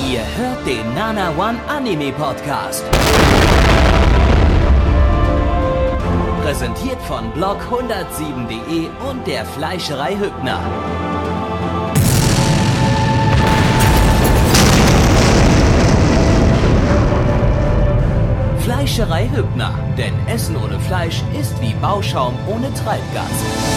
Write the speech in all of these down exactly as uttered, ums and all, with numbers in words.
Ihr hört den Nana One Anime Podcast. Präsentiert von blog hundertsieben punkt de und der Fleischerei Hübner. Fleischerei Hübner, denn Essen ohne Fleisch ist wie Bauschaum ohne Treibgas.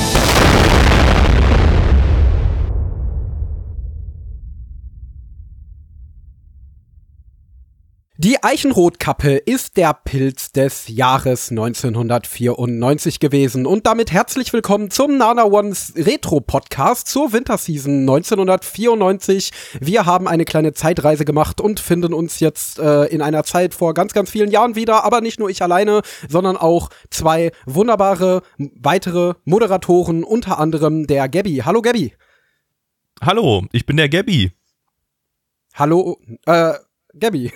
Die Eichenrotkappe ist der Pilz des Jahres neunzehnhundertvierundneunzig gewesen und damit herzlich willkommen zum Nana Ones Retro Podcast zur Winterseason neunzehnhundertvierundneunzig. Wir haben eine kleine Zeitreise gemacht und finden uns jetzt äh, in einer Zeit vor ganz, ganz vielen Jahren wieder, aber nicht nur ich alleine, sondern auch zwei wunderbare weitere Moderatoren, unter anderem der Gabby. Hallo Gabby. Hallo, ich bin der Gabby. Hallo, äh, Gabby.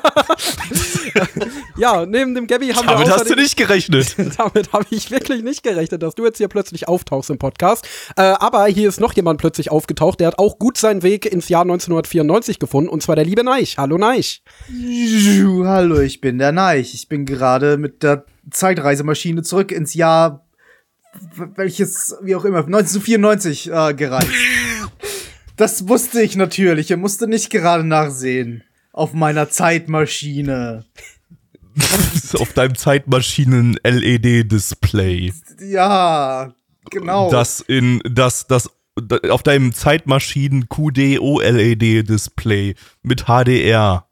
Ja, neben dem Gabby haben damit wir hast du nicht gerechnet. Damit habe ich wirklich nicht gerechnet, dass du jetzt hier plötzlich auftauchst im Podcast. Äh, aber hier ist noch jemand plötzlich aufgetaucht, der hat auch gut seinen Weg ins Jahr neunzehnhundertvierundneunzig gefunden, und zwar der liebe Neich. Hallo Neich. Hallo, ich bin der Neich. Ich bin gerade mit der Zeitreisemaschine zurück ins Jahr, welches, wie auch immer, neunzehnhundertvierundneunzig äh, gereist. Das wusste ich natürlich. Er musste nicht gerade nachsehen. Auf meiner Zeitmaschine. Auf deinem Zeitmaschinen-L E D-Display. Ja, genau. Das in, das, das, das auf deinem Zeitmaschinen-Q D O-L E D-Display mit H D R.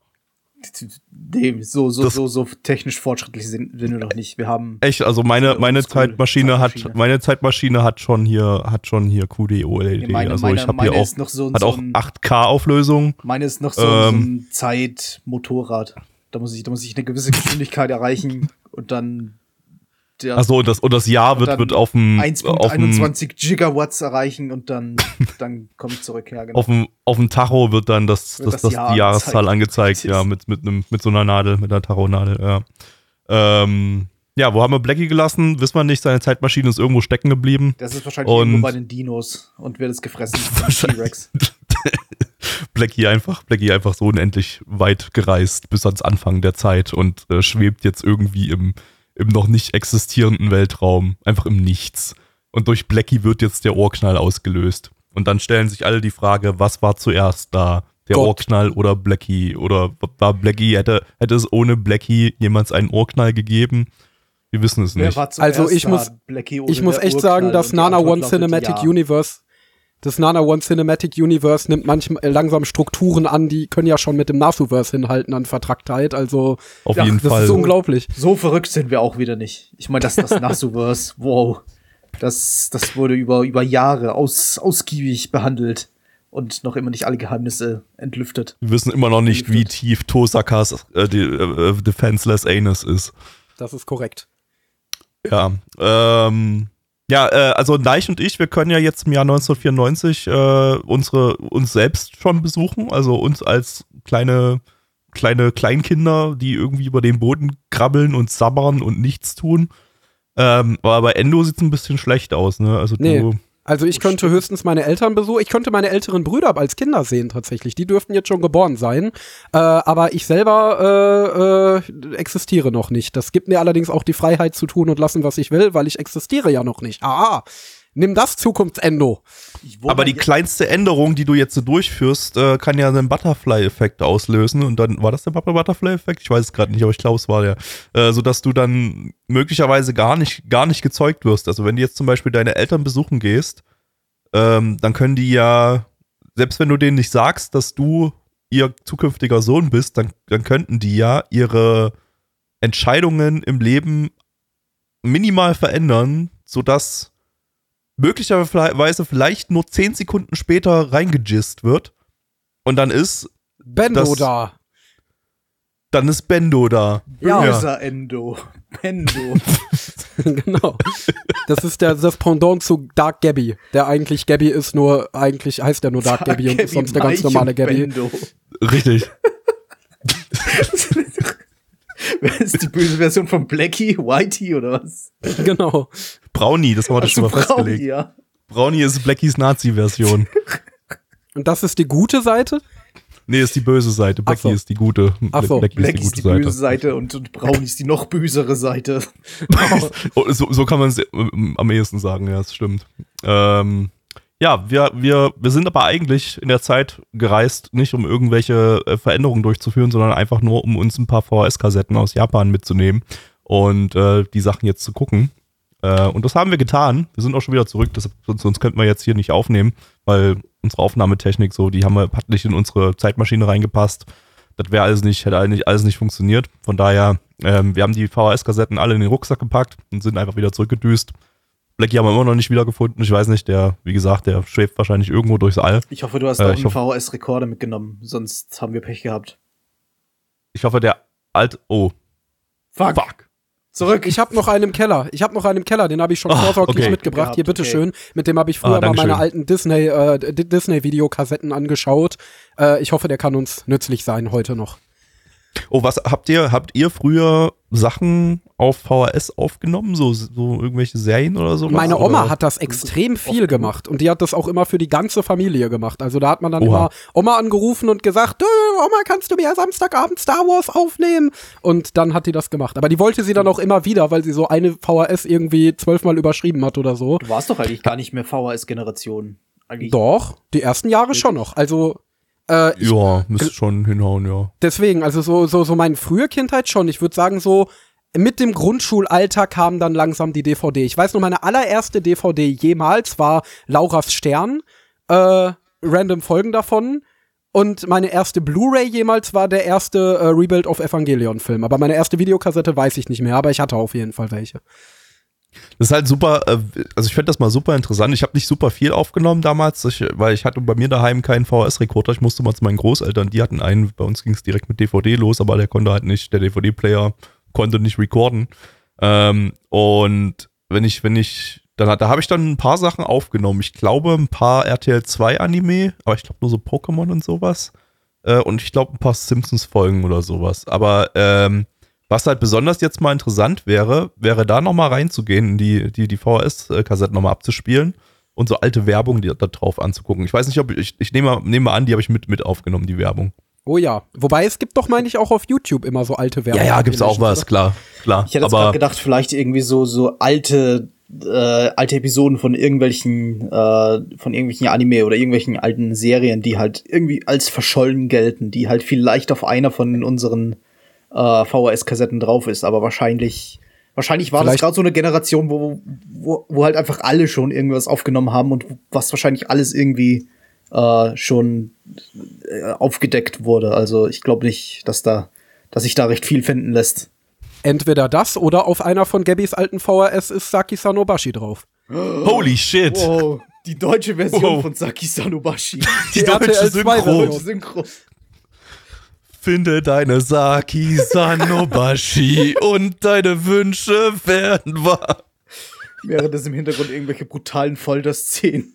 Nee, so, so, das, so, so technisch fortschrittlich sind, sind wir noch nicht. Wir haben. Echt, also meine, meine Zeitmaschine, Zeitmaschine hat, meine Zeitmaschine hat schon hier, hat schon hier Q D O-L E D. Nee, meine, also ich habe hier auch, noch so ein, hat auch acht K-Auflösung. Meine ist noch so, ähm, so ein Zeitmotorrad. Da muss ich, da muss ich eine gewisse Geschwindigkeit erreichen und dann. Achso, und das, und das Jahr wird, wird auf dem eins Komma einundzwanzig Gigawatts erreichen und dann, dann komme ich zurück her. Genau. Auf dem, auf dem Tacho wird dann das, das, das, das Jahr die Jahreszahl angezeigt, ja, mit, mit, einem, mit so einer Nadel, mit einer Tacho-Nadel, ja. Ähm, ja, wo haben wir Blackie gelassen? Wissen wir nicht, seine Zeitmaschine ist irgendwo stecken geblieben. Das ist wahrscheinlich und irgendwo bei den Dinos und wird es gefressen von T-Rex. Blackie einfach, Blackie einfach so unendlich weit gereist bis ans Anfang der Zeit und äh, schwebt jetzt irgendwie im im noch nicht existierenden Weltraum, einfach im Nichts. Und durch Blackie wird jetzt der Ohrknall ausgelöst. Und dann stellen sich alle die Frage, was war zuerst da? Der Gott. Ohrknall oder Blackie? Oder war Blackie, hätte, hätte es ohne Blackie jemals einen Ohrknall gegeben? Wir wissen es nicht. Also ich muss, ich muss echt sagen, dass Nana One Cinematic ja. Universe Das Nana One Cinematic Universe nimmt manchmal langsam Strukturen an, die können ja schon mit dem Nasuverse hinhalten an Vertracktheit. Also auf ja, jeden das Fall. ist unglaublich. So verrückt sind wir auch wieder nicht. Ich meine, das, das Nasuverse, wow, das, das wurde über, über Jahre aus, ausgiebig behandelt und noch immer nicht alle Geheimnisse entlüftet. Wir wissen immer noch nicht, entlüftet. wie tief Tosakas äh, die, äh, Defenseless Anus ist. Das ist korrekt. Ja, ähm Ja, äh, also Neich und ich, wir können ja jetzt im Jahr neunzehnhundertvierundneunzig äh, unsere uns selbst schon besuchen, also uns als kleine kleine Kleinkinder, die irgendwie über den Boden krabbeln und sabbern und nichts tun. Ähm, aber bei Endo sieht's ein bisschen schlecht aus, ne? Also nee. du Also ich könnte stimmt. höchstens meine Eltern besuchen. Ich könnte meine älteren Brüder als Kinder sehen tatsächlich. Die dürften jetzt schon geboren sein. Äh, aber ich selber äh, äh, existiere noch nicht. Das gibt mir allerdings auch die Freiheit zu tun und lassen, was ich will, weil ich existiere ja noch nicht. Ah, nimm das, Zukunftsendo. Aber die kleinste Änderung, die du jetzt so durchführst, äh, kann ja einen Butterfly-Effekt auslösen. Und dann, war das der Butterfly-Effekt? Ich weiß es gerade nicht, aber ich glaube, es war der. Äh, sodass du dann möglicherweise gar nicht, gar nicht gezeugt wirst. Also wenn du jetzt zum Beispiel deine Eltern besuchen gehst, ähm, dann können die ja, selbst wenn du denen nicht sagst, dass du ihr zukünftiger Sohn bist, dann, dann könnten die ja ihre Entscheidungen im Leben minimal verändern, sodass möglicherweise vielleicht nur zehn Sekunden später reingejist wird und dann ist Bendo das, da. Dann ist Bendo da. Böser ja. Endo. Bendo. Genau. Das ist der, das Pendant zu Dark Gabby. Der eigentlich Gabby ist, nur eigentlich heißt er nur Dark, Dark Gabby und ist sonst der ganz normale Gabby. Bendo. Richtig. Wer ist die böse Version von Blackie? Whitey oder was? Genau. Brownie, das haben wir das schon mal Brownie, festgelegt. Ja. Brownie ist Blackies Nazi-Version. Und das ist die gute Seite? Nee, ist die böse Seite. Blackie so. ist die gute. Ach so. Blackie, Black ist die ist gute die böse Seite. Seite und, und Braun ist die noch bösere Seite. Oh, so, so kann man es am ehesten sagen, ja, das stimmt. Ähm, ja, wir, wir, wir sind aber eigentlich in der Zeit gereist, nicht um irgendwelche äh, Veränderungen durchzuführen, sondern einfach nur, um uns ein paar V H S-Kassetten aus Japan mitzunehmen und äh, die Sachen jetzt zu gucken. Äh, und das haben wir getan. Wir sind auch schon wieder zurück, das, sonst, sonst könnten wir jetzt hier nicht aufnehmen, weil unsere Aufnahmetechnik so, die haben wir, hat nicht in unsere Zeitmaschine reingepasst. Das wäre alles nicht, hätte alles nicht, alles nicht funktioniert. Von daher, ähm, wir haben die V H S-Kassetten alle in den Rucksack gepackt und sind einfach wieder zurückgedüst. Blackie haben wir immer noch nicht wiedergefunden. Ich weiß nicht, der, wie gesagt, der schwebt wahrscheinlich irgendwo durchs All. Ich hoffe, du hast Äh, auch ich einen hoff- V H S-Rekorder mitgenommen, sonst haben wir Pech gehabt. Ich hoffe, der alt. Oh, Fuck. fuck. Zurück. Ich habe noch einen im Keller. Ich habe noch einen im Keller, den habe ich schon Ah, vorsorglich okay. mitgebracht. Gehabt, Hier, bitteschön. okay. Mit dem habe ich früher Ah, mal Dankeschön. meine alten Disney, äh, D- Disney-Videokassetten angeschaut. Äh, ich hoffe, der kann uns nützlich sein heute noch. Oh, was habt ihr, habt ihr früher Sachen auf V H S aufgenommen? So, so irgendwelche Serien oder sowas? Meine Oma oder? hat das extrem viel gemacht und die hat das auch immer für die ganze Familie gemacht. Also da hat man dann Oha. immer Oma angerufen und gesagt, du, Oma, kannst du mir Samstagabend Star Wars aufnehmen? Und dann hat die das gemacht. Aber die wollte sie dann auch immer wieder, weil sie so eine V H S irgendwie zwölfmal überschrieben hat oder so. Du warst doch eigentlich gar nicht mehr V H S-Generation. Eigentlich. Doch, die ersten Jahre schon noch. Also äh, ich, Ja, müsste schon hinhauen, ja. deswegen, also so, so, so meine frühe Kindheit schon. Ich würde sagen, so mit dem Grundschulalter kam dann langsam die D V D. Ich weiß noch, meine allererste D V D jemals war Lauras Stern, äh, random Folgen davon. Und meine erste Blu-ray jemals war der erste äh, Rebuild of Evangelion-Film. Aber meine erste Videokassette weiß ich nicht mehr, aber ich hatte auf jeden Fall welche. Das ist halt super, äh, also ich fände das mal super interessant. Ich habe nicht super viel aufgenommen damals, ich, weil ich hatte bei mir daheim keinen V H S-Rekorder. Ich musste mal zu meinen Großeltern, die hatten einen, bei uns ging es direkt mit D V D los, aber der konnte halt nicht, der D V D-Player konnte nicht recorden. Ähm, und wenn ich, wenn ich, dann, da habe ich dann ein paar Sachen aufgenommen. Ich glaube ein paar R T L zwei Anime, aber ich glaube nur so Pokémon und sowas. Äh, und ich glaube ein paar Simpsons-Folgen oder sowas. Aber ähm, was halt besonders jetzt mal interessant wäre, wäre da nochmal reinzugehen, die, die, die V H S-Kassetten nochmal abzuspielen und so alte Werbung die, da drauf anzugucken. Ich weiß nicht, ob ich, ich, ich nehme, nehme an, die habe ich mit, mit aufgenommen, die Werbung. Oh ja. Wobei es gibt doch, meine ich, auch auf YouTube immer so alte Werbung. Ja, ja, gibt's auch was, klar, klar. Ich hätte jetzt aber gerade gedacht, vielleicht irgendwie so, so alte, äh, alte Episoden von irgendwelchen, äh, von irgendwelchen Anime oder irgendwelchen alten Serien, die halt irgendwie als verschollen gelten, die halt vielleicht auf einer von unseren äh, V H S-Kassetten drauf ist, aber wahrscheinlich, wahrscheinlich war Vielleicht- das gerade so eine Generation, wo, wo, wo halt einfach alle schon irgendwas aufgenommen haben und was wahrscheinlich alles irgendwie äh, schon äh, aufgedeckt wurde. Also ich glaube nicht, dass da, dass sich da recht viel finden lässt. Entweder das oder auf einer von Gabbys alten V H S ist Saki Sanobashi drauf. holy shit! Wow, die deutsche Version Wow. von Saki Sanobashi. Die R T L deutsche zwei Synchro. Version. Synchro. Finde deine Saki Sanobashi und deine Wünsche werden wahr. Während es im Hintergrund irgendwelche brutalen Folterszenen.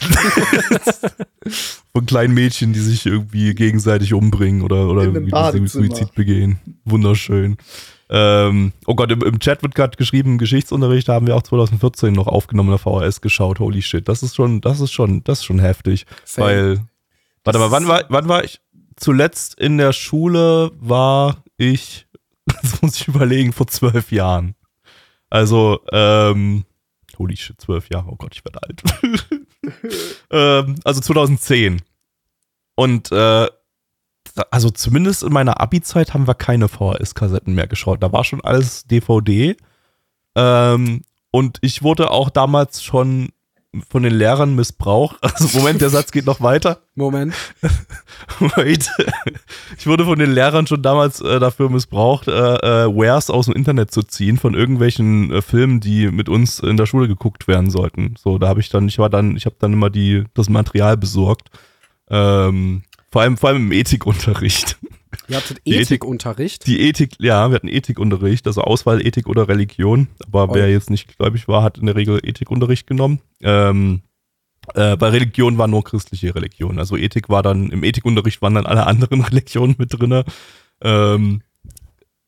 Von kleinen Mädchen, die sich irgendwie gegenseitig umbringen oder, oder In einem irgendwie Badezimmer. Suizid begehen. Wunderschön. Ähm, oh Gott, im, im Chat wird gerade geschrieben, Geschichtsunterricht haben wir auch zwanzig vierzehn noch aufgenommen in der V H S geschaut. Holy shit, das ist schon, das ist schon, das ist schon heftig. Same. Weil, warte mal, wann war, wann war ich zuletzt in der Schule? War ich, das muss ich überlegen, vor zwölf Jahren. Also, ähm, holy shit, zwölf Jahre, oh Gott, ich werde alt. ähm, also zwanzig zehn. Und äh, also zumindest in meiner Abi-Zeit haben wir keine V H S-Kassetten mehr geschaut. Da war schon alles D V D. Ähm, und ich wurde auch damals schon von den Lehrern missbraucht. Also Moment, der Satz geht noch weiter. Moment. Wait. Ich wurde von den Lehrern schon damals äh, dafür missbraucht, äh, äh, Wares aus dem Internet zu ziehen von irgendwelchen äh, Filmen, die mit uns in der Schule geguckt werden sollten. So, da habe ich dann, ich war dann, ich habe dann immer die das Material besorgt. Ähm, vor allem, vor allem im Ethikunterricht. Ihr hattet Die Ethik- Ethikunterricht. Die Ethik, ja, wir hatten Ethikunterricht, also Auswahl Ethik oder Religion. Aber Oh. wer jetzt nicht gläubig war, hat in der Regel Ethikunterricht genommen. Ähm, äh, bei Religion war nur christliche Religion. Also Ethik war dann, im Ethikunterricht waren dann alle anderen Religionen mit drinne. Ähm,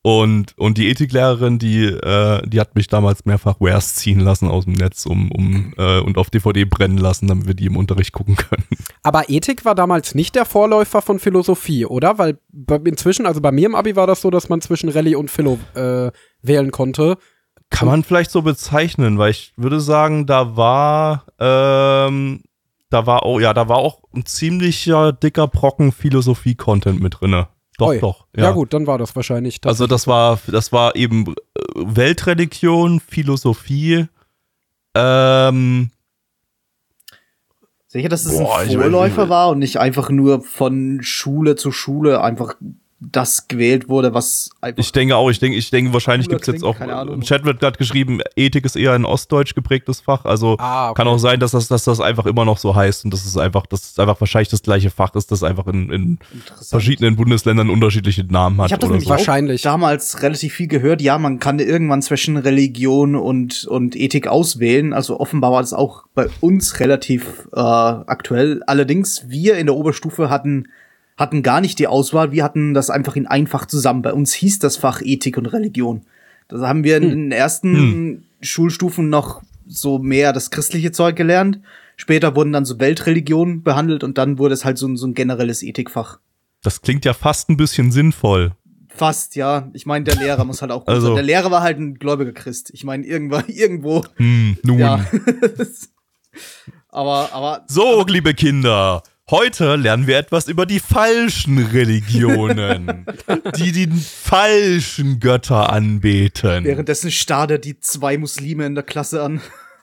Und, und die Ethiklehrerin, die, äh, die hat mich damals mehrfach Wares ziehen lassen aus dem Netz um, um, äh, und auf D V D brennen lassen, damit wir die im Unterricht gucken können. Aber Ethik war damals nicht der Vorläufer von Philosophie, oder? Weil inzwischen, also bei mir im Abi war das so, dass man zwischen Rallye und Philo äh, wählen konnte. Kann man vielleicht so bezeichnen, weil ich würde sagen, da war, ähm, da war, oh ja, da war auch ein ziemlicher dicker Brocken Philosophie-Content mit drinne. Doch, Oi. doch. Ja. ja gut, dann war das wahrscheinlich. Also das war, das war eben Weltreligion, Philosophie. Ähm, Sicher, dass es Boah, ein ich Vorläufer weiß- war und nicht einfach nur von Schule zu Schule einfach das gewählt wurde, was einfach. ich denke auch, ich denke, ich denke, wahrscheinlich Cooler gibt es jetzt klingt, auch, keine Ahnung. im Chat wird gerade geschrieben, Ethik ist eher ein ostdeutsch geprägtes Fach, also Ah, okay. kann auch sein, dass das, dass das einfach immer noch so heißt und dass es einfach, dass es einfach wahrscheinlich das gleiche Fach ist, das einfach in, in Interessant. verschiedenen Bundesländern unterschiedliche Namen hat Ich habe das oder nämlich so. auch Wahrscheinlich. damals relativ viel gehört. Ja, man kann irgendwann zwischen Religion und, und Ethik auswählen. Also offenbar war das auch bei uns relativ äh, aktuell. Allerdings, wir in der Oberstufe hatten hatten gar nicht die Auswahl. Wir hatten das einfach in ein Fach zusammen. Bei uns hieß das Fach Ethik und Religion. Das haben wir in Hm. den ersten Hm. Schulstufen noch so mehr das christliche Zeug gelernt. Später wurden dann so Weltreligionen behandelt und dann wurde es halt so ein, so ein generelles Ethikfach. Das klingt ja fast ein bisschen sinnvoll. Fast, ja. Ich meine, der Lehrer muss halt auch gut Also- sein. Der Lehrer war halt ein gläubiger Christ. Ich meine, irgendwo, irgendwo, Hm, nun. ja. aber, aber, So, liebe Kinder, heute lernen wir etwas über die falschen Religionen, die die falschen Götter anbeten. währenddessen starrt er die zwei Muslime in der Klasse an.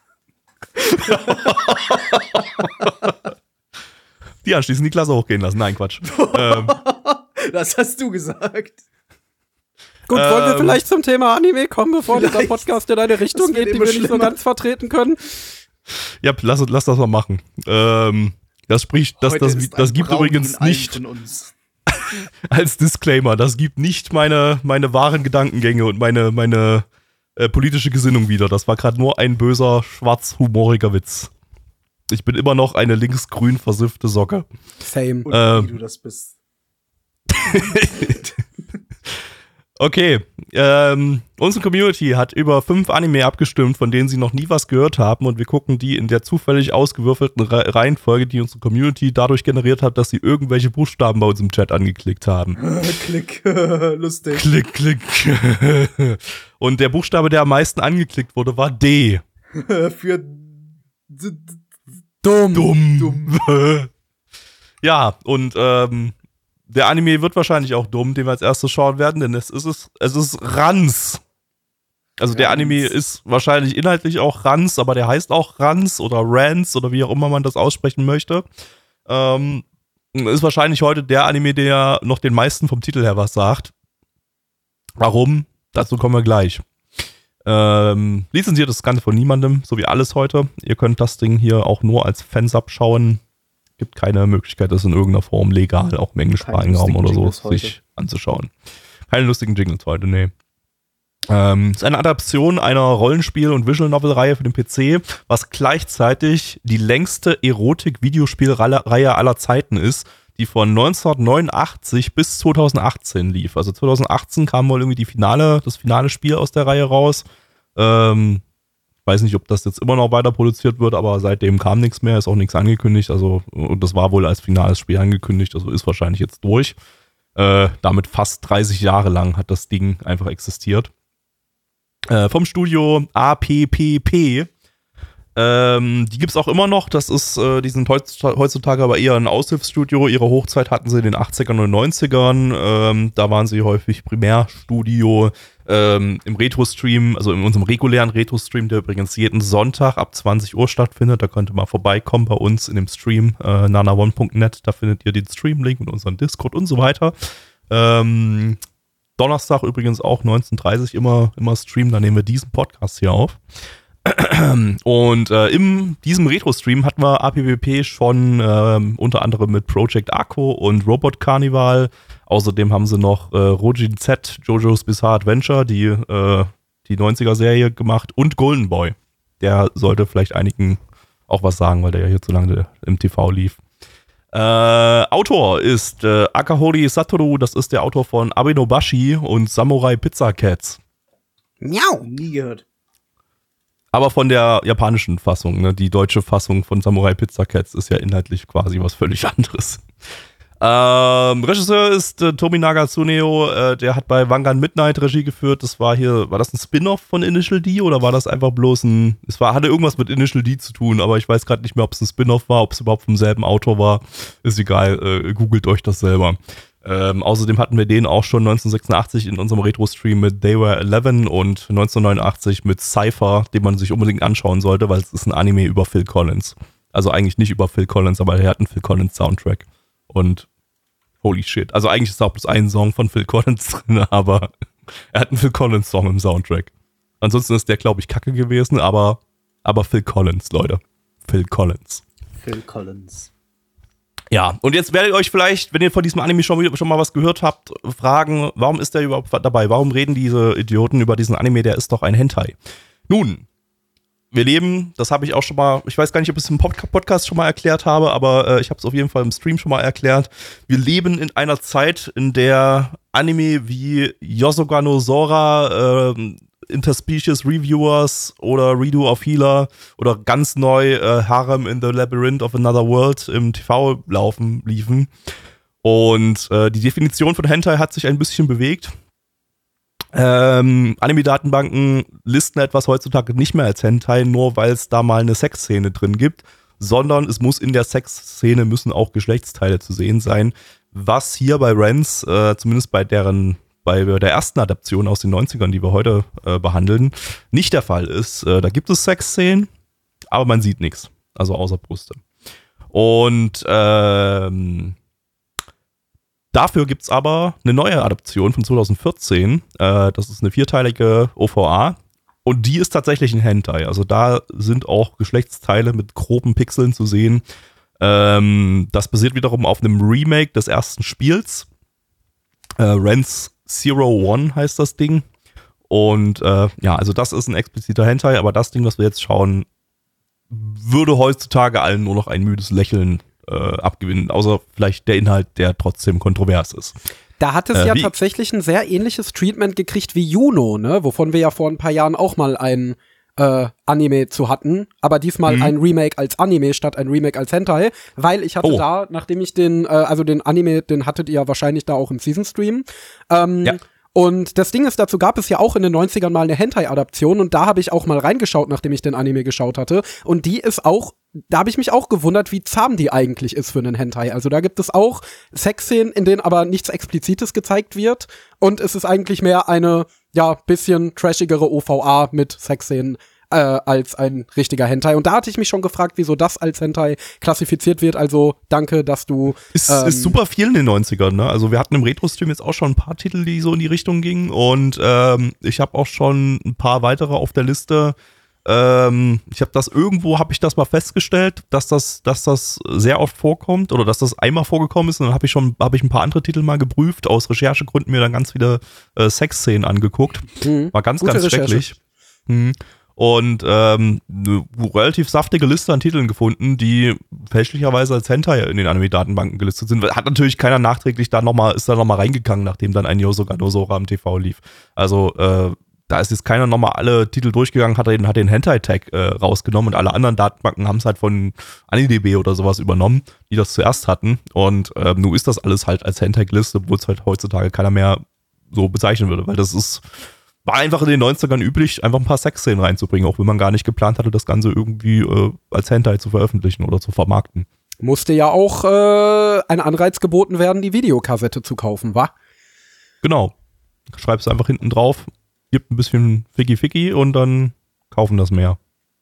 Die anschließend die Klasse hochgehen lassen. Nein, Quatsch. ähm, Das hast du gesagt. Gut, wollen wir Ähm, vielleicht zum Thema Anime kommen, bevor dieser vielleicht. Podcast in eine Richtung Das wird geht, die immer wir nicht so schlimmer. ganz vertreten können? ja, lass, lass das mal machen. Ähm, das spricht, das, Heute das, ist das ein gibt Brownie übrigens in allen nicht, von uns. als Disclaimer, das gibt nicht meine, meine wahren Gedankengänge und meine, meine äh, politische Gesinnung wieder. Das war gerade nur ein böser, schwarz-humoriger Witz. Ich bin immer noch eine linksgrün versiffte Socke. Same. Und Ähm. wie du das bist. Okay, ähm, unsere Community hat über fünf Anime abgestimmt, von denen sie noch nie was gehört haben, und wir gucken die in der zufällig ausgewürfelten Re- Reihenfolge, die unsere Community dadurch generiert hat, dass sie irgendwelche Buchstaben bei uns im Chat angeklickt haben. Klick. Lustig. Klick, klick. Und der Buchstabe, der am meisten angeklickt wurde, war D. Für d- d- Dumm. Dumm. Ja, und ähm, der Anime wird wahrscheinlich auch dumm, den wir als erstes schauen werden, denn es ist, es, es ist Ranz. Also der Ranz. Anime ist wahrscheinlich inhaltlich auch Ranz, aber der heißt auch Ranz oder Ranz oder wie auch immer man das aussprechen möchte. Ähm, ist wahrscheinlich heute der Anime, der noch den meisten vom Titel her was sagt. Warum? Dazu kommen wir gleich. Ähm, lizenziert ist das Ganze von niemandem, so wie alles heute. Ihr könnt das Ding hier auch nur als Fansub schauen. Gibt keine Möglichkeit, das in irgendeiner Form legal, auch im englischsprachigen Raum lustigen oder so, Jingles heute. sich anzuschauen. Keine lustigen Jingles heute, nee. Ähm, ist eine Adaption einer Rollenspiel- und Visual-Novel-Reihe für den P C, was gleichzeitig die längste Erotik-Videospielreihe aller Zeiten ist, die von neunzehnhundertneunundachtzig bis zweitausendachtzehn lief. Also zweitausendachtzehn kam wohl irgendwie die Finale, das finale Spiel aus der Reihe raus. Ähm, weiß nicht, ob das jetzt immer noch weiter produziert wird, aber seitdem kam nichts mehr, ist auch nichts angekündigt. Also, und das war wohl als finales Spiel angekündigt, also ist wahrscheinlich jetzt durch. Äh, damit fast dreißig Jahre lang hat das Ding einfach existiert. Äh, vom Studio A P P P. Ähm, die gibt's auch immer noch. Das ist, äh, die sind heutzutage aber eher ein Aushilfsstudio. Ihre Hochzeit hatten sie in den achtzigern und neunzigern. Ähm, da waren sie häufig Primärstudio. Ähm, Im Retro-Stream, also in unserem regulären Retro-Stream, der übrigens jeden Sonntag ab zwanzig Uhr stattfindet. Da könnt ihr mal vorbeikommen bei uns in dem Stream, äh, nana one punkt net. Da findet ihr den Stream-Link und unseren Discord und so weiter. Ähm, Donnerstag übrigens auch neunzehn Uhr dreißig immer, immer Stream. Da nehmen wir diesen Podcast hier auf. Und äh, in diesem Retro-Stream hatten wir A P P P schon ähm, unter anderem mit Project Arco und Robot Carnival. Außerdem haben sie noch äh, Rojin Z, JoJo's Bizarre Adventure, die, äh, die neunziger-Serie gemacht, und Golden Boy. Der sollte vielleicht einigen auch was sagen, weil der ja hier zu lange im T V lief. Äh, Autor ist äh, Akahori Satoru, das ist der Autor von Abenobashi und Samurai Pizza Cats. Miau. Nie gehört. Aber von der japanischen Fassung, ne? Die deutsche Fassung von Samurai Pizza Cats ist ja inhaltlich quasi was völlig anderes. Ähm, Regisseur ist äh, Tominaga Tsuneo, äh, der hat bei Wangan Midnight Regie geführt. Das war hier, war das ein Spin-off von Initial D oder war das einfach bloß ein, es war, hatte irgendwas mit Initial D zu tun, aber ich weiß gerade nicht mehr, ob es ein Spin-off war, ob es überhaupt vom selben Autor war. Ist egal, äh, googelt euch das selber. Ähm, außerdem hatten wir den auch schon neunzehnhundertsechsundachtzig in unserem Retro-Stream mit They Were Eleven und neunzehnhundertneunundachtzig mit Cypher, den man sich unbedingt anschauen sollte, weil es ist ein Anime über Phil Collins. Also eigentlich nicht über Phil Collins, aber er hat einen Phil Collins Soundtrack. Und holy shit. Also eigentlich ist da auch bloß ein Song von Phil Collins drin, aber er hat einen Phil Collins Song im Soundtrack. Ansonsten ist der, glaube ich, kacke gewesen, aber, aber Phil Collins, Leute. Phil Collins. Phil Collins. Ja, und jetzt werdet ihr euch vielleicht, wenn ihr von diesem Anime schon, schon mal was gehört habt, fragen, warum ist der überhaupt dabei? Warum reden diese Idioten über diesen Anime? Der ist doch ein Hentai. Nun, wir leben, das habe ich auch schon mal, ich weiß gar nicht, ob ich es im Podcast schon mal erklärt habe, aber äh, ich habe es auf jeden Fall im Stream schon mal erklärt. Wir leben in einer Zeit, in der Anime wie Yosoga no Sora, äh, Interspecies Reviewers oder Redo of Healer oder ganz neu äh, Harem in the Labyrinth of Another World im T V laufen, liefen. Und äh, die Definition von Hentai hat sich ein bisschen bewegt. Ähm, Anime-Datenbanken listen etwas heutzutage nicht mehr als Hentai, nur weil es da mal eine Sexszene drin gibt, sondern es muss in der Sexszene müssen auch Geschlechtsteile zu sehen sein, was hier bei Rens, äh, zumindest bei deren bei der ersten Adaption aus den neunzigern, die wir heute äh, behandeln, nicht der Fall ist. Äh, da gibt es Sexszenen, aber man sieht nichts, also außer Brüste. Und ähm, dafür gibt es aber eine neue Adaption von zweitausendvierzehn. Äh, das ist eine vierteilige O V A. Und die ist tatsächlich ein Hentai. Also da sind auch Geschlechtsteile mit groben Pixeln zu sehen. Ähm, das basiert wiederum auf einem Remake des ersten Spiels. Äh, Rens Zero One heißt das Ding. Und äh, ja, also das ist ein expliziter Hentai. Aber das Ding, was wir jetzt schauen, würde heutzutage allen nur noch ein müdes Lächeln äh, abgewinnen. Außer vielleicht der Inhalt, der trotzdem kontrovers ist. Da hat es Äh, ja wie- tatsächlich ein sehr ähnliches Treatment gekriegt wie Juno, ne? Wovon wir ja vor ein paar Jahren auch mal ein äh, Anime zu hatten, aber diesmal Mhm. ein Remake als Anime statt ein Remake als Hentai, weil ich hatte Oh. da, nachdem ich den, äh, also den Anime, den hattet ihr ja wahrscheinlich da auch im Season-Stream, ähm, Ja. und das Ding ist, dazu gab es ja auch in den neunzigern mal eine Hentai-Adaption und da habe ich auch mal reingeschaut, nachdem ich den Anime geschaut hatte. Und die ist auch, da habe ich mich auch gewundert, wie zahm die eigentlich ist für einen Hentai. Also da gibt es auch Sexszenen, in denen aber nichts Explizites gezeigt wird. Und es ist eigentlich mehr eine, ja, bisschen trashigere O V A mit Sexszenen äh, als ein richtiger Hentai. Und da hatte ich mich schon gefragt, wieso das als Hentai klassifiziert wird. Also danke, dass du Ist, ähm, ist super viel in den neunzigern, ne? Also wir hatten im Retro-Stream jetzt auch schon ein paar Titel, die so in die Richtung gingen. Und ähm, ich habe auch schon ein paar weitere auf der Liste. Ähm, ich habe das irgendwo, habe ich das mal festgestellt, dass das, dass das sehr oft vorkommt oder dass das einmal vorgekommen ist. Und dann habe ich schon, habe ich ein paar andere Titel mal geprüft, aus Recherchegründen mir dann ganz viele äh, Sexszenen angeguckt. Mhm. War ganz, Gute ganz Recherche. schrecklich. Hm. Und ähm, eine relativ saftige Liste an Titeln gefunden, die fälschlicherweise als Hentai in den Anime-Datenbanken gelistet sind. Hat natürlich keiner nachträglich da noch mal, ist da nochmal reingegangen, nachdem dann ein Yosoga no Sora im T V lief. Also äh, da ist jetzt keiner nochmal alle Titel durchgegangen, hat den, hat den Hentai-Tag äh, rausgenommen und alle anderen Datenbanken haben es halt von AniDB oder sowas übernommen, die das zuerst hatten. Und ähm, nun ist das alles halt als Hentai gelistet, obwohl es halt heutzutage keiner mehr so bezeichnen würde, weil das ist war einfach in den neunzigern üblich, einfach ein paar Sexszenen reinzubringen, auch wenn man gar nicht geplant hatte, das Ganze irgendwie äh, als Hentai zu veröffentlichen oder zu vermarkten. musste ja auch äh, ein Anreiz geboten werden, die Videokassette zu kaufen, wa? Genau. Schreibst einfach hinten drauf, gibt ein bisschen Ficky-Ficky und dann kaufen das mehr.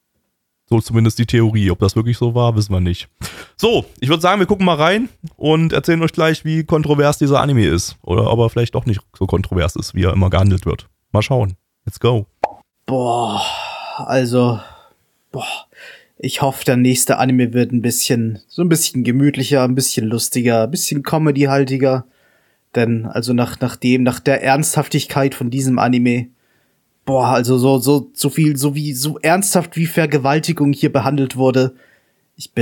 So zumindest die Theorie. Ob das wirklich so war, wissen wir nicht. So, ich würde sagen, wir gucken mal rein und erzählen euch gleich, wie kontrovers dieser Anime ist. Oder ob er vielleicht doch nicht so kontrovers ist, wie er immer gehandelt wird. Mal schauen. Let's go. Boah, also, boah, ich hoffe, der nächste Anime wird ein bisschen, so ein bisschen gemütlicher, ein bisschen lustiger, ein bisschen Comedy-haltiger. Denn, also nach, nach dem, nach der Ernsthaftigkeit von diesem Anime, boah, also so, so, so viel, so wie, so ernsthaft wie Vergewaltigung hier behandelt wurde. Ich bin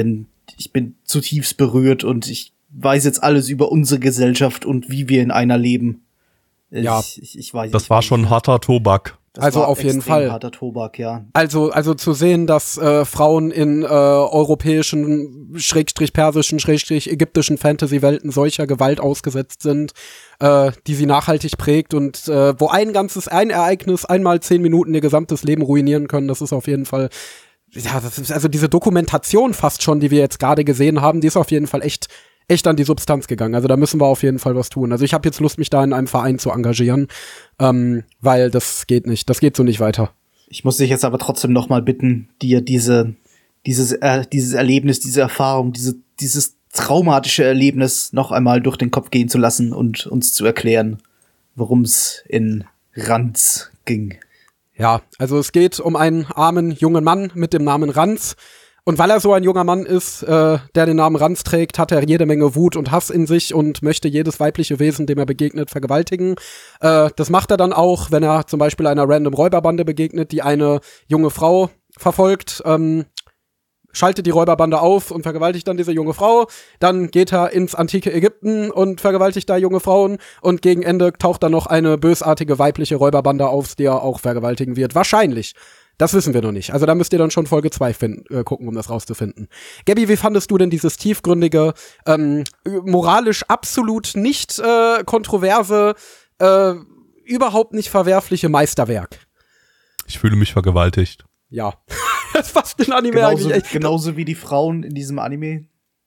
ich bin zutiefst berührt und ich weiß jetzt alles über unsere Gesellschaft und wie wir in einer leben. Ja, ich, ich, ich weiß Das nicht, war schon harter Tobak. Das also war auf jeden extrem Fall. harter Tobak, ja. Also, also zu sehen, dass äh, Frauen in äh, europäischen, schrägstrich persischen, schrägstrich ägyptischen Fantasy-Welten solcher Gewalt ausgesetzt sind, äh, die sie nachhaltig prägt und äh, wo ein ganzes, ein Ereignis einmal zehn Minuten ihr gesamtes Leben ruinieren können, das ist auf jeden Fall, ja, das ist also diese Dokumentation fast schon, die wir jetzt gerade gesehen haben, die ist auf jeden Fall echt echt an die Substanz gegangen. Also da müssen wir auf jeden Fall was tun. Also ich habe jetzt Lust, mich da in einem Verein zu engagieren, ähm, weil das geht nicht. Das geht so nicht weiter. Ich muss dich jetzt aber trotzdem noch mal bitten, dir diese, dieses, äh, dieses Erlebnis, diese Erfahrung, diese, dieses traumatische Erlebnis noch einmal durch den Kopf gehen zu lassen und uns zu erklären, worum es in Ranz ging. Ja, also es geht um einen armen jungen Mann mit dem Namen Ranz. Und weil er so ein junger Mann ist, äh, der den Namen Ranz trägt, hat er jede Menge Wut und Hass in sich und möchte jedes weibliche Wesen, dem er begegnet, vergewaltigen. Äh, das macht er dann auch, wenn er zum Beispiel einer random Räuberbande begegnet, die eine junge Frau verfolgt, ähm, schaltet die Räuberbande auf und vergewaltigt dann diese junge Frau. Dann geht er ins antike Ägypten und vergewaltigt da junge Frauen. Und gegen Ende taucht dann noch eine bösartige weibliche Räuberbande auf, die er auch vergewaltigen wird. Wahrscheinlich. Das wissen wir noch nicht. Also da müsst ihr dann schon Folge zwei finden, äh, gucken, um das rauszufinden. Gabby, wie fandest du denn dieses tiefgründige, ähm, moralisch absolut nicht äh, kontroverse, äh, überhaupt nicht verwerfliche Meisterwerk? Ich fühle mich vergewaltigt. Ja, das fasst den Anime Genauso, eigentlich echt. genauso wie die Frauen in diesem Anime.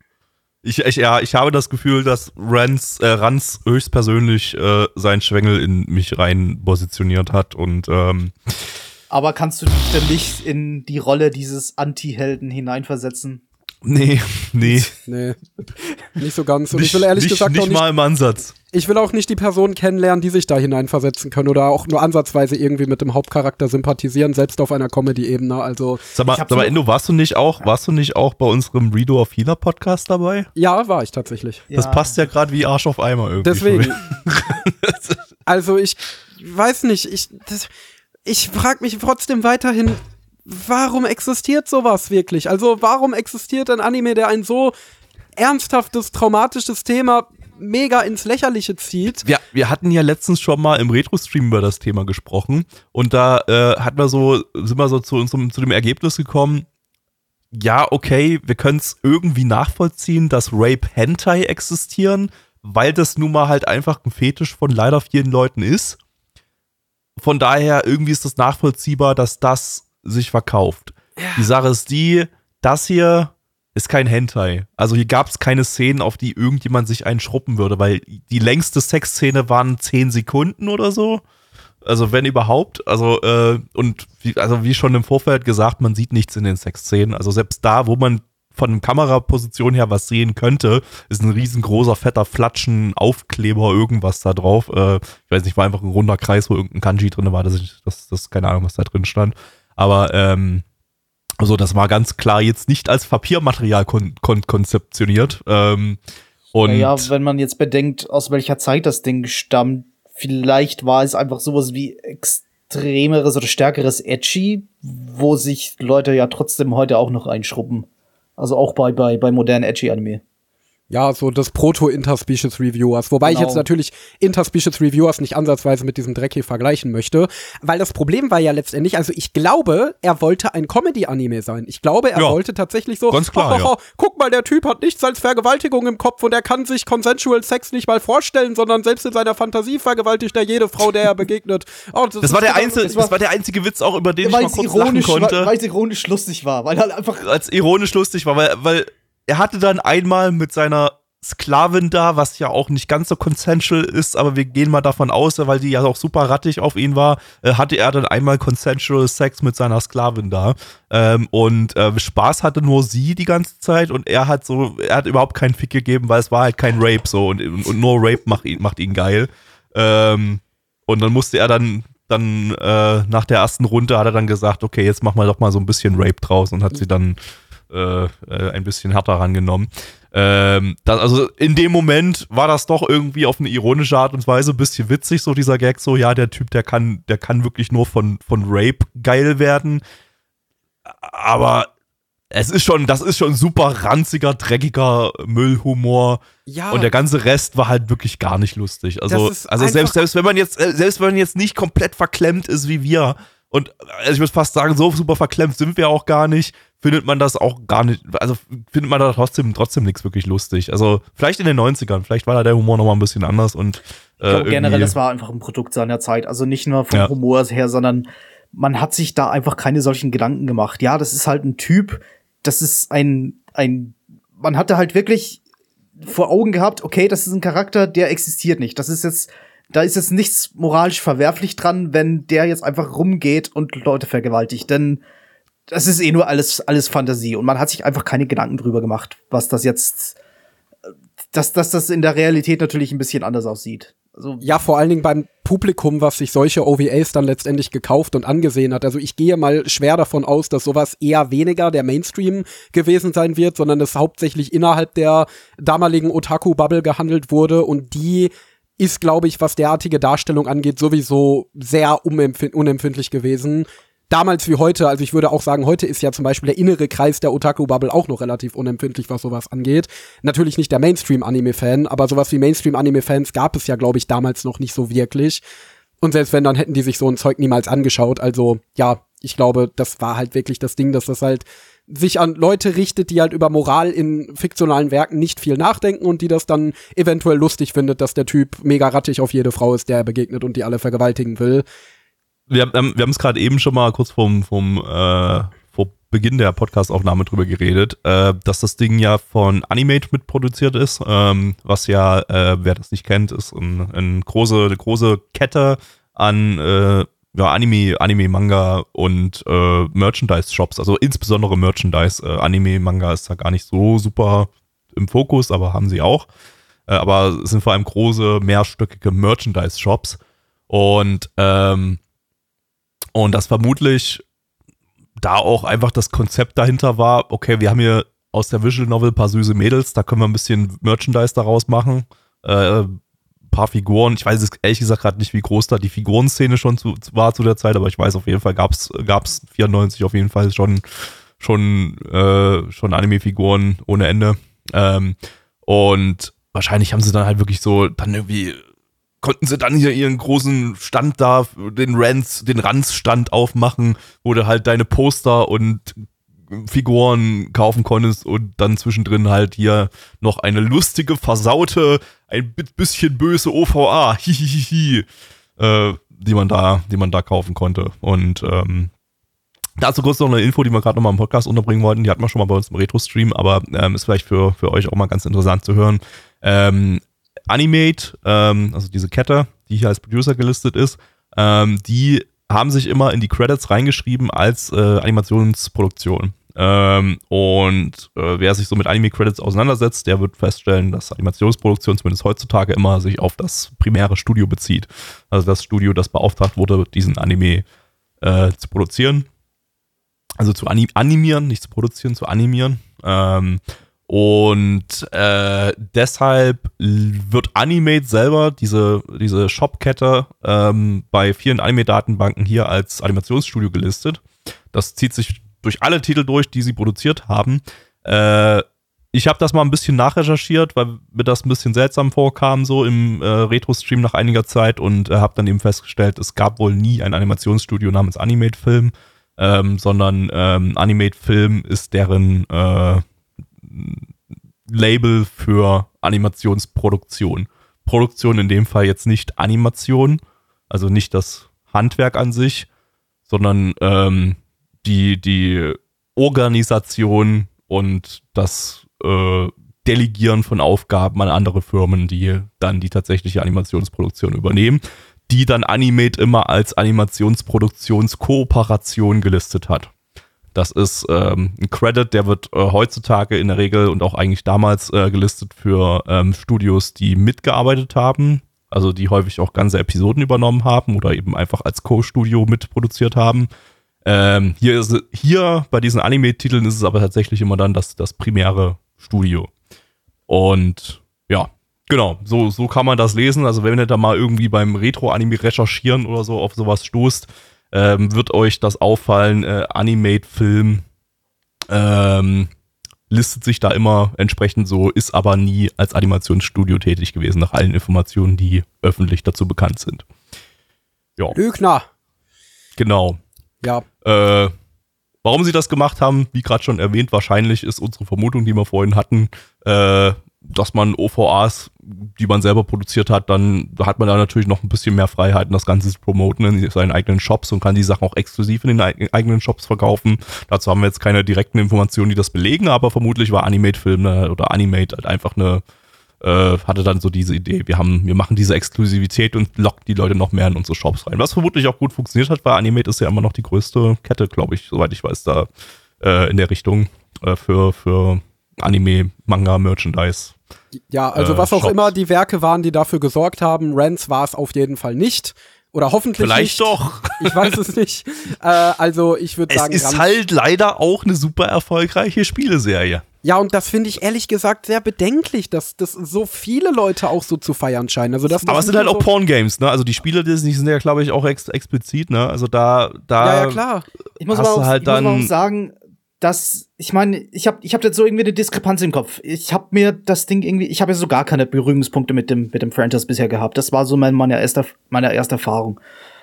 Ich, ich, ja, ich habe das Gefühl, dass Ranz, äh, Ranz höchstpersönlich äh, seinen Schwengel in mich rein positioniert hat und ähm, Aber kannst du dich denn nicht in die Rolle dieses Anti-Helden hineinversetzen? nee, nee. Nee, nicht so ganz. Und nicht, ich will ehrlich nicht, gesagt nicht auch nicht, mal im Ansatz. ich will auch nicht die Personen kennenlernen, die sich da hineinversetzen können oder auch nur ansatzweise irgendwie mit dem Hauptcharakter sympathisieren, selbst auf einer Comedy-Ebene. Also Sag mal, Ich hab sag mal so- Endo, warst du nicht auch, warst du nicht auch bei unserem Redo of Healer Podcast dabei? ja, war ich tatsächlich. Das Ja. passt ja gerade wie Arsch auf Eimer irgendwie. Deswegen. Also ich weiß nicht, ich, das, ich frage mich trotzdem weiterhin, warum existiert sowas wirklich? Also warum existiert ein Anime, der ein so ernsthaftes, traumatisches Thema mega ins Lächerliche zieht? Wir, wir hatten ja letztens schon mal im Retro-Stream über das Thema gesprochen und da äh, hat wir so, sind wir so zu, unserem, zu dem Ergebnis gekommen, ja, okay, wir können es irgendwie nachvollziehen, dass Rape-Hentai existieren, weil das nun mal halt einfach ein Fetisch von leider vielen Leuten ist. Von daher, irgendwie ist das nachvollziehbar, dass das sich verkauft. Ja. Die Sache ist die, das hier ist kein Hentai. Also hier gab es keine Szenen, auf die irgendjemand sich einen schruppen würde, weil die längste Sexszene waren zehn Sekunden oder so. Also wenn überhaupt. Also, äh, und wie, also wie schon im Vorfeld gesagt, man sieht nichts in den Sexszenen. Also selbst da, wo man von der Kameraposition her was sehen könnte, ist ein riesengroßer, fetter Flatschen, Aufkleber, irgendwas da drauf. Äh, ich weiß nicht, war einfach ein runder Kreis, wo irgendein Kanji drin war. Das ist, das, das ist keine Ahnung, was da drin stand. Aber ähm, also das war ganz klar jetzt nicht als Papiermaterial kon- kon- konzeptioniert. Ähm, und Naja, wenn man jetzt bedenkt, aus welcher Zeit das Ding stammt, vielleicht war es einfach sowas wie extremeres oder stärkeres Edgy, wo sich Leute ja trotzdem heute auch noch einschrubben. Also auch bei, bei, bei modernen Edgy-Anime. Ja, so das Proto-Interspecies Reviewers. Wobei Genau. ich jetzt natürlich Interspecies Reviewers nicht ansatzweise mit diesem Dreck hier vergleichen möchte. Weil das Problem war ja letztendlich, also ich glaube, er wollte ein Comedy-Anime sein. Ich glaube, er Ja, wollte tatsächlich so, ganz klar, ho, ho, ho, ja. guck mal, der Typ hat nichts als Vergewaltigung im Kopf und er kann sich Consensual Sex nicht mal vorstellen, sondern selbst in seiner Fantasie vergewaltigt er jede Frau, der er begegnet. Oh, das, das war, der genau- einzige, das war- das war der einzige Witz auch, über den ich Weil mal es kurz lachen ironisch, konnte. weil es ironisch lustig war, weil halt einfach Als ironisch lustig war, weil, weil er hatte dann einmal mit seiner Sklavin da, was ja auch nicht ganz so consensual ist, aber wir gehen mal davon aus, weil die ja auch super rattig auf ihn war, äh, hatte er dann einmal consensual Sex mit seiner Sklavin da. Ähm, und äh, Spaß hatte nur sie die ganze Zeit und er hat so, er hat überhaupt keinen Fick gegeben, weil es war halt kein Rape so und, und nur Rape macht ihn, macht ihn geil. Ähm, und dann musste er dann dann äh, nach der ersten Runde hat er dann gesagt, okay, jetzt machen wir doch mal so ein bisschen Rape draus und hat sie dann äh, äh, ein bisschen härter rangenommen. Ähm, das, also in dem Moment war das doch irgendwie auf eine ironische Art und Weise ein bisschen witzig, so dieser Gag, so ja, der Typ, der kann, der kann wirklich nur von, von Rape geil werden. Aber es ist schon, das ist schon super ranziger, dreckiger Müllhumor. Ja. Und der ganze Rest war halt wirklich gar nicht lustig. Also, also selbst, selbst wenn man jetzt, selbst wenn man jetzt nicht komplett verklemmt ist wie wir, und also ich würde fast sagen, so super verklemmt sind wir auch gar nicht, findet man das auch gar nicht, also findet man da trotzdem, trotzdem nichts wirklich lustig. Also vielleicht in den neunzigern, vielleicht war da der Humor nochmal ein bisschen anders und äh, ich glaube generell, das war einfach ein Produkt seiner Zeit. Also nicht nur vom ja. Humor her, sondern man hat sich da einfach keine solchen Gedanken gemacht. Ja, das ist halt ein Typ, das ist ein, ein, man hatte halt wirklich vor Augen gehabt, okay, das ist ein Charakter, der existiert nicht. Das ist jetzt, da ist jetzt nichts moralisch verwerflich dran, wenn der jetzt einfach rumgeht und Leute vergewaltigt. Denn das ist eh nur alles, alles Fantasie. Und man hat sich einfach keine Gedanken drüber gemacht, was das jetzt, dass, dass das in der Realität natürlich ein bisschen anders aussieht. Also ja, vor allen Dingen beim Publikum, was sich solche O V As dann letztendlich gekauft und angesehen hat. Also ich gehe mal schwer davon aus, dass sowas eher weniger der Mainstream gewesen sein wird, sondern es hauptsächlich innerhalb der damaligen Otaku-Bubble gehandelt wurde und die ist, glaube ich, was derartige Darstellung angeht, sowieso sehr unempf- unempfindlich gewesen. Damals wie heute, also ich würde auch sagen, heute ist ja zum Beispiel der innere Kreis der Otaku-Bubble auch noch relativ unempfindlich, was sowas angeht. Natürlich nicht der Mainstream-Anime-Fan, aber sowas wie Mainstream-Anime-Fans gab es ja, glaube ich, damals noch nicht so wirklich. Und selbst wenn, dann hätten die sich so ein Zeug niemals angeschaut. Also ja, ich glaube, das war halt wirklich das Ding, dass das halt sich an Leute richtet, die halt über Moral in fiktionalen Werken nicht viel nachdenken und die das dann eventuell lustig findet, dass der Typ mega rattig auf jede Frau ist, der er begegnet und die alle vergewaltigen will. Wir haben wir haben es gerade eben schon mal kurz vom, vom äh, vor Beginn der Podcast-Aufnahme drüber geredet, äh, dass das Ding ja von Animate mitproduziert ist, ähm, was ja, äh, wer das nicht kennt, ist ein, ein große, eine große Kette an äh, ja, Anime, Anime, Manga und äh, Merchandise-Shops, also insbesondere Merchandise. Äh, Anime, Manga ist da gar nicht so super im Fokus, aber haben sie auch. Äh, aber es sind vor allem große, mehrstöckige Merchandise-Shops und ähm, Und das vermutlich da auch einfach das Konzept dahinter war, okay, wir haben hier aus der Visual Novel ein paar süße Mädels, da können wir ein bisschen Merchandise daraus machen, äh, ein paar Figuren, ich weiß ehrlich gesagt gerade nicht, wie groß da die Figurenszene schon zu, war zu der Zeit, aber ich weiß auf jeden Fall, gab's gab's vierundneunzig auf jeden Fall schon schon äh, schon Anime-Figuren ohne Ende ähm, und wahrscheinlich haben sie dann halt wirklich so dann irgendwie konnten sie dann hier ihren großen Stand da, den Rans, den Ranz-Stand aufmachen, wo du halt deine Poster und Figuren kaufen konntest und dann zwischendrin halt hier noch eine lustige, versaute, ein bisschen böse O V A, hihihihi, äh, die man da, die man da kaufen konnte. Und ähm, dazu kurz noch eine Info, die wir gerade nochmal im Podcast unterbringen wollten, die hatten wir schon mal bei uns im Retro-Stream, aber ähm, ist vielleicht für, für euch auch mal ganz interessant zu hören. Ähm, Animate, ähm, also diese Kette, die hier als Producer gelistet ist, ähm, die haben sich immer in die Credits reingeschrieben als äh, Animationsproduktion. Ähm, und äh, wer sich so mit Anime-Credits auseinandersetzt, der wird feststellen, dass Animationsproduktion zumindest heutzutage immer sich auf das primäre Studio bezieht. Also das Studio, das beauftragt wurde, diesen Anime äh, zu produzieren. Also zu anim- animieren, nicht zu produzieren, zu animieren. Ähm, Und äh, deshalb wird Animate selber, diese, diese Shopkette, ähm, bei vielen Anime-Datenbanken hier als Animationsstudio gelistet. Das zieht sich durch alle Titel durch, die sie produziert haben. Äh, ich habe das mal ein bisschen nachrecherchiert, weil mir das ein bisschen seltsam vorkam, so im äh, Retro-Stream nach einiger Zeit und äh, habe dann eben festgestellt, es gab wohl nie ein Animationsstudio namens Animate Film, ähm, sondern ähm, Animate Film ist deren äh, Label für Animationsproduktion. Produktion in dem Fall jetzt nicht Animation, also nicht das Handwerk an sich, sondern ähm, die, die Organisation und das äh, Delegieren von Aufgaben an andere Firmen, die dann die tatsächliche Animationsproduktion übernehmen, die dann Animate immer als Animationsproduktionskooperation gelistet hat. Das ist ähm, ein Credit, der wird äh, heutzutage in der Regel und auch eigentlich damals äh, gelistet für ähm, Studios, die mitgearbeitet haben, also die häufig auch ganze Episoden übernommen haben oder eben einfach als Co-Studio mitproduziert haben. Ähm, hier, ist, hier bei diesen Anime-Titeln ist es aber tatsächlich immer dann das, das primäre Studio. Und ja, genau, so, so kann man das lesen. Also wenn ihr da mal irgendwie beim Retro-Anime recherchieren oder so auf sowas stoßt, Ähm, wird euch das auffallen, äh, Animate-Film ähm, listet sich da immer entsprechend so, ist aber nie als Animationsstudio tätig gewesen, nach allen Informationen, die öffentlich dazu bekannt sind. Ja. Lügner. Genau. Ja. Äh, warum sie das gemacht haben, wie gerade schon erwähnt, wahrscheinlich ist unsere Vermutung, die wir vorhin hatten, äh, dass man O V As, die man selber produziert hat, dann da hat man da natürlich noch ein bisschen mehr Freiheiten, das Ganze zu promoten in seinen eigenen Shops und kann die Sachen auch exklusiv in den eigenen Shops verkaufen. Dazu haben wir jetzt keine direkten Informationen, die das belegen, aber vermutlich war Animate-Film ne, oder Animate halt einfach eine, äh, hatte dann so diese Idee, wir haben, wir machen diese Exklusivität und locken die Leute noch mehr in unsere Shops rein. Was vermutlich auch gut funktioniert hat, weil Animate ist ja immer noch die größte Kette, glaube ich, soweit ich weiß, da äh, in der Richtung äh, für, für Anime, Manga, Merchandise. Ja, also äh, was auch Shops. immer die Werke waren, die dafür gesorgt haben, Rants war es auf jeden Fall nicht. Oder hoffentlich Vielleicht nicht. doch. Ich weiß es nicht. Äh, also ich würde Es sagen, ist Rants- halt leider auch eine super erfolgreiche Spieleserie. ja, und das finde ich ehrlich gesagt sehr bedenklich, dass das so viele Leute auch so zu feiern scheinen. Also das Aber es sind halt so auch Porn-Games, ne? Also die Spiele, die sind ja, glaube ich, auch ex explizit, ne? Also da, da Ja, ja, klar. Ich muss hast aber du auch, halt ich muss aber dann- auch sagen, dass, ich meine, ich habe ich hab jetzt so irgendwie eine Diskrepanz im Kopf. Ich habe mir das Ding irgendwie, ich habe ja so gar keine Berührungspunkte mit dem, mit dem Franchise bisher gehabt. Das war so mein, meine, erste, meine erste Erfahrung.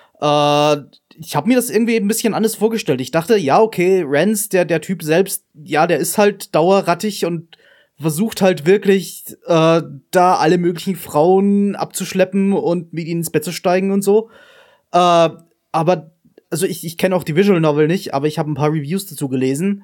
Äh, ich habe mir das irgendwie ein bisschen anders vorgestellt. Ich dachte, ja, okay, Rance, der, der Typ selbst, ja, der ist halt dauerrattig und versucht halt wirklich, äh, da alle möglichen Frauen abzuschleppen und mit ihnen ins Bett zu steigen und so. Äh, aber also ich, ich kenne auch die Visual Novel nicht, aber ich habe ein paar Reviews dazu gelesen.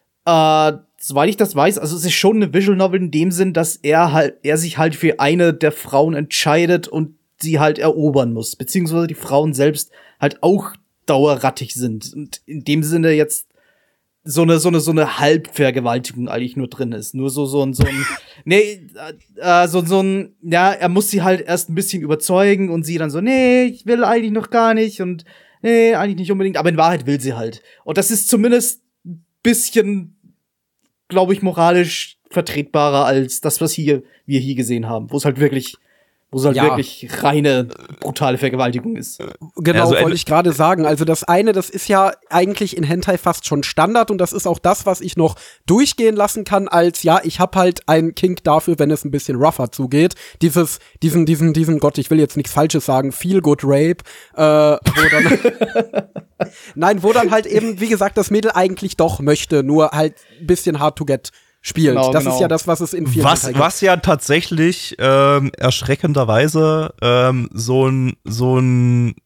Äh, soweit ich das weiß, also es ist schon eine Visual Novel in dem Sinn, dass er halt, er sich halt für eine der Frauen entscheidet und sie halt erobern muss, beziehungsweise die Frauen selbst halt auch dauerrattig sind und in dem Sinne jetzt so eine so eine so eine Halbvergewaltigung eigentlich nur drin ist, nur so so ein so ein nee äh, so so ein ja, er muss sie halt erst ein bisschen überzeugen und sie dann so nee, ich will eigentlich noch gar nicht und nee, eigentlich nicht unbedingt, aber in Wahrheit will sie halt. Und das ist zumindest ein bisschen, glaube ich, moralisch vertretbarer als das, was hier, wir hier gesehen haben, wo es halt wirklich, wo es halt Ja. wirklich reine, brutale Vergewaltigung ist. Genau, Also, wollte äh, ich gerade sagen. Also das eine, das ist ja eigentlich in Hentai fast schon Standard und das ist auch das, was ich noch durchgehen lassen kann als, ja, ich habe halt einen Kink dafür, wenn es ein bisschen rougher zugeht. Dieses, diesen, diesen, diesen, Gott, ich will jetzt nichts Falsches sagen, Feel-Good-Rape, äh, wo dann Nein, wo dann halt eben, wie gesagt, das Mädel eigentlich doch möchte, nur halt ein bisschen hard to get spielt. Genau, das genau. ist ja das, was es in vielen Was, Hentai gibt. was ja tatsächlich ähm, erschreckenderweise ähm, so ein so ein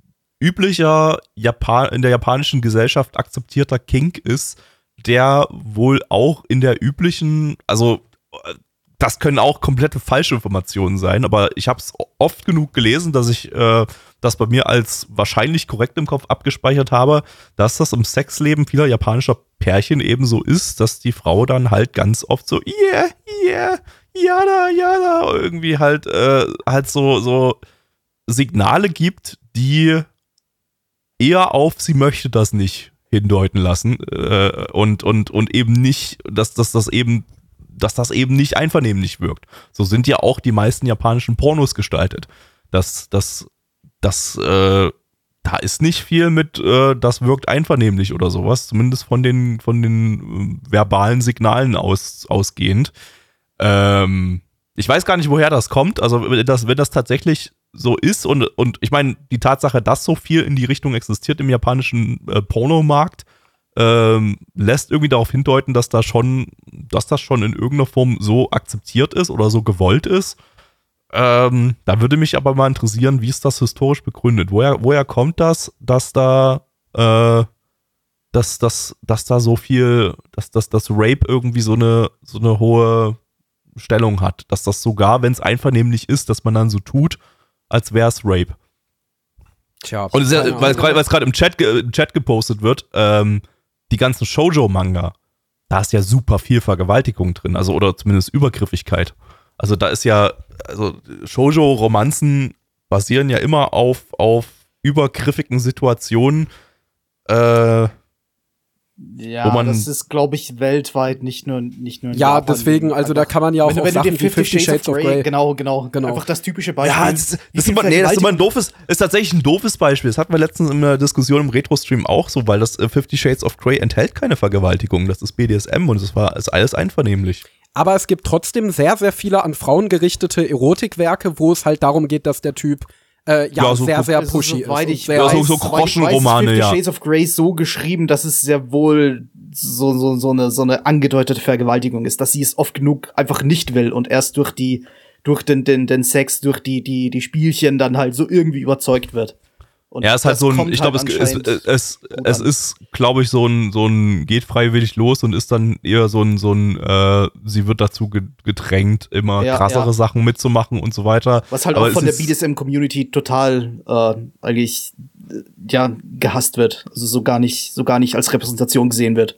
üblicher Japan in der japanischen Gesellschaft akzeptierter Kink ist, der wohl auch in der üblichen, also äh, das können auch komplette Falschinformationen sein, aber ich habe es oft genug gelesen, dass ich äh, das bei mir als wahrscheinlich korrekt im Kopf abgespeichert habe, dass das im Sexleben vieler japanischer Pärchen eben so ist, dass die Frau dann halt ganz oft so yeah, yeah, yada, yada, irgendwie halt äh, halt so, so Signale gibt, die eher auf sie möchte das nicht hindeuten lassen äh, und, und, und eben nicht, dass, dass das eben dass das eben nicht einvernehmlich wirkt. So sind ja auch die meisten japanischen Pornos gestaltet. Das, das, das, äh, da ist nicht viel mit, äh, das wirkt einvernehmlich oder sowas, zumindest von den, von den äh, verbalen Signalen aus, ausgehend. Ähm, ich weiß gar nicht, woher das kommt. Also, wenn das, wenn das tatsächlich so ist und, und ich meine, die Tatsache, dass so viel in die Richtung existiert im japanischen äh, Pornomarkt, Ähm, lässt irgendwie darauf hindeuten, dass da schon, dass das schon in irgendeiner Form so akzeptiert ist oder so gewollt ist. Ähm, da würde mich aber mal interessieren, wie ist das historisch begründet? Woher, woher kommt das, dass da, äh, dass, dass, dass da so viel, dass, dass, dass Rape irgendwie so eine, so eine hohe Stellung hat? Dass das sogar, wenn es einvernehmlich ist, dass man dann so tut, als wäre es Rape. Tja, Und es ist ja, keine weil Ahnung. es gerade im Chat, ge- im Chat gepostet wird, ähm, die ganzen Shoujo-Manga, da ist ja super viel Vergewaltigung drin, also oder zumindest Übergriffigkeit. Also da ist ja, also Shoujo-Romanzen basieren ja immer auf, auf übergriffigen Situationen, äh, Ja, wo man das ist, glaube ich, weltweit, nicht nur, nicht nur in Ja, Japan. deswegen, also da kann man ja auch wenn, auf wenn Sachen du dir wie Fifty Shades of Grey. Genau, genau, Genau. Einfach das typische Beispiel. Ja, das, das, Wie ist viel immer, nee, das ist immer ein Vergewaltigung- doofes, ist tatsächlich ein doofes Beispiel. Das hatten wir letztens in einer Diskussion im Retro-Stream auch so, weil das äh, Fifty Shades of Grey enthält keine Vergewaltigung. Das ist B D S M und es war ist alles einvernehmlich. Aber es gibt trotzdem sehr, sehr viele an Frauen gerichtete Erotikwerke, wo es halt darum geht, dass der Typ äh, ja, Ja, so- sehr, sehr Also, pushy soweit ist. ich und sehr Ja, so- weiß, so soweit ich weiß, ist Groschenromane, Fifty ja. Shades of Grey so geschrieben, dass es sehr wohl so, so, so, eine, so eine angedeutete Vergewaltigung ist, dass sie es oft genug einfach nicht will und erst durch die, durch den, den, den Sex, durch die, die, die Spielchen dann halt so irgendwie überzeugt wird. Und Ja, ist halt das so ein, kommt ich glaube, halt es, es, anscheinend es, gut es an. ist, glaube ich, so ein, so ein, geht freiwillig los und ist dann eher so ein, so ein, äh, sie wird dazu ge- gedrängt, immer Ja, krassere ja. Sachen mitzumachen und so weiter. Was halt Aber auch von es der ist- B D S M-Community total äh, eigentlich äh, ja gehasst wird. Also so gar nicht, so gar nicht als Repräsentation gesehen wird.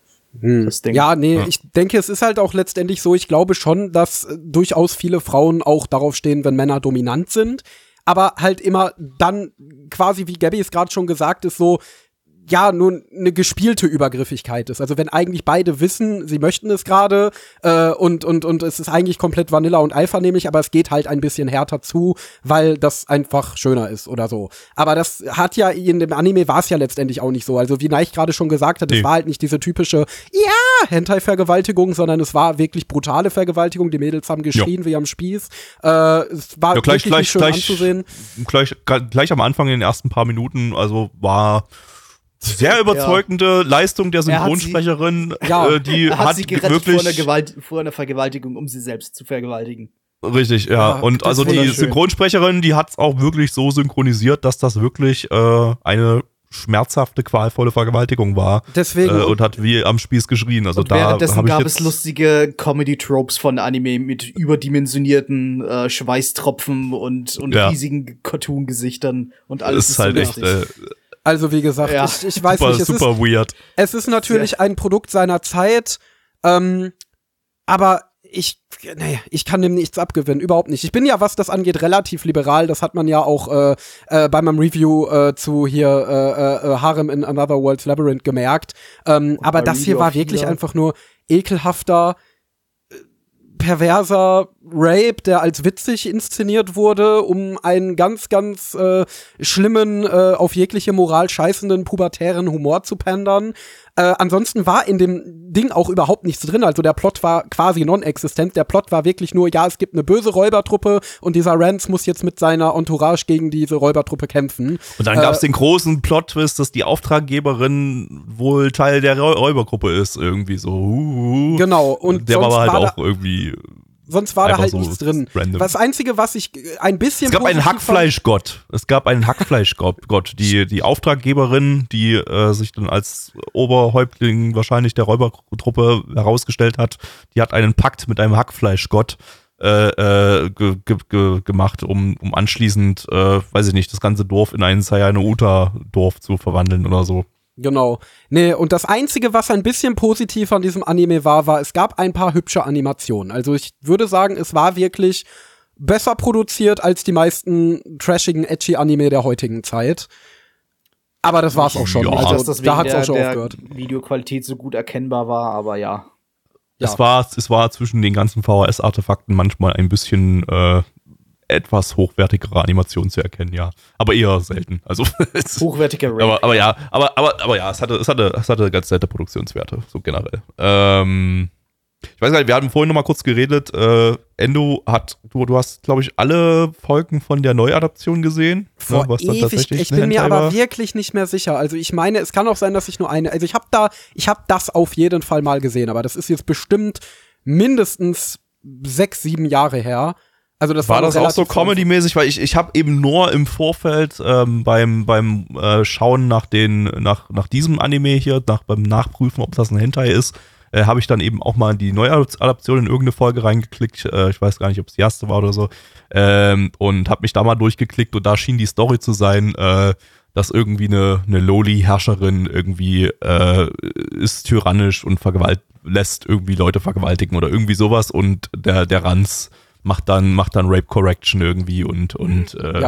Hm. Das Ding. Ja, nee, Ja. ich denke, es ist halt auch letztendlich so, ich glaube schon, dass äh, durchaus viele Frauen auch darauf stehen, wenn Männer dominant sind. Aber halt immer dann quasi, wie Gabby es gerade schon gesagt ist, so, ja, nur eine gespielte Übergriffigkeit ist. Also wenn eigentlich beide wissen, sie möchten es gerade äh, und, und, und es ist eigentlich komplett Vanilla und einvernehmlich, aber es geht halt ein bisschen härter zu, weil das einfach schöner ist oder so. Aber das hat ja, in dem Anime war es ja letztendlich auch nicht so. Also wie Neich gerade schon gesagt hat, es Nee. war halt nicht diese typische, ja, Hentai-Vergewaltigung, sondern es war wirklich brutale Vergewaltigung. Die Mädels haben geschrien wie am Spieß. Äh, es war Ja, gleich, wirklich gleich, nicht schön gleich, anzusehen. gleich, gleich am Anfang in den ersten paar Minuten, also war sehr überzeugende Leistung der Er hat sie- Synchronsprecherin, Ja. äh, die Er hat, hat sie gerettet wirklich vor einer, Gewalt, vor einer Vergewaltigung, um sie selbst zu vergewaltigen. richtig, ja. Ja, Und das also ist die wunderschön. Synchronsprecherin, die hat es auch wirklich so synchronisiert, dass das wirklich äh, eine schmerzhafte, qualvolle Vergewaltigung war. Deswegen. Äh, und hat wie am Spieß geschrien. Also Und da währenddessen habe ich gab jetzt es lustige Comedy-Tropes von Anime mit überdimensionierten äh, Schweißtropfen und, und Ja. riesigen Cartoon-Gesichtern und alles ist ist halt so echt lustig. äh, Also wie gesagt, Ja. ich, ich weiß super, nicht, es ist, super weird. es ist natürlich ein Produkt seiner Zeit, ähm, aber ich, nee, ich kann dem nichts abgewinnen, überhaupt nicht. Ich bin ja, was das angeht, relativ liberal. Das hat man ja auch äh, äh, bei meinem Review äh, zu hier äh, äh, Harem in Another World's Labyrinth gemerkt. Ähm, aber bei das hier Review war of wirklich Healer. einfach nur ekelhafter, äh, perverser Rape, der als witzig inszeniert wurde, um einen ganz, ganz äh, schlimmen, äh, auf jegliche Moral scheißenden, pubertären Humor zu pandern. Äh, ansonsten war in dem Ding auch überhaupt nichts drin. Also der Plot war quasi non-existent. Der Plot war wirklich nur, ja, es gibt eine böse Räubertruppe und dieser Rance muss jetzt mit seiner Entourage gegen diese Räubertruppe kämpfen. Und dann Äh, gab es den großen Plot-Twist, dass die Auftraggeberin wohl Teil der Räu- Räubergruppe ist, irgendwie so. Uh, Genau. Und der war sonst aber halt war auch da, irgendwie. sonst war da einfach halt so nichts drin. random. Das Einzige, was ich äh, ein bisschen Es gab einen positiv fand- Hackfleischgott. Es gab einen Hackfleischgott. Gott. Die, die Auftraggeberin, die äh, sich dann als Oberhäuptling wahrscheinlich der Räubertruppe herausgestellt hat, die hat einen Pakt mit einem Hackfleischgott äh, äh, ge, ge, ge, gemacht, um, um anschließend, äh, weiß ich nicht, das ganze Dorf in ein Sayane-Uta-Dorf zu verwandeln oder so. Genau. Nee, und das Einzige, was ein bisschen positiv an diesem Anime war, war, es gab ein paar hübsche Animationen. Also ich würde sagen, es war wirklich besser produziert als die meisten trashigen, edgy Anime der heutigen Zeit. Aber das war's auch schon. Ja. Also dass das da wegen hat's der, auch schon der aufgehört. Videoqualität so gut erkennbar war, aber ja. Ja. Es, war, es war zwischen den ganzen V H S-Artefakten manchmal ein bisschen äh, etwas hochwertigere Animation zu erkennen, ja. Aber eher selten. Also es- Hochwertiger Rape. aber, aber ja, aber, aber, aber ja, es hatte, es hatte, es hatte ganz nette Produktionswerte, so generell. Ähm, ich weiß gar nicht, wir hatten vorhin noch mal kurz geredet, äh, Endo hat, du, du hast, glaube ich, alle Folgen von der Neuadaption gesehen. Vor ne, was dann ewig, tatsächlich ich eine bin mir Hentai aber war. wirklich nicht mehr sicher. Also ich meine, es kann auch sein, dass ich nur eine, also ich habe da, ich habe das auf jeden Fall mal gesehen, aber das ist jetzt bestimmt mindestens sechs, sieben Jahre her. Also das war, War noch das auch so relativ Comedy-mäßig? Weil ich, ich habe eben nur im Vorfeld ähm, beim, beim äh, Schauen nach, den, nach, nach diesem Anime hier, nach, beim Nachprüfen, ob das ein Hentai ist, äh, habe ich dann eben auch mal die Neuadaption in irgendeine Folge reingeklickt. Äh, ich weiß gar nicht, ob es die erste war oder so. Ähm, und habe mich da mal durchgeklickt und da schien die Story zu sein, äh, dass irgendwie eine, eine Loli-Herrscherin irgendwie äh, ist tyrannisch und vergewalt lässt irgendwie Leute vergewaltigen oder irgendwie sowas und der, der Ranz macht dann, macht dann Rape Correction irgendwie und, und äh, Ja,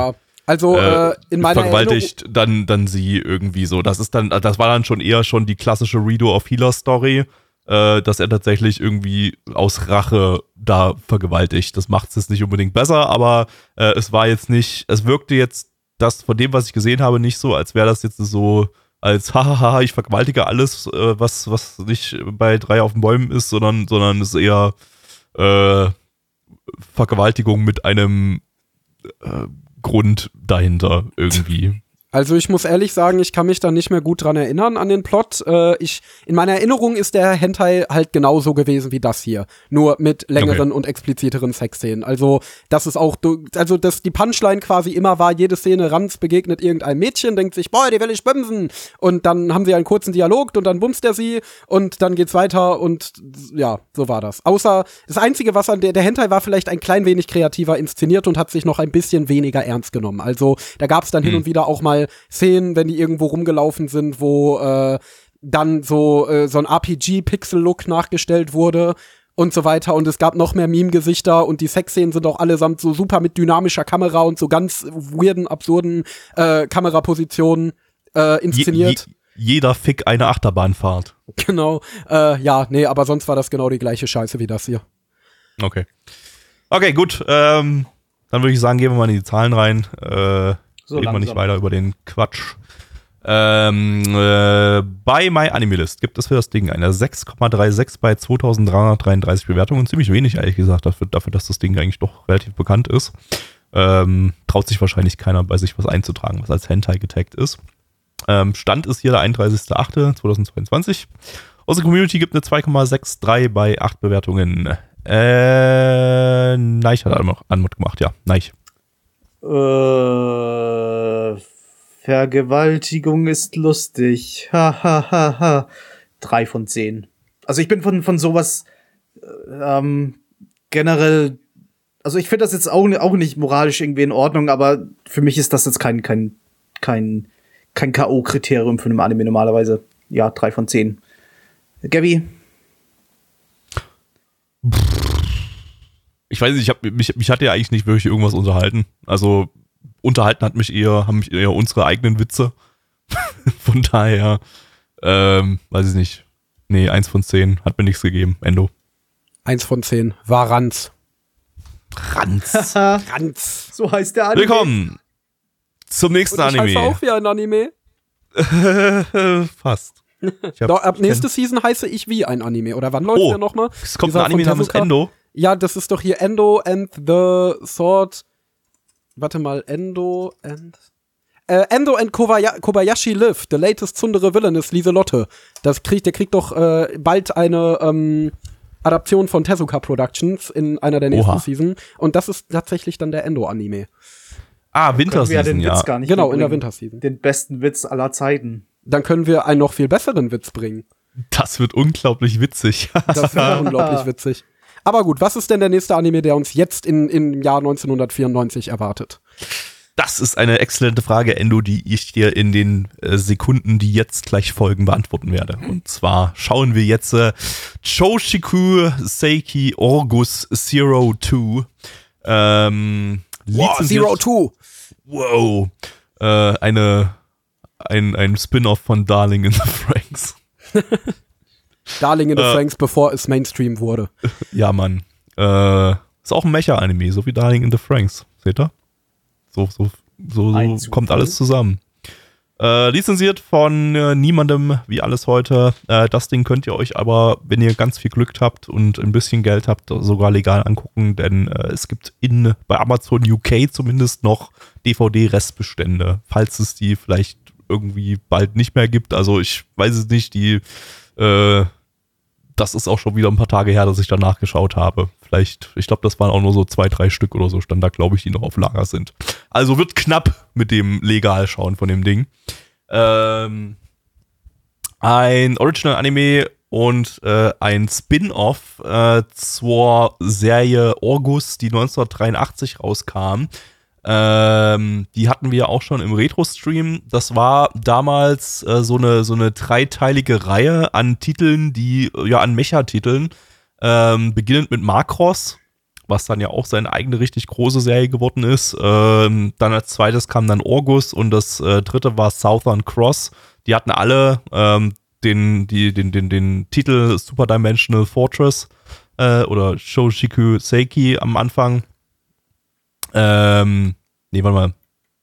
Also äh, in meiner vergewaltigt dann, dann sie irgendwie so. Das ist dann, das war dann schon eher schon die klassische Redo of Healer Story, äh, dass er tatsächlich irgendwie aus Rache da vergewaltigt. Das macht es nicht unbedingt besser, aber äh, es war jetzt nicht, es wirkte jetzt das von dem, was ich gesehen habe, nicht so, als wäre das jetzt so als hahaha, ich vergewaltige alles, äh, was, was nicht bei drei auf den Bäumen ist, sondern, sondern es ist eher äh, Vergewaltigung mit einem äh, Grund dahinter irgendwie. Also ich muss ehrlich sagen, ich kann mich da nicht mehr gut dran erinnern an den Plot. Äh, ich, in meiner Erinnerung ist der Hentai halt genauso gewesen wie das hier. Nur mit längeren okay. und expliziteren Sexszenen. Also das ist auch, also dass die Punchline quasi immer war, jede Szene, Ranz begegnet irgendeinem Mädchen, denkt sich, boah, die will ich bumsen. Und dann haben sie einen kurzen Dialog und dann bumst er sie und dann geht's weiter und ja, so war das. Außer, das Einzige, was an der, der Hentai war vielleicht ein klein wenig kreativer inszeniert und hat sich noch ein bisschen weniger ernst genommen. Also da gab's dann hm. hin und wieder auch mal Szenen, wenn die irgendwo rumgelaufen sind, wo äh, dann so äh, so ein R P G-Pixel-Look nachgestellt wurde und so weiter. Und es gab noch mehr Meme-Gesichter und die Sexszenen sind auch allesamt so super mit dynamischer Kamera und so ganz weirden, absurden äh, Kamerapositionen äh, inszeniert. Je, je, jeder Fick eine Achterbahnfahrt. Genau. Äh, ja, nee, aber sonst war das genau die gleiche Scheiße wie das hier. Okay. Okay, gut. Ähm, dann würde ich sagen, gehen wir mal in die Zahlen rein. Äh, So reden wir nicht weiter über den Quatsch. Ähm, äh, bei MyAnimeList gibt es für das Ding eine sechs Komma sechsunddreißig bei zweitausenddreihundertdreiunddreißig Bewertungen. Ziemlich wenig, ehrlich gesagt, dafür, dafür dass das Ding eigentlich doch relativ bekannt ist. Ähm, traut sich wahrscheinlich keiner bei sich was einzutragen, was als Hentai getaggt ist. Ähm, Stand ist hier der einunddreißigster achter zweitausendzweiundzwanzig. Unsere Community gibt eine zwei Komma dreiundsechzig bei acht Bewertungen. Äh, Neich hat Anmut gemacht, ja, Neich. Äh, Vergewaltigung ist lustig. Ha, ha, ha, ha. Drei von zehn. Also ich bin von, von sowas ähm, generell, also ich finde das jetzt auch, auch nicht moralisch irgendwie in Ordnung, aber für mich ist das jetzt kein, kein, kein, kein K O-Kriterium für einen Anime normalerweise. Ja, drei von zehn. Gabby? Ich weiß nicht, ich hab, mich, mich hat ja eigentlich nicht wirklich irgendwas unterhalten. Also unterhalten hat mich eher, haben mich eher unsere eigenen Witze. Von daher, ähm, weiß ich nicht. Nee, eins von zehn hat mir nichts gegeben. Endo. Eins von zehn war Ranz. Ranz. Ranz. So heißt der Anime. Willkommen zum nächsten Und ich Anime. heiße auch wie ein Anime. Fast. Hab, Doch, ab nächste Season heiße ich wie ein Anime. Oder wann läuft oh, der nochmal? Es kommt Dieser ein Anime von namens Tezuka? Endo. Ja, das ist doch hier Endo and the Sword. Warte mal, Endo and. Äh, Endo and Kobaya- Kobayashi Live, the latest Tsundere Villainous Lieselotte. Das kriegt, der kriegt doch äh, bald eine ähm, Adaption von Tezuka Productions in einer der nächsten Oha. Season. Und das ist tatsächlich dann der Endo-Anime. Ah, Winterseason, den ja. Witz gar nicht Genau, in der bringen. Winterseason. Den besten Witz aller Zeiten. Dann können wir einen noch viel besseren Witz bringen. Das wird unglaublich witzig. Das wäre unglaublich witzig. Aber gut, was ist denn der nächste Anime, der uns jetzt in, im Jahr neunzehnhundertvierundneunzig erwartet? Das ist eine exzellente Frage, Endo, die ich dir in den äh, Sekunden, die jetzt gleich folgen, beantworten werde. Und zwar schauen wir jetzt äh, Choshiku Seiki Orgus Zero Two. Ähm, Wow, Zero Two. Wow. Äh, eine, ein, ein Spin-off von Darling in the Franxx. Darling in the Äh. Franxx, bevor es Mainstream wurde. Ja, Mann. Äh, ist auch ein Mecha-Anime, so wie Darling in the Franxx. Seht ihr? So, so, so, Ein so kommt Zufall. alles zusammen. Äh, lizenziert von äh, niemandem, wie alles heute. Äh, das Ding könnt ihr euch aber, wenn ihr ganz viel Glück habt und ein bisschen Geld habt, sogar legal angucken, denn äh, es gibt in bei Amazon U K zumindest noch D V D-Restbestände, falls es die vielleicht irgendwie bald nicht mehr gibt. Also ich weiß es nicht, die äh, das ist auch schon wieder ein paar Tage her, dass ich da nachgeschaut habe. Vielleicht, ich glaube, das waren auch nur so zwei, drei Stück oder so, stand da, glaube ich, die noch auf Lager sind. Also wird knapp mit dem Legalschauen von dem Ding. Ähm, ein Original-Anime und äh, ein Spin-Off äh, zur Serie Orgus, die neunzehnhundertdreiundachtzig rauskam. Ähm, die hatten wir auch schon im Retro-Stream. Das war damals äh, so eine so eine dreiteilige Reihe an Titeln, die ja an Mecha-Titeln, ähm, beginnend mit Macross was dann ja auch seine eigene richtig große Serie geworden ist. Ähm, dann als zweites kam dann Orgus und das äh, dritte war Southern Cross. Die hatten alle ähm, den, die, den, den, den Titel Super Dimensional Fortress äh, oder Shoshiku Seiki am Anfang. Ähm, nee, warte mal.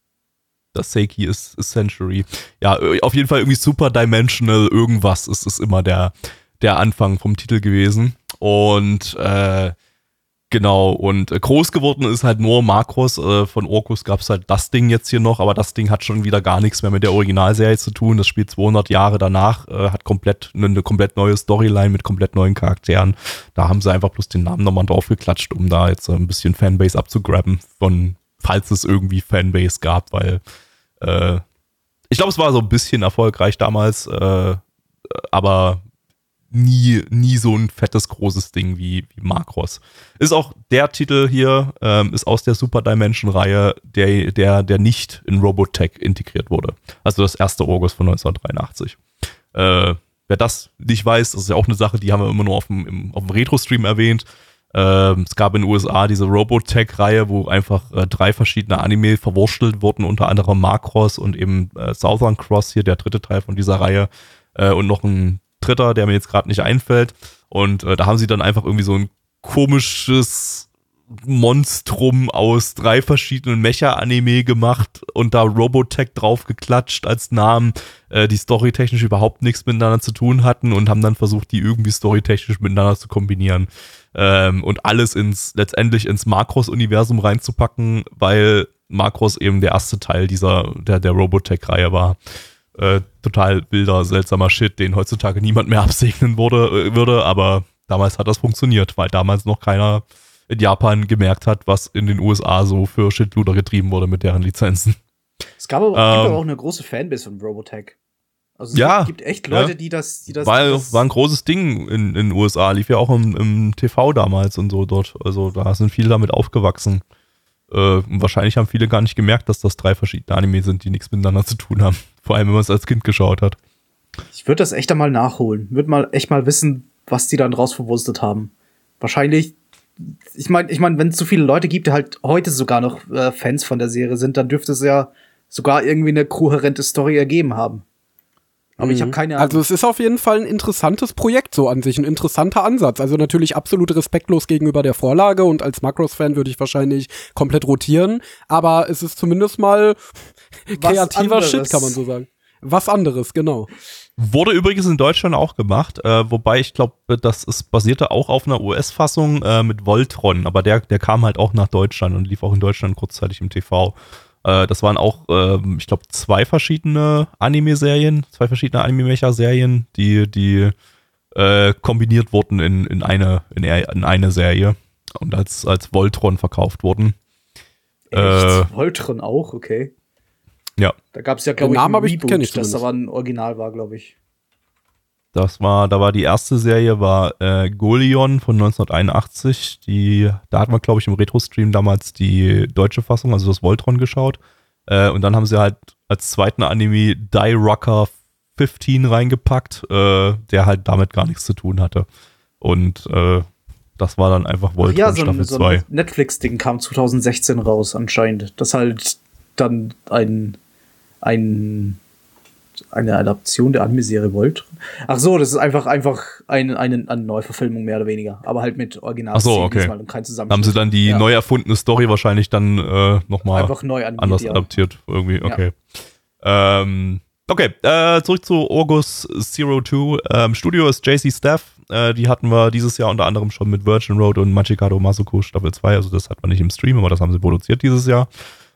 Das Seiki ist, ist Century. Ja, auf jeden Fall irgendwie Super Dimensional irgendwas ist, ist immer der, der Anfang vom Titel gewesen. Und äh, genau, und äh, groß geworden ist halt nur Macross. Äh, von Orkus gab es halt das Ding jetzt hier noch, aber das Ding hat schon wieder gar nichts mehr mit der Originalserie zu tun. Das spielt zweihundert Jahre danach, äh, hat komplett eine, eine komplett neue Storyline mit komplett neuen Charakteren. Da haben sie einfach bloß den Namen nochmal draufgeklatscht, um da jetzt ein bisschen Fanbase abzugraben, von falls es irgendwie Fanbase gab, weil äh, ich glaube, es war so ein bisschen erfolgreich damals, äh, aber nie, nie so ein fettes, großes Ding wie, wie Macross. Ist auch der Titel hier, ähm, ist aus der Super Dimension-Reihe, der, der, der nicht in Robotech integriert wurde. Also das erste Orgus von neunzehnhundertdreiundachtzig. Äh, wer das nicht weiß, das ist ja auch eine Sache, die haben wir immer nur auf dem, im, auf dem Retro-Stream erwähnt. Ähm, es gab in den U S A diese Robotech-Reihe, wo einfach äh, drei verschiedene Anime verwurstelt wurden, unter anderem Macross und eben äh, Southern Cross, hier der dritte Teil von dieser Reihe, äh, und noch ein dritter, der mir jetzt gerade nicht einfällt. Und äh, da haben sie dann einfach irgendwie so ein komisches Monstrum aus drei verschiedenen Mecha-Anime gemacht und da Robotech draufgeklatscht als Namen, äh, die storytechnisch überhaupt nichts miteinander zu tun hatten und haben dann versucht, die irgendwie storytechnisch miteinander zu kombinieren. Ähm, und alles ins letztendlich ins Macross-Universum reinzupacken, weil Macross eben der erste Teil dieser der, der Robotech-Reihe war. Äh, total wilder, seltsamer Shit, den heutzutage niemand mehr absegnen würde, äh, würde, aber damals hat das funktioniert, weil damals noch keiner in Japan gemerkt hat, was in den U S A so für Shitluder getrieben wurde mit deren Lizenzen. Es gab aber, ähm, gibt aber auch eine große Fanbase von Robotech. Also es ja, gibt echt Leute, ja. die das, die das, war, die das war ein großes Ding in, in den U S A, lief ja auch im, im T V damals und so dort. Also da sind viele damit aufgewachsen. Äh, und wahrscheinlich haben viele gar nicht gemerkt, dass das drei verschiedene Anime sind, die nichts miteinander zu tun haben. Vor allem, wenn man es als Kind geschaut hat. Ich würde das echt einmal nachholen. Würde mal echt mal wissen, was die dann draus verwurstet haben. Wahrscheinlich, ich meine, ich mein, wenn es so viele Leute gibt, die halt heute sogar noch äh, Fans von der Serie sind, dann dürfte es ja sogar irgendwie eine kohärente Story ergeben haben. Aber mhm. ich habe keine Ahnung. Also es ist auf jeden Fall ein interessantes Projekt so an sich, ein interessanter Ansatz. Also natürlich absolut respektlos gegenüber der Vorlage und als Macross-Fan würde ich wahrscheinlich komplett rotieren. Aber es ist zumindest mal kreativer Shit, kann man so sagen. Was anderes, genau. Wurde übrigens in Deutschland auch gemacht, äh, wobei ich glaube, das ist, basierte auch auf einer U S-Fassung äh, mit Voltron, aber der, der kam halt auch nach Deutschland und lief auch in Deutschland kurzzeitig im T V. Äh, das waren auch, äh, ich glaube, zwei verschiedene Anime-Serien, zwei verschiedene Anime-Mecha-Serien, die, die äh, kombiniert wurden in, in, eine, in, in eine Serie und als, als Voltron verkauft wurden. Echt? Äh, Voltron auch, okay. Ja. Da gab es ja, glaube ich, ein Reboot, ich das aber ein Original war, glaube ich. Das war, da war die erste Serie, war äh, Golion von neunzehnhunderteinundachtzig. Die, da hatten wir, glaube ich, im Retro-Stream damals die deutsche Fassung, also das Voltron, geschaut. Äh, und dann haben sie halt als zweiten Anime Die Rocker fünfzehn reingepackt, äh, der halt damit gar nichts zu tun hatte. Und äh, das war dann einfach Voltron ja, so Staffel so zwei. Ein Netflix-Ding kam zwanzig sechzehn raus anscheinend. Das halt dann ein Ein, eine Adaption der Anime-Serie Voltron. Ach so, das ist einfach, einfach eine, eine, eine Neuverfilmung, mehr oder weniger. Aber halt mit Original. Ach so, okay. Und kein Zusammenschnitt. Haben sie dann die ja. neu erfundene Story wahrscheinlich dann äh, nochmal einfach neu animiert, anders ja. adaptiert. Irgendwie, okay. Ja. Ähm, okay, äh, zurück zu Orgus Zero Two. Ähm, Studio ist J C Staff. Äh, die hatten wir dieses Jahr unter anderem schon mit Virgin Road und Machikado Masuko Staffel zwei. Also das hat man nicht im Stream, aber das haben sie produziert dieses Jahr.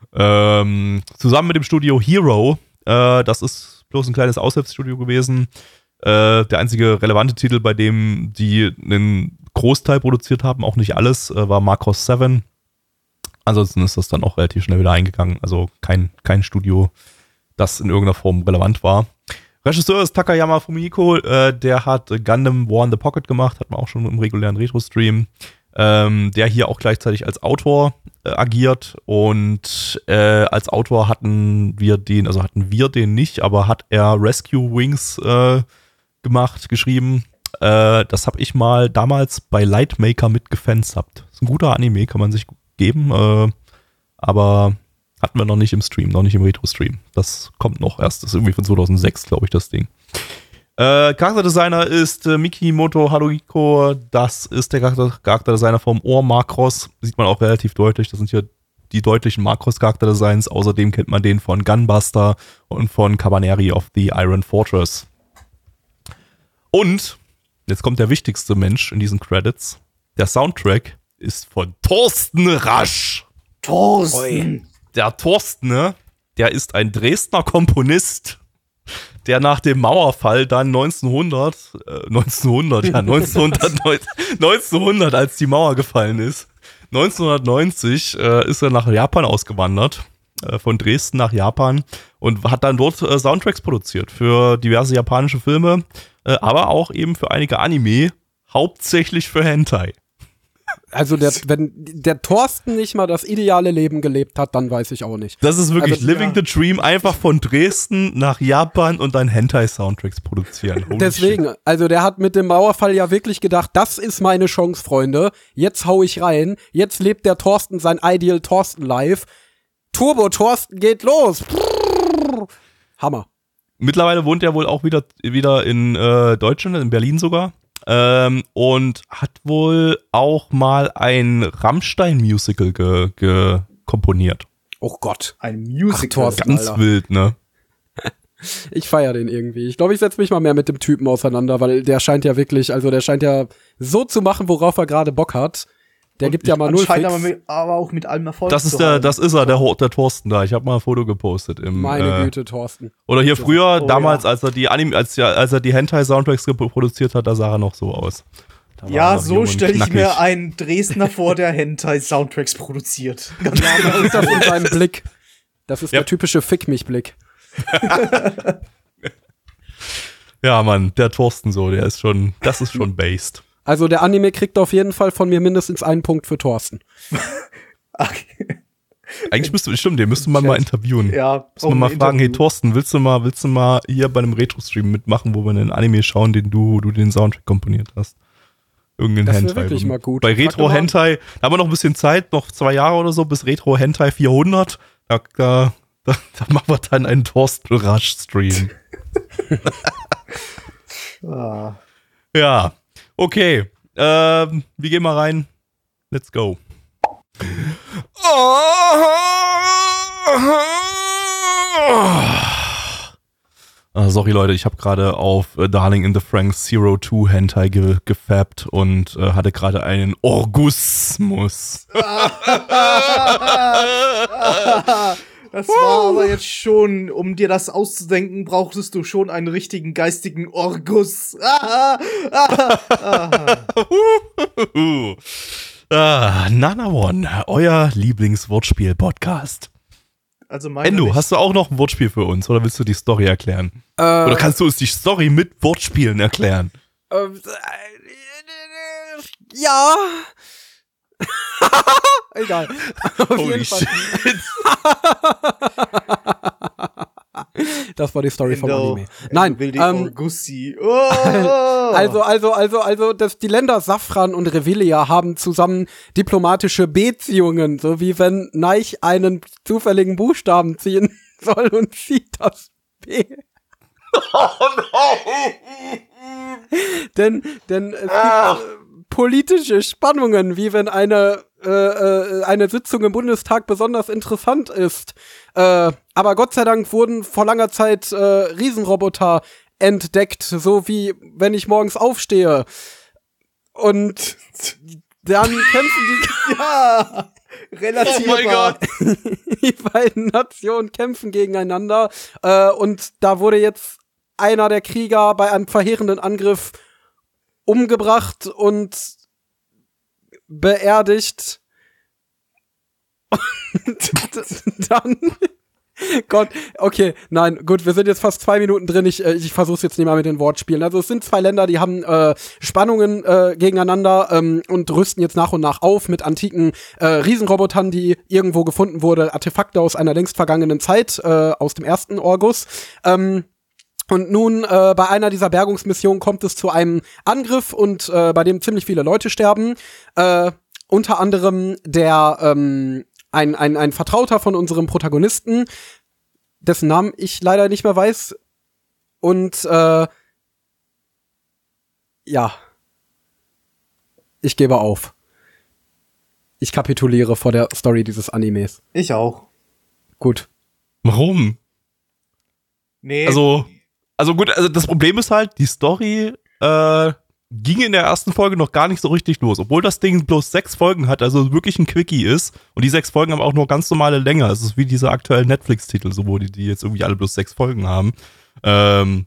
Ähm, zusammen mit dem Studio Hero, äh, das ist bloß ein kleines Aushilfsstudio gewesen. Äh, der einzige relevante Titel, bei dem die einen Großteil produziert haben, auch nicht alles, äh, war Macross sieben. Ansonsten ist das dann auch relativ schnell wieder eingegangen. Also kein, kein Studio, das in irgendeiner Form relevant war. Regisseur ist Takayama Fumiko, äh, der hat Gundam War in the Pocket gemacht, hat man auch schon im regulären Retro-Stream. Ähm, der hier auch gleichzeitig als Autor äh, agiert und äh, als Autor hatten wir den, also hatten wir den nicht, aber hat er Rescue Wings äh, gemacht, geschrieben. Äh, das habe ich mal damals bei Lightmaker mit gefansubt. Ist ein guter Anime, kann man sich geben, äh, aber hatten wir noch nicht im Stream, noch nicht im Retro-Stream. Das kommt noch erst, das ist irgendwie von zweitausendsechs, glaube ich, das Ding. Äh, Charakterdesigner ist äh, Mikimoto Haruhiko, das ist der Charakter Charakterdesigner vom Ohr Macross, sieht man auch relativ deutlich, das sind hier die deutlichen Macross-Charakterdesigns, außerdem kennt man den von Gunbuster und von Cabaneri of the Iron Fortress. Und, jetzt kommt der wichtigste Mensch in diesen Credits, der Soundtrack ist von Thorsten Rasch. Thorsten! Der Thorsten, ne, der ist ein Dresdner Komponist, der nach dem Mauerfall dann neunzehnhundert, äh, neunzehnhundert, ja, neunzehnhundert, neunzehnhundert, als die Mauer gefallen ist, neunzehnhundertneunzig äh, ist er nach Japan ausgewandert, äh, von Dresden nach Japan und hat dann dort äh, Soundtracks produziert für diverse japanische Filme, äh, aber auch eben für einige Anime, hauptsächlich für Hentai. Also der, wenn der Thorsten nicht mal das ideale Leben gelebt hat, dann weiß ich auch nicht. Das ist wirklich also, Living ja. the Dream, einfach von Dresden nach Japan und dann Hentai-Soundtracks produzieren. Holy Deswegen, shit. also der hat mit dem Mauerfall ja wirklich gedacht, das ist meine Chance, Freunde. Jetzt hau ich rein. Jetzt lebt der Thorsten sein Ideal Thorsten Life. Turbo Thorsten geht los. Hammer. Mittlerweile wohnt er wohl auch wieder, wieder in äh, Deutschland, in Berlin sogar. Ähm, und hat wohl auch mal ein Rammstein-Musical ge- ge- komponiert. Oh Gott. Ein Musical. Ach, Thorsten. Ganz Alter. wild, ne? Ich feiere den irgendwie. Ich glaube, ich setze mich mal mehr mit dem Typen auseinander, weil der scheint ja wirklich, also der scheint ja so zu machen, worauf er gerade Bock hat. Der gibt ja mal null Anscheinend Fix. aber, mit, aber auch mit allem Erfolg. Das ist zu der, haben. das ist er, der, Ho- der Thorsten da. Ich habe mal ein Foto gepostet im. Meine äh, Güte, Thorsten. Oder hier früher, Oh, damals, ja. als er die Anime, als, ja, als er die Hentai-Soundtracks gep- produziert hat, da sah er noch so aus. Da war er Ja, noch jung so und stelle ich knackig. mir einen Dresdner vor, der Hentai-Soundtracks produziert. Ganz Ja, das ist das in seinem Blick. Das ist Ja. der typische Fick-mich-Blick. Ja, Mann, der Thorsten so, der ist schon, das ist schon based. Also der Anime kriegt auf jeden Fall von mir mindestens einen Punkt für Thorsten. Okay. Eigentlich müsste, stimmt, den müsste man mal interviewen. Ja, Müssen wir mal ein fragen, hey Interview. Thorsten, willst du mal, willst du mal hier bei einem Retro-Stream mitmachen, wo wir einen Anime schauen, den du, wo du den Soundtrack komponiert hast? Irgendeinen Das wär Hentai. wirklich mal gut. Bei Frag doch mal. Retro-Hentai, da haben wir noch ein bisschen Zeit, noch zwei Jahre oder so, bis Retro-Hentai vierhundert. Da, da, da, da machen wir dann einen Thorsten Rush-Stream. Ah. Ja, okay. Ähm, wir gehen mal rein. Let's go. Ah, sorry Leute, ich habe gerade auf äh, Darling in the Franxx Zero Two Hentai ge gefappt und äh, hatte gerade einen Orgasmus. Das war aber jetzt schon, um dir das auszudenken, brauchtest du schon einen richtigen geistigen Orgus. Ah, ah, ah. ah, Nana One, euer Lieblingswortspiel-Podcast. Also meine Endo, nicht. hast du auch noch ein Wortspiel für uns oder willst du die Story erklären? Äh, Oder kannst du uns die Story mit Wortspielen erklären? Ähm, äh, ja. Egal. Auf jeden Fall. Das war die Story vom Endo, Anime. Nein, will die ähm, Orgussi. Oh. also, also, also, also, das, die Länder Safran und Revelia haben zusammen diplomatische Beziehungen, so wie wenn Neich einen zufälligen Buchstaben ziehen soll und zieht das B. denn, denn es gibt äh, politische Spannungen, wie wenn eine äh, äh, eine Sitzung im Bundestag besonders interessant ist. Äh, aber Gott sei Dank wurden vor langer Zeit äh, Riesenroboter entdeckt, so wie wenn ich morgens aufstehe. Und dann kämpfen die Ja, relativ. Oh mein Gott. die beiden Nationen kämpfen gegeneinander äh, und da wurde jetzt einer der Krieger bei einem verheerenden Angriff umgebracht und beerdigt. Und dann Gott, okay, nein, gut, wir sind jetzt fast zwei Minuten drin, ich, äh, ich versuch's jetzt nicht mal mit den Wortspielen. Also es sind zwei Länder, die haben äh, Spannungen äh, gegeneinander ähm, und rüsten jetzt nach und nach auf mit antiken äh, Riesenrobotern, die irgendwo gefunden wurde, Artefakte aus einer längst vergangenen Zeit, äh, aus dem ersten Orgus. Ähm, Und nun, äh, bei einer dieser Bergungsmissionen kommt es zu einem Angriff und äh, bei dem ziemlich viele Leute sterben. Äh, unter anderem der ähm, ein, ein, ein Vertrauter von unserem Protagonisten, dessen Namen ich leider nicht mehr weiß. Und äh, ja, ich gebe auf. Ich kapituliere vor der Story dieses Animes. Ich auch. Gut. Warum? Nee. Also, also gut, also das Problem ist halt, die Story äh, ging in der ersten Folge noch gar nicht so richtig los. Obwohl das Ding bloß sechs Folgen hat, also wirklich ein Quickie ist. Und die sechs Folgen haben auch nur ganz normale Länge. Es ist wie diese aktuellen Netflix-Titel, so wo die, die jetzt irgendwie alle bloß sechs Folgen haben. Ähm,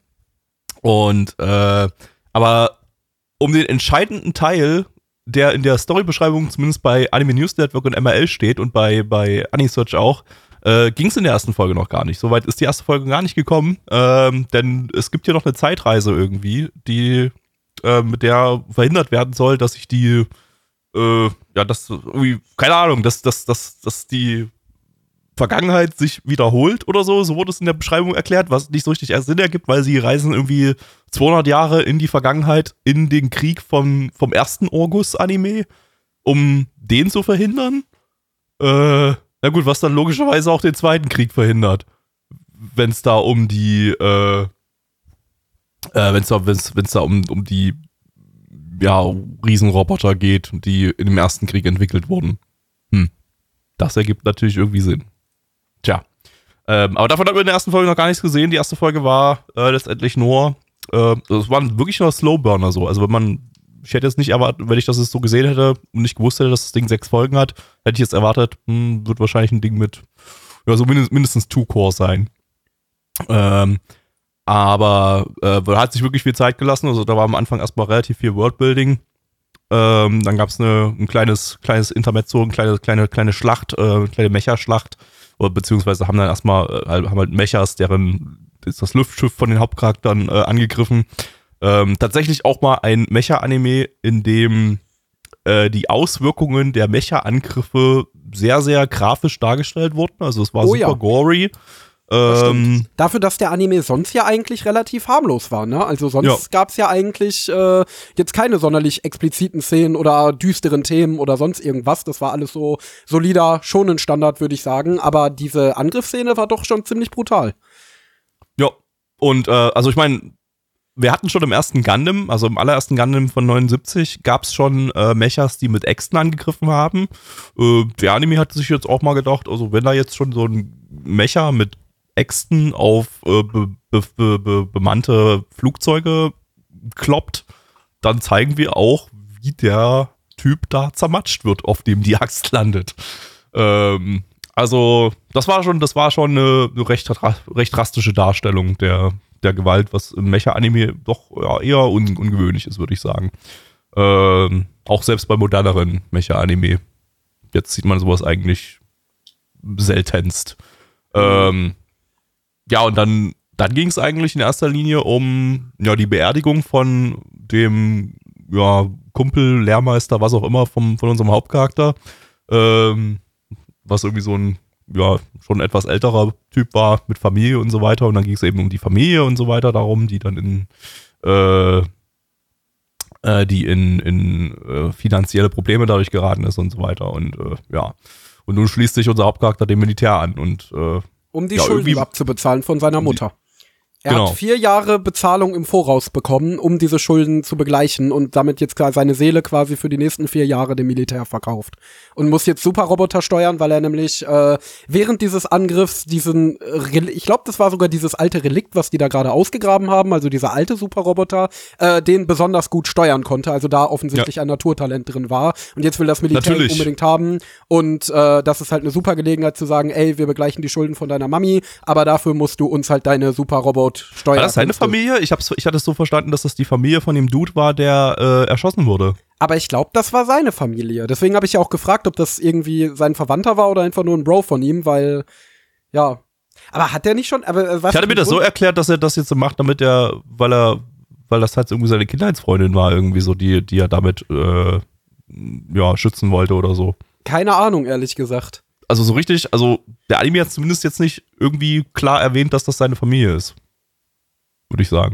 und, äh, aber um den entscheidenden Teil, der in der Storybeschreibung zumindest bei Anime News Network und M R L steht und bei, bei Anisearch auch, äh, ging es in der ersten Folge noch gar nicht. Soweit ist die erste Folge gar nicht gekommen, ähm, denn es gibt hier noch eine Zeitreise irgendwie, die äh, mit der verhindert werden soll, dass sich die, äh, ja, das irgendwie, keine Ahnung, dass, dass, dass, dass die Vergangenheit sich wiederholt oder so, so wurde es in der Beschreibung erklärt, was nicht so richtig Sinn ergibt, weil sie reisen irgendwie zweihundert Jahre in die Vergangenheit, in den Krieg vom, vom ersten Orgus-Anime, um den zu verhindern. Äh, na gut, was dann logischerweise auch den zweiten Krieg verhindert, wenn es da um die, äh, äh, wenn es da, wenn's, wenn's da um, um die, ja, Riesenroboter geht, die in dem ersten Krieg entwickelt wurden. Hm. Das ergibt natürlich irgendwie Sinn. Tja. Ähm, aber davon haben wir in der ersten Folge noch gar nichts gesehen. Die erste Folge war äh, letztendlich nur, äh, es waren wirklich nur Slowburner so. Also wenn man, ich hätte jetzt nicht erwartet, wenn ich das jetzt so gesehen hätte und nicht gewusst hätte, dass das Ding sechs Folgen hat, hätte ich jetzt erwartet, hm, wird wahrscheinlich ein Ding mit, ja, so mindestens, mindestens Two-Core sein. Ähm, aber äh, hat sich wirklich viel Zeit gelassen. Also da war am Anfang erstmal relativ viel Worldbuilding. Ähm, dann gab es ein kleines, kleines Intermezzo, eine kleine, kleine, kleine Schlacht, äh, eine kleine Mecha-Schlacht. Oder beziehungsweise haben dann erstmal äh, haben halt Mechas, deren ist das Luftschiff von den Hauptcharakteren äh, angegriffen. Ähm, tatsächlich auch mal ein Mecha-Anime, in dem äh, die Auswirkungen der Mecha-Angriffe sehr, sehr grafisch dargestellt wurden. Also es war Oh super ja. gory. Das Ähm, stimmt. Dafür, dass der Anime sonst ja eigentlich relativ harmlos war, ne? Also sonst Ja. gab's ja eigentlich äh, jetzt keine sonderlich expliziten Szenen oder düsteren Themen oder sonst irgendwas. Das war alles so solider Shonen-Standard, würde ich sagen. Aber diese Angriffsszene war doch schon ziemlich brutal. Ja, und äh, also ich meine, wir hatten schon im ersten Gundam, also im allerersten Gundam von neunundsiebzig, gab es schon äh, Mechas, die mit Äxten angegriffen haben. Äh, der Anime hat sich jetzt auch mal gedacht, also wenn da jetzt schon so ein Mecha mit Äxten auf äh, be, be, be, be, bemannte Flugzeuge kloppt, dann zeigen wir auch, wie der Typ da zermatscht wird, auf dem die Axt landet. Ähm, also das war schon, das war schon eine, eine recht, recht drastische Darstellung der, der Gewalt, was im Mecha-Anime doch ja, eher un, ungewöhnlich ist, würde ich sagen. Ähm, auch selbst bei moderneren Mecha-Anime. Jetzt sieht man sowas eigentlich seltenst. Ähm, ja, und dann, dann ging es eigentlich in erster Linie um ja, die Beerdigung von dem ja, Kumpel, Lehrmeister, was auch immer, vom, von unserem Hauptcharakter. Ähm, was irgendwie so ein ja, schon etwas älterer Typ war mit Familie und so weiter. Und dann ging es eben um die Familie und so weiter darum, die dann in äh, äh, die in, in äh, finanzielle Probleme dadurch geraten ist und so weiter. Und äh, ja. Und nun schließt sich unser Hauptcharakter dem Militär an und äh, Um die Ja, Schulden irgendwie- abzubezahlen von seiner Mutter. Er Genau. hat vier Jahre Bezahlung im Voraus bekommen, um diese Schulden zu begleichen und damit jetzt quasi seine Seele quasi für die nächsten vier Jahre dem Militär verkauft. Und muss jetzt Superroboter steuern, weil er nämlich äh, während dieses Angriffs diesen, äh, Rel- ich glaube, das war sogar dieses alte Relikt, was die da gerade ausgegraben haben, also dieser alte Superroboter, äh, den besonders gut steuern konnte, also da offensichtlich ein Naturtalent drin war. Und jetzt will das Militär ihn Natürlich. unbedingt haben. Und äh, das ist halt eine super Gelegenheit zu sagen, ey, wir begleichen die Schulden von deiner Mami, aber dafür musst du uns halt deine Superrobot steuern. war das seine Familie? Ich, hab's, ich hatte es so verstanden, dass das die Familie von dem Dude war, der äh, erschossen wurde. Aber ich glaube, das war seine Familie. Deswegen habe ich ja auch gefragt, ob das irgendwie sein Verwandter war oder einfach nur ein Bro von ihm, weil, ja. Aber hat der nicht schon, aber äh, was Ich hatte mir das so erklärt, dass er das jetzt so macht, damit er, weil er, weil das halt irgendwie seine Kindheitsfreundin war, irgendwie so, die, die er damit äh, ja, schützen wollte oder so. Keine Ahnung, ehrlich gesagt. Also so richtig, also der Anime hat zumindest jetzt nicht irgendwie klar erwähnt, dass das seine Familie ist. Würde ich sagen.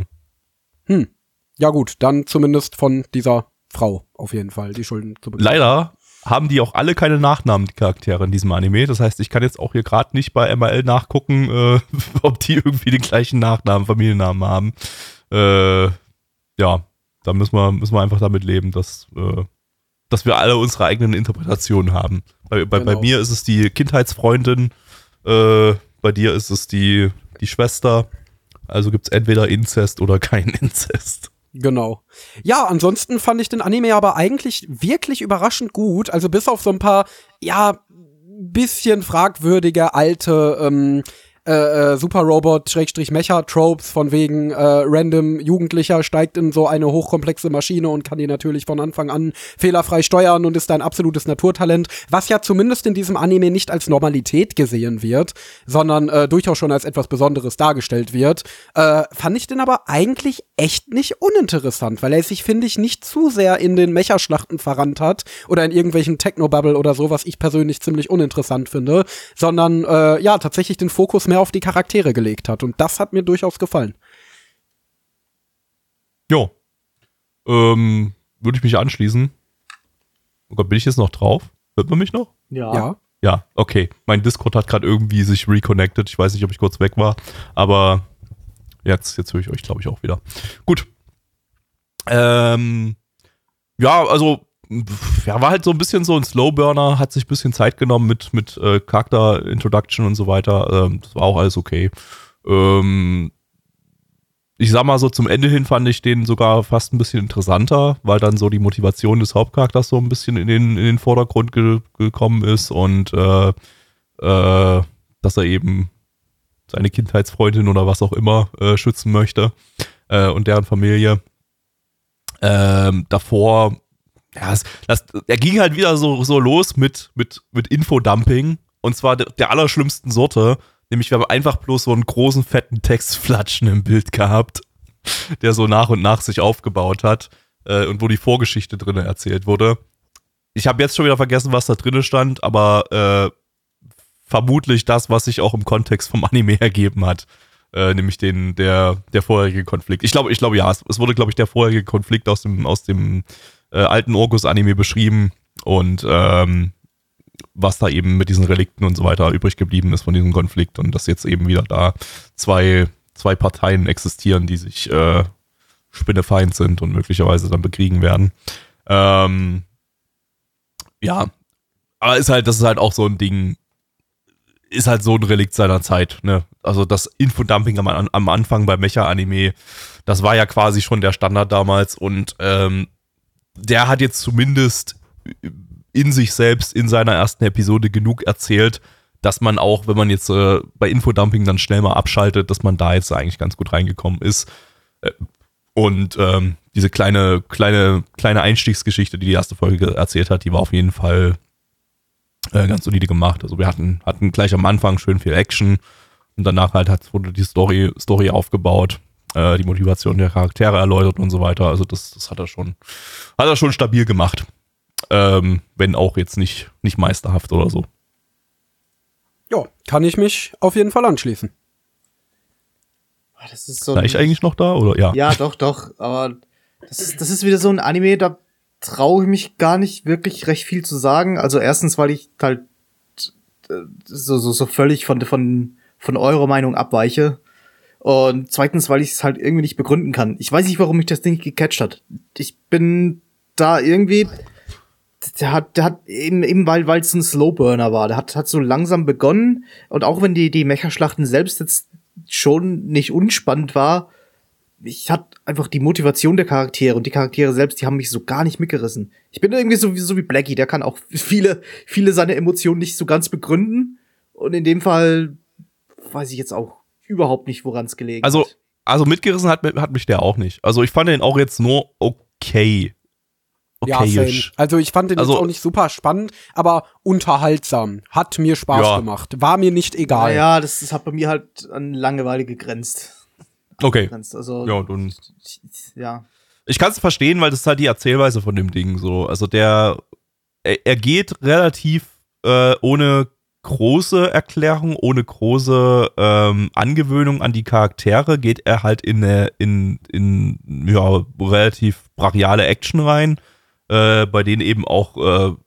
Ja gut, dann zumindest von dieser Frau auf jeden Fall, die Schulden zu begleichen. Leider haben die auch alle keine Nachnamen, die Charaktere in diesem Anime. Das heißt, ich kann jetzt auch hier gerade nicht bei M R L nachgucken, äh, ob die irgendwie den gleichen Nachnamen, Familiennamen haben. Äh, ja, da müssen wir, müssen wir einfach damit leben, dass, äh, dass wir alle unsere eigenen Interpretationen haben. Bei, bei, genau. bei mir ist es die Kindheitsfreundin, äh, bei dir ist es die, die Schwester. Also gibt es entweder Inzest oder kein Inzest. Genau. Ja, ansonsten fand ich den Anime aber eigentlich wirklich überraschend gut. Also bis auf so ein paar, ja, bisschen fragwürdige alte ähm, äh, Super-Robot-Mecha-Tropes von wegen äh, random Jugendlicher steigt in so eine hochkomplexe Maschine und kann die natürlich von Anfang an fehlerfrei steuern und ist ein absolutes Naturtalent, was ja zumindest in diesem Anime nicht als Normalität gesehen wird, sondern äh, durchaus schon als etwas Besonderes dargestellt wird. Äh, fand ich den aber eigentlich echt nicht uninteressant, weil er sich, finde ich, nicht zu sehr in den Mecha-Schlachten verrannt hat oder in irgendwelchen Technobubble oder so, was ich persönlich ziemlich uninteressant finde, sondern äh, ja, tatsächlich den Fokus mehr auf die Charaktere gelegt hat. Und das hat mir durchaus gefallen. Jo. Ähm, würde ich mich anschließen. Oh Gott, bin ich jetzt noch drauf? Hört man mich noch? Ja. Ja, ja okay. Mein Discord hat gerade irgendwie sich reconnected. Ich weiß nicht, ob ich kurz weg war. Aber jetzt, jetzt höre ich euch, glaube ich, auch wieder. Gut. Ähm, ja, also ja, war halt so ein bisschen so ein Slowburner, hat sich ein bisschen Zeit genommen mit, mit äh, Charakter-Introduction und so weiter. Ähm, das war auch alles okay. Ähm, ich sag mal so, zum Ende hin fand ich den sogar fast ein bisschen interessanter, weil dann so die Motivation des Hauptcharakters so ein bisschen in den, in den Vordergrund ge- gekommen ist und äh, äh, dass er eben seine Kindheitsfreundin oder was auch immer äh, schützen möchte äh, und deren Familie. Ähm, davor Ja, das, das, er ging halt wieder so, so los mit, mit, mit Infodumping und zwar der, der allerschlimmsten Sorte, nämlich wir haben einfach bloß so einen großen, fetten Textflatschen im Bild gehabt, der so nach und nach sich aufgebaut hat äh, und wo die Vorgeschichte drin erzählt wurde. Ich habe jetzt schon wieder vergessen, was da drin stand, aber äh, vermutlich das, was sich auch im Kontext vom Anime ergeben hat, äh, nämlich den, der, der vorherige Konflikt. Ich glaube, ich glaube ja, es, es wurde, glaube ich, der vorherige Konflikt aus dem, aus dem Äh, alten Orkus-Anime beschrieben und ähm, was da eben mit diesen Relikten und so weiter übrig geblieben ist von diesem Konflikt und dass jetzt eben wieder da zwei, zwei Parteien existieren, die sich äh, spinnefeind sind und möglicherweise dann bekriegen werden. Ähm, ja, aber ist halt, das ist halt auch so ein Ding, ist halt so ein Relikt seiner Zeit, ne? Also das Infodumping am, am Anfang bei Mecha-Anime, das war ja quasi schon der Standard damals und ähm, der hat jetzt zumindest in sich selbst in seiner ersten Episode genug erzählt, dass man auch, wenn man jetzt äh, bei Infodumping dann schnell mal abschaltet, dass man da jetzt eigentlich ganz gut reingekommen ist. Äh, und ähm, diese kleine, kleine, kleine Einstiegsgeschichte, die die erste Folge erzählt hat, die war auf jeden Fall äh, ganz solide gemacht. Also wir hatten, hatten gleich am Anfang schön viel Action und danach halt hat, wurde die Story, Story aufgebaut. Die Motivation der Charaktere erläutert und so weiter. Also das, das hat er schon, hat er schon stabil gemacht. Ähm, wenn auch jetzt nicht, nicht meisterhaft oder so. Ja, kann ich mich auf jeden Fall anschließen. Das ist so War ich eigentlich noch da, oder? Ja, ja doch, doch. Aber das ist, das ist wieder so ein Anime, da traue ich mich gar nicht wirklich recht viel zu sagen. Also erstens, weil ich halt so, so, so völlig von, von, von eurer Meinung abweiche. Und zweitens, weil ich es halt irgendwie nicht begründen kann. Ich weiß nicht, warum mich das Ding nicht gecatcht hat. Ich bin da irgendwie, der hat, der hat eben, eben weil, weil es ein Slowburner war. Der hat, hat so langsam begonnen. Und auch wenn die, die Mecha-Schlachten selbst jetzt schon nicht unspannend war, ich hatte einfach die Motivation der Charaktere und die Charaktere selbst, die haben mich so gar nicht mitgerissen. Ich bin irgendwie so wie, so wie Blackie, der kann auch viele, viele seiner Emotionen nicht so ganz begründen. Und in dem Fall weiß ich jetzt auch überhaupt nicht, woran es gelegen also, hat. Also mitgerissen hat, hat mich der auch nicht. Also ich fand den auch jetzt nur okay. Okay-isch. Ja, also ich fand den also, jetzt auch nicht super spannend, aber unterhaltsam. Hat mir Spaß ja. gemacht. War mir nicht egal. Ja, das, das hat bei mir halt an Langeweile gegrenzt. Okay. Gegrenzt. Also, ja, dann, ja. Ich kann es verstehen, weil das ist halt die Erzählweise von dem Ding so. Also der, er, er geht relativ äh, ohne große Erklärung, ohne große ähm, Angewöhnung an die Charaktere, geht er halt in eine in, in ja, relativ brachiale Action rein, äh, bei denen eben auch äh,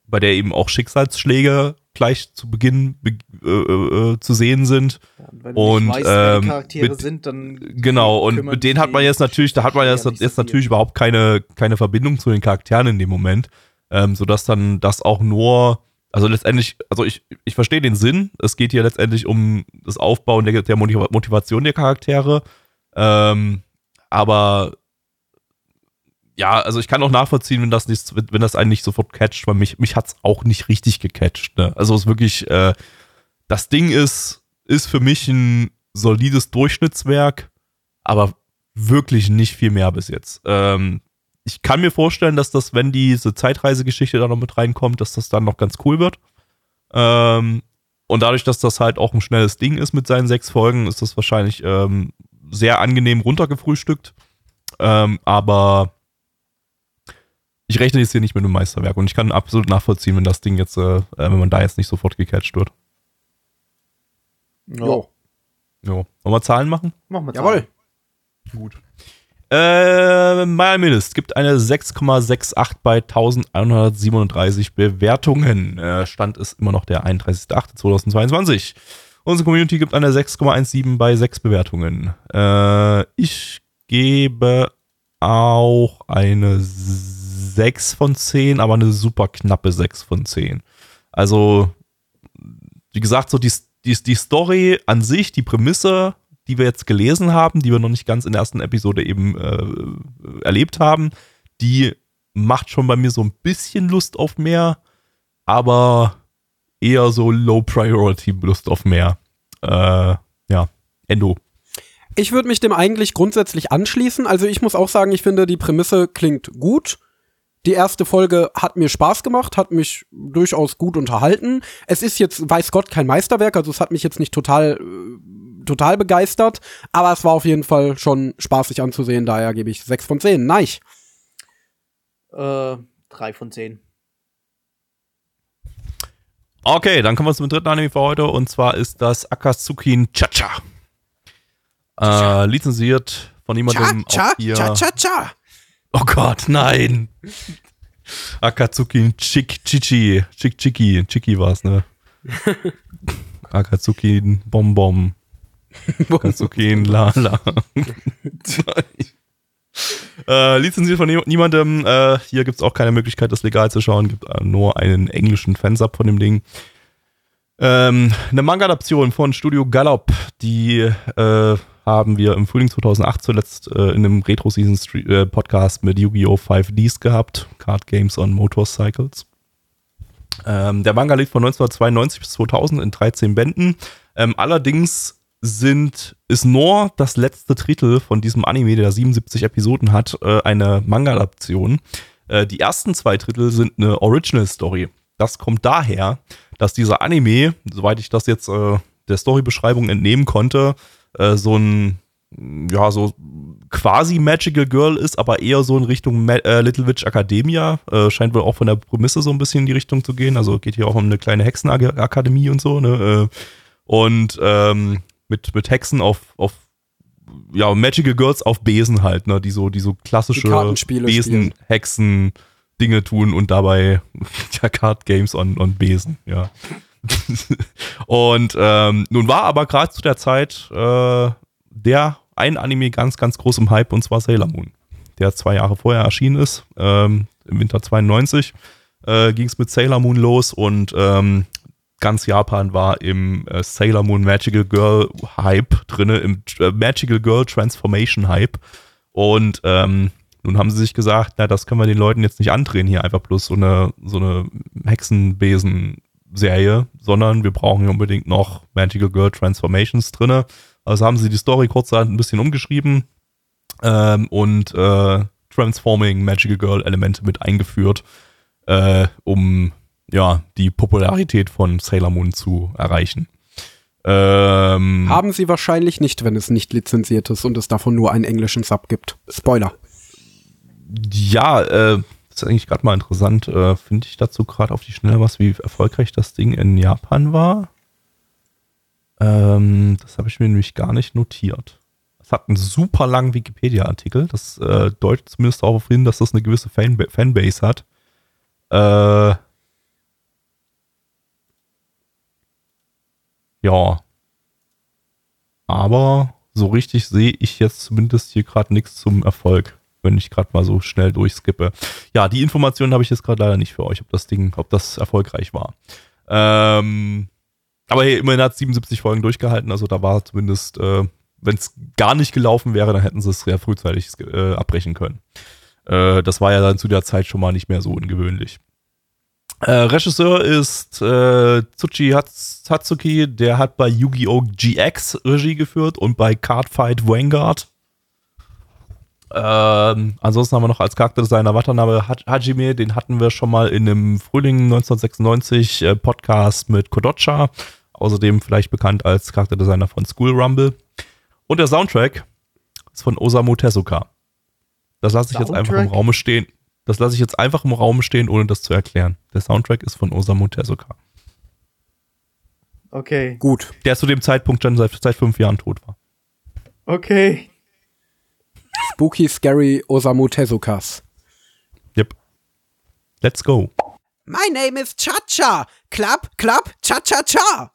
bei der eben auch Schicksalsschläge gleich zu Beginn äh, äh, zu sehen sind. Ja, und wenn du und nicht weißt, wer ähm, die Charaktere mit, sind, dann genau, und mit denen hat man jetzt natürlich, da hat man jetzt, jetzt natürlich überhaupt keine, keine Verbindung zu den Charakteren in dem Moment, ähm, sodass dann das auch nur, also letztendlich, also ich, ich verstehe den Sinn, es geht hier letztendlich um das Aufbauen der, der Motivation der Charaktere, ähm, aber ja, also ich kann auch nachvollziehen, wenn das nicht, wenn das einen nicht sofort catcht, weil mich, mich hat's auch nicht richtig gecatcht. Ne? Also es ist wirklich, äh, das Ding ist, ist für mich ein solides Durchschnittswerk, aber wirklich nicht viel mehr bis jetzt. Ähm, ich kann mir vorstellen, dass das, wenn diese Zeitreisegeschichte da noch mit reinkommt, dass das dann noch ganz cool wird. Ähm, und dadurch, dass das halt auch ein schnelles Ding ist mit seinen sechs Folgen, ist das wahrscheinlich ähm, sehr angenehm runtergefrühstückt. Ähm, aber ich rechne jetzt hier nicht mit einem Meisterwerk und ich kann absolut nachvollziehen, wenn das Ding jetzt, äh, wenn man da jetzt nicht sofort gecatcht wird. Jo. Jo. Wollen wir Zahlen machen? Machen wir Jawohl. Gut. Äh, MyAlmist gibt eine sechs Komma achtundsechzig bei elfhundertsiebenunddreißig Bewertungen. Äh, Stand ist immer noch der einunddreißigster achter zweitausendzweiundzwanzig. Unsere Community gibt eine sechs Komma siebzehn bei sechs Bewertungen. Äh, ich gebe auch eine sechs von zehn, aber eine super knappe sechs von zehn. Also, wie gesagt, so die, die, die Story an sich, die Prämisse, die wir jetzt gelesen haben, die wir noch nicht ganz in der ersten Episode eben äh, erlebt haben, die macht schon bei mir so ein bisschen Lust auf mehr, aber eher so Low-Priority Lust auf mehr. Äh, ja, Endo. Ich würde mich dem eigentlich grundsätzlich anschließen. Also ich muss auch sagen, ich finde, die Prämisse klingt gut. Die erste Folge hat mir Spaß gemacht, hat mich durchaus gut unterhalten. Es ist jetzt, weiß Gott, kein Meisterwerk, also es hat mich jetzt nicht total, äh, total begeistert, aber es war auf jeden Fall schon spaßig anzusehen, daher gebe ich sechs von zehn. Nein. Äh, drei von zehn. Okay, dann kommen wir zum dritten Anime für heute und zwar ist das Akatsuki Cha-Cha. Äh, lizenziert von jemandem Cha, auch hier. cha, cha, cha. Oh Gott, nein. Akatsuki Chik Chichi. Chik Chiki. Chiki war's, ne? Akatsuki Bom Bom. Akatsuki Lala. äh, lizenziert von niemandem. Äh, hier gibt's auch keine Möglichkeit, das legal zu schauen. Gibt äh, nur einen englischen Fansub von dem Ding. Ähm, eine Manga-Adaption von Studio Gallop, die äh, haben wir im Frühling zweitausendacht zuletzt äh, in einem Retro-Season-Podcast mit Yu-Gi-Oh! fünf Ds gehabt. Card Games on Motorcycles. Ähm, der Manga lief von neunzehnhundertzweiundneunzig bis zweitausend in dreizehn Bänden. Ähm, allerdings sind, ist nur das letzte Drittel von diesem Anime, der siebenundsiebzig Episoden hat, äh, eine Manga-Adaption. Äh, die ersten zwei Drittel sind eine Original-Story. Das kommt daher, dass dieser Anime, soweit ich das jetzt äh, der Story-Beschreibung entnehmen konnte, äh, so ein, ja, so quasi Magical Girl ist, aber eher so in Richtung Ma- äh, Little Witch Academia. Äh, scheint wohl auch von der Prämisse so ein bisschen in die Richtung zu gehen. Also geht hier auch um eine kleine Hexenakademie und so, ne? Äh, und ähm, mit, mit Hexen auf, auf ja, Magical Girls auf Besen halt, ne? Die so, die so klassische Besen, Hexen, Dinge tun und dabei ja, Card Games on, on Besen, ja. Und ähm, nun war aber gerade zu der Zeit äh, der ein Anime ganz, ganz groß im Hype, und zwar Sailor Moon, der zwei Jahre vorher erschienen ist. Ähm, im Winter zweiundneunzig äh, ging es mit Sailor Moon los und ähm, ganz Japan war im äh, Sailor Moon Magical Girl Hype drinne, im äh, Magical Girl Transformation Hype. Und ähm, nun haben sie sich gesagt, na, das können wir den Leuten jetzt nicht andrehen, hier einfach bloß so eine, so eine Hexenbesen-Serie, sondern wir brauchen hier unbedingt noch Magical Girl Transformations drinne. Also haben sie die Story kurzerhand ein bisschen umgeschrieben ähm, und äh, Transforming Magical Girl Elemente mit eingeführt, äh, um ja die Popularität von Sailor Moon zu erreichen. Ähm, Haben sie wahrscheinlich nicht, wenn es nicht lizenziert ist und es davon nur einen englischen Sub gibt. Spoiler. Ja, äh, das ist eigentlich gerade mal interessant. Äh, finde ich dazu gerade auf die Schnelle was, wie erfolgreich das Ding in Japan war? Ähm, das habe ich mir nämlich gar nicht notiert. Es hat einen super langen Wikipedia-Artikel. Das äh, deutet zumindest darauf hin, dass das eine gewisse Fanba- Fanbase hat. Äh, Ja. Aber so richtig sehe ich jetzt zumindest hier gerade nichts zum Erfolg, wenn ich gerade mal so schnell durchskippe. Ja, die Informationen habe ich jetzt gerade leider nicht für euch, ob das Ding, ob das erfolgreich war. Ähm, aber hey, immerhin hat es siebenundsiebzig Folgen durchgehalten, also da war zumindest, äh, wenn es gar nicht gelaufen wäre, dann hätten sie es sehr frühzeitig äh, abbrechen können. Äh, das war ja dann zu der Zeit schon mal nicht mehr so ungewöhnlich. Äh, Regisseur ist äh, Tsuchi Hats- Hatsuki, der hat bei Yu-Gi-Oh! G X Regie geführt und bei Cardfight Vanguard. Ähm, ansonsten haben wir noch als Charakterdesigner Watanabe Hajime, den hatten wir schon mal in dem Frühling neunzehnhundertsechsundneunzig äh, Podcast mit Kodocha, außerdem vielleicht bekannt als Charakterdesigner von School Rumble. Und der Soundtrack ist von Osamu Tezuka. Das lasse ich jetzt einfach im Raum stehen. Das lasse ich jetzt einfach im Raum stehen, ohne das zu erklären. Der Soundtrack ist von Osamu Tezuka. Okay. Gut. Der zu dem Zeitpunkt schon seit, seit fünf Jahren tot war. Okay. Spooky, scary Osamu Tezukas. Yep. Let's go. My name is Cha-Cha. Clap, clap, Cha-Cha-Cha.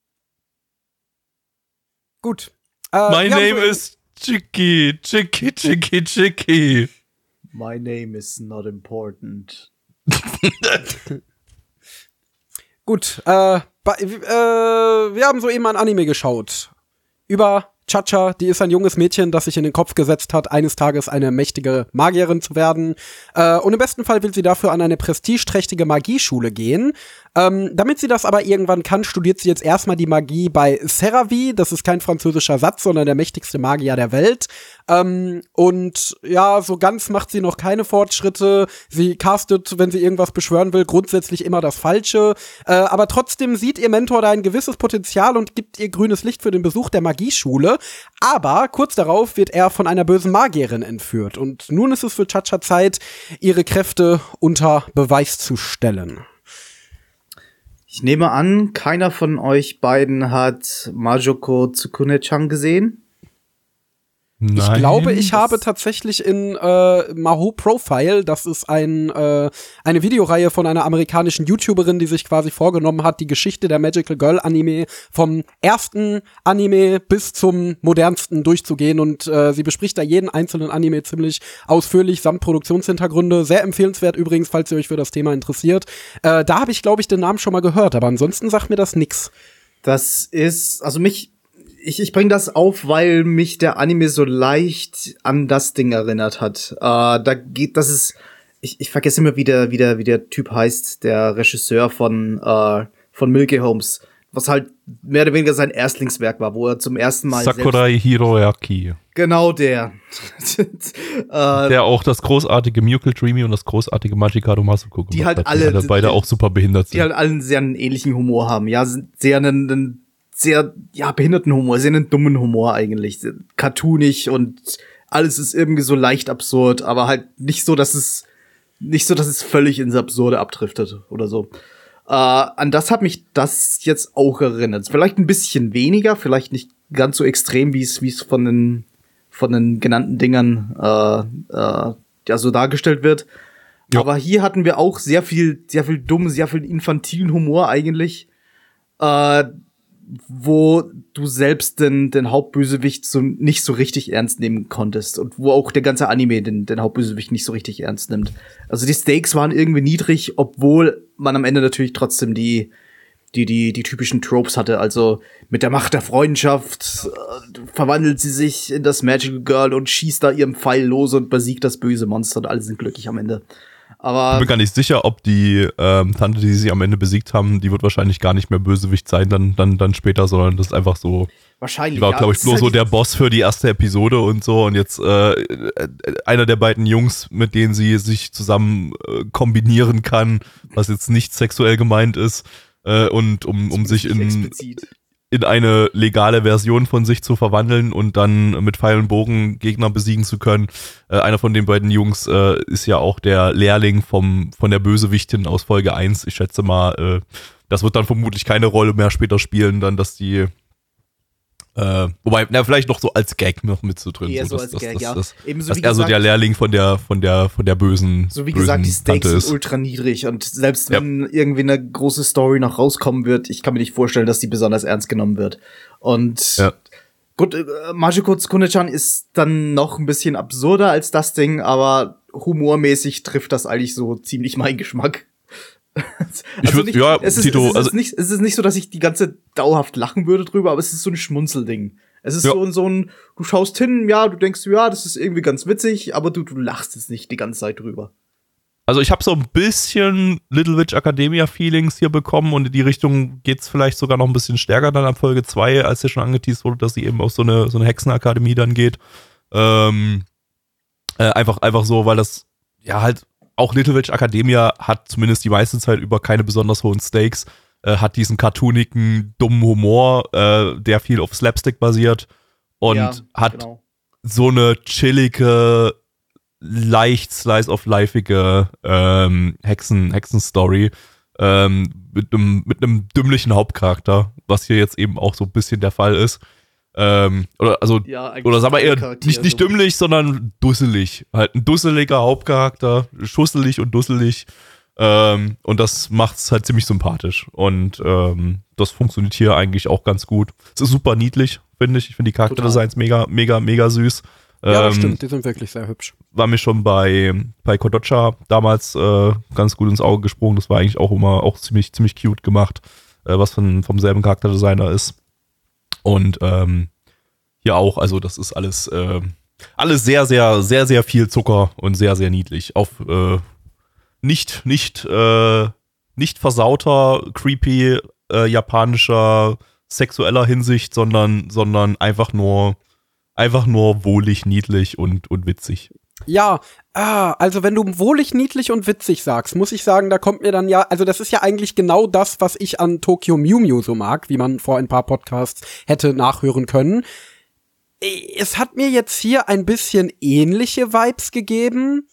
Gut. Äh, My name so is Chicky, Chicky, Chicky, Chicky. My name is not important. Gut, äh, ba- äh, wir haben soeben ein Anime geschaut. Über Cha-Cha, die ist ein junges Mädchen, das sich in den Kopf gesetzt hat, eines Tages eine mächtige Magierin zu werden. Äh, und im besten Fall will sie dafür an eine prestigeträchtige Magieschule gehen. Ähm, damit sie das aber irgendwann kann, studiert sie jetzt erstmal die Magie bei CeraVe. Das ist kein französischer Satz, sondern der mächtigste Magier der Welt. Ähm, und ja, so ganz macht sie noch keine Fortschritte. Sie castet, wenn sie irgendwas beschwören will, grundsätzlich immer das Falsche. Äh, aber trotzdem sieht ihr Mentor da ein gewisses Potenzial und gibt ihr grünes Licht für den Besuch der Magieschule. Aber kurz darauf wird er von einer bösen Magierin entführt. Und nun ist es für Cha-Cha Zeit, ihre Kräfte unter Beweis zu stellen. Ich nehme an, keiner von euch beiden hat Majoko Tsukune-chan gesehen. Nein, Ich glaube, ich habe tatsächlich in äh, Mahou Profile, das ist ein, äh, eine Videoreihe von einer amerikanischen YouTuberin, die sich quasi vorgenommen hat, die Geschichte der Magical Girl Anime vom ersten Anime bis zum modernsten durchzugehen, und äh, sie bespricht da jeden einzelnen Anime ziemlich ausführlich, samt Produktionshintergründe. Sehr empfehlenswert übrigens, falls ihr euch für das Thema interessiert. Äh, da habe ich, glaube ich, den Namen schon mal gehört, aber ansonsten sagt mir das nix. Das ist, also mich, ich, ich bringe das auf, weil mich der Anime so leicht an das Ding erinnert hat. Äh, da geht, das ist, ich, ich vergesse immer, wie der, wie der, wie der Typ heißt, der Regisseur von, äh, von Milky Homes, was halt mehr oder weniger sein Erstlingswerk war, wo er zum ersten Mal Sakurai Hiroyaki. Genau der. äh, Der auch das großartige Miracle Dreamy und das großartige Magikado Masuko gemacht Die halt hat, alle- die halt beide die- auch super behindert die sind. halt alle einen sehr einen ähnlichen Humor haben. Ja, sind sehr einen, einen sehr, ja, behinderten Humor, sehr einen dummen Humor eigentlich. Sehr cartoonig und alles ist irgendwie so leicht absurd, aber halt nicht so, dass es, nicht so, dass es völlig ins Absurde abdriftet oder so. Äh, an das hat mich das jetzt auch erinnert. Vielleicht ein bisschen weniger, vielleicht nicht ganz so extrem, wie es, wie es von den, von den genannten Dingern, äh, äh, ja, so dargestellt wird. Ja. Aber hier hatten wir auch sehr viel, sehr viel dummen, sehr viel infantilen Humor eigentlich, äh, wo du selbst den, den Hauptbösewicht so nicht so richtig ernst nehmen konntest und wo auch der ganze Anime den, den Hauptbösewicht nicht so richtig ernst nimmt. Also die Stakes waren irgendwie niedrig, obwohl man am Ende natürlich trotzdem die, die, die, die typischen Tropes hatte. Also mit der Macht der Freundschaft äh, verwandelt sie sich in das Magical Girl und schießt da ihren Pfeil los und besiegt das böse Monster und alle sind glücklich am Ende. Ich Aber bin gar nicht sicher, ob die ähm, Tante, die sie am Ende besiegt haben, die wird wahrscheinlich gar nicht mehr Bösewicht sein, dann, dann, dann später, sondern das ist einfach so. wahrscheinlich. Die war, ja, glaube ich, es ist bloß halt so die- der Boss für die erste Episode und so. Und jetzt äh, einer der beiden Jungs, mit denen sie sich zusammen äh, kombinieren kann, was jetzt nicht sexuell gemeint ist, äh, und um, um sich in, explizit. in eine legale Version von sich zu verwandeln und dann mit Pfeil und Bogen Gegner besiegen zu können. Äh, einer von den beiden Jungs äh, ist ja auch der Lehrling vom, von der Bösewichtin aus Folge eins. Ich schätze mal, äh, das wird dann vermutlich keine Rolle mehr später spielen, dann, dass die Äh, wobei, na, vielleicht noch so als Gag noch mit so drin. Eher so, so dass, als Gag, dass, ja. dass, Ebenso dass wie er so gesagt- der Lehrling von der, von der, von der bösen, So wie bösen gesagt, die Stakes Tante sind ist. ultra niedrig und selbst wenn irgendwie eine große Story noch rauskommen wird, ich kann mir nicht vorstellen, dass die besonders ernst genommen wird. Und Ja. gut, äh, Majiko Tsukune-chan ist dann noch ein bisschen absurder als das Ding, aber humormäßig trifft das eigentlich so ziemlich meinen Geschmack. Ich würd- nicht, ja, es ist, Tito, es, ist also- nicht, es ist nicht so, dass ich die ganze dauerhaft lachen würde drüber, aber es ist so ein Schmunzelding. Es ist Ja. so, ein- so ein, du schaust hin, ja, du denkst, ja, das ist irgendwie ganz witzig, aber du, du lachst jetzt nicht die ganze Zeit drüber. Also ich habe so ein bisschen Little Witch Academia Feelings hier bekommen und in die Richtung geht's vielleicht sogar noch ein bisschen stärker dann ab Folge zwei, als ja schon angeteased wurde, dass sie eben auf so eine, so eine Hexenakademie dann geht. Ähm, äh, einfach, einfach so, weil das ja halt auch Little Witch Academia hat zumindest die meiste Zeit über keine besonders hohen Stakes, äh, hat diesen cartoonigen, dummen Humor, äh, der viel auf Slapstick basiert und Ja, hat genau. so eine chillige, leicht slice-of-lifeige ähm, Hexen, Hexen-Story ähm, mit einem mit einem dümmlichen Hauptcharakter, was hier jetzt eben auch so ein bisschen der Fall ist. Ähm, oder also Ja, eigentlich oder sagen wir alle eher Charaktere nicht, nicht so. dümmlich, sondern dusselig. Halt ein dusseliger Hauptcharakter, schusselig und dusselig. Ähm, und das macht es halt ziemlich sympathisch. Und ähm, das funktioniert hier eigentlich auch ganz gut. Es ist super niedlich, finde ich. Ich finde die Charakterdesigns mega, mega, mega süß. Ja, das Ähm, stimmt, die sind wirklich sehr hübsch. war mir schon bei, bei Kodocha damals äh, ganz gut ins Auge gesprungen. Das war eigentlich auch immer auch ziemlich, ziemlich cute gemacht, äh, was von, vom selben Charakterdesigner ist. Und ähm, hier auch, also das ist alles, äh, alles sehr, sehr, sehr, sehr viel Zucker und sehr, sehr niedlich. Auf äh, nicht, nicht, äh, nicht versauter, creepy, äh, japanischer, sexueller Hinsicht, sondern, sondern einfach nur Einfach nur wohlig, niedlich und, und witzig. Ja, ah, also wenn du wohlig, niedlich und witzig sagst, muss ich sagen, da kommt mir dann ja, also das ist ja eigentlich genau das, was ich an Tokyo Mew Mew so mag, wie man vor ein paar Podcasts hätte nachhören können. Es hat mir jetzt hier ein bisschen ähnliche Vibes gegeben,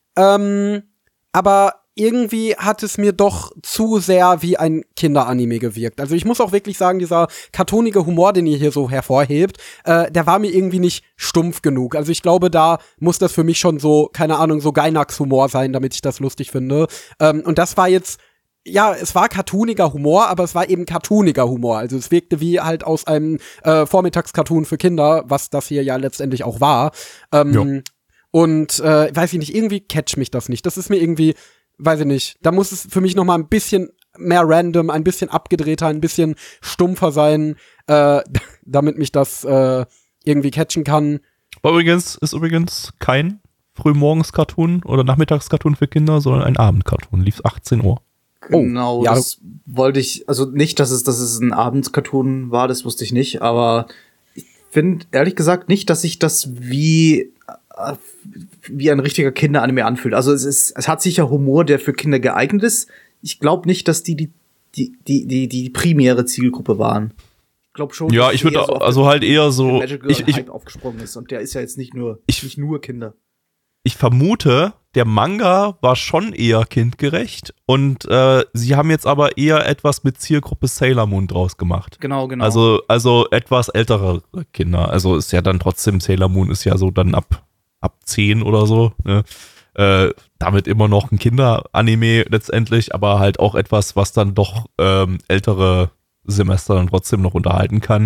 ähm, aber irgendwie hat es mir doch zu sehr wie ein Kinderanime gewirkt. Also ich muss auch wirklich sagen, dieser cartoonige Humor, den ihr hier so hervorhebt, äh, der war mir irgendwie nicht stumpf genug. Also ich glaube, da muss das für mich schon so, keine Ahnung, so Gainax-Humor sein, damit ich das lustig finde. Ähm, und das war jetzt, ja, es war cartooniger Humor, aber es war eben cartooniger Humor. Also es wirkte wie halt aus einem äh, Vormittagscartoon für Kinder, was das hier ja letztendlich auch war. Ähm, Jo. und äh, weiß ich nicht, irgendwie catch mich das nicht. Das ist mir irgendwie, weiß ich nicht, da muss es für mich noch mal ein bisschen mehr random, ein bisschen abgedrehter, ein bisschen stumpfer sein, äh, damit mich das äh, irgendwie catchen kann. War übrigens, ist übrigens kein Frühmorgens-Cartoon oder Nachmittags-Cartoon für Kinder, sondern ein Abend-Cartoon. Lief achtzehn Uhr. Genau, Oh, ja. das wollte ich, also nicht, dass es, dass es ein Abendcartoon war, das wusste ich nicht, aber ich finde ehrlich gesagt nicht, dass sich das wie, äh, wie ein richtiger Kinderanime anfühlt. Also es ist, es hat sicher Humor, der für Kinder geeignet ist. Ich glaube nicht, dass die die, die, die, die, die primäre Zielgruppe waren. Ich glaube schon. Ja, dass ich eher würde so auf also den- halt eher den so, Magic Girl ich, ich, Hype aufgesprungen ist und der ist ja jetzt nicht nur, Ich- nicht nur Kinder. ich vermute, der Manga war schon eher kindgerecht und äh, sie haben jetzt aber eher etwas mit Zielgruppe Sailor Moon draus gemacht. Genau, genau. Also, also etwas ältere Kinder. Also ist ja dann trotzdem, Sailor Moon ist ja so dann ab, ab zehn oder so. Ne? Äh, damit immer noch ein Kinderanime letztendlich, aber halt auch etwas, was dann doch ähm, ältere Semester dann trotzdem noch unterhalten kann.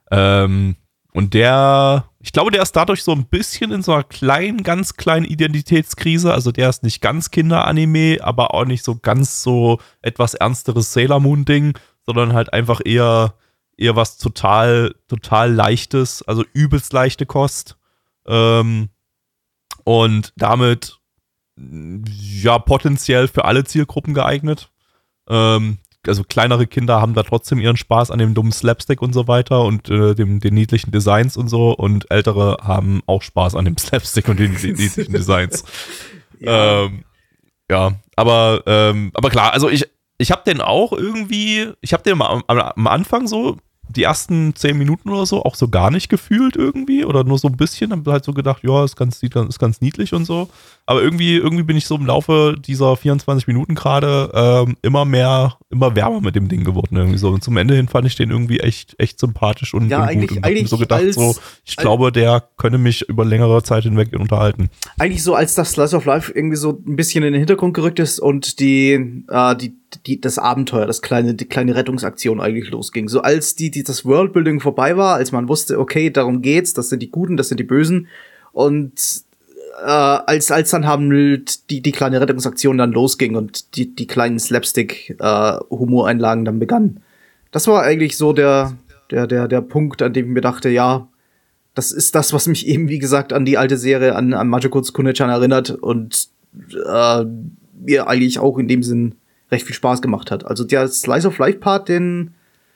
Ähm, und der, ich glaube, der ist dadurch so ein bisschen in so einer kleinen, ganz kleinen Identitätskrise. Also der ist nicht ganz Kinderanime, aber auch nicht so ganz so etwas ernsteres Sailor Moon-Ding, sondern halt einfach eher, eher was total, total Leichtes, also übelst leichte Kost. Ähm, und damit ja potenziell für alle Zielgruppen geeignet. Ähm, also kleinere Kinder haben da trotzdem ihren Spaß an dem dummen Slapstick und so weiter und äh, dem, den niedlichen Designs und so und ältere haben auch Spaß an dem Slapstick und den, den niedlichen Designs. Ja. Ähm, ja, aber ähm, aber klar, also ich ich habe den auch irgendwie, ich habe den am, am, am Anfang so die ersten zehn Minuten oder so auch so gar nicht gefühlt irgendwie oder nur so ein bisschen, habe halt so gedacht, ja, ist ganz, ist ganz niedlich und so. Aber irgendwie, irgendwie bin ich so im Laufe dieser vierundzwanzig Minuten gerade ähm, immer mehr, immer wärmer mit dem Ding geworden irgendwie so. Und zum Ende hin fand ich den irgendwie echt, echt sympathisch und, Ja, und eigentlich- gut. Und hab mir eigentlich so gedacht, als- so, ich glaube, der könne mich über längere Zeit hinweg unterhalten. Eigentlich so, als das Slice of Life irgendwie so ein bisschen in den Hintergrund gerückt ist und die, äh, die, die, das Abenteuer, das kleine, die kleine Rettungsaktion eigentlich losging. So als die, die, das Worldbuilding vorbei war, als man wusste, okay, darum geht's, das sind die Guten, das sind die Bösen. Und äh, als, als dann haben die, die kleine Rettungsaktion dann losging und die, die kleinen Slapstick-Humoreinlagen dann begannen. Das war eigentlich so der, der, der, der Punkt, an dem ich mir dachte, ja, das ist das, was mich eben, wie gesagt, an die alte Serie, an, an Majiko Tsukune-chan erinnert und äh, mir eigentlich auch in dem Sinn recht viel Spaß gemacht hat. Also der Slice of Life Part, den,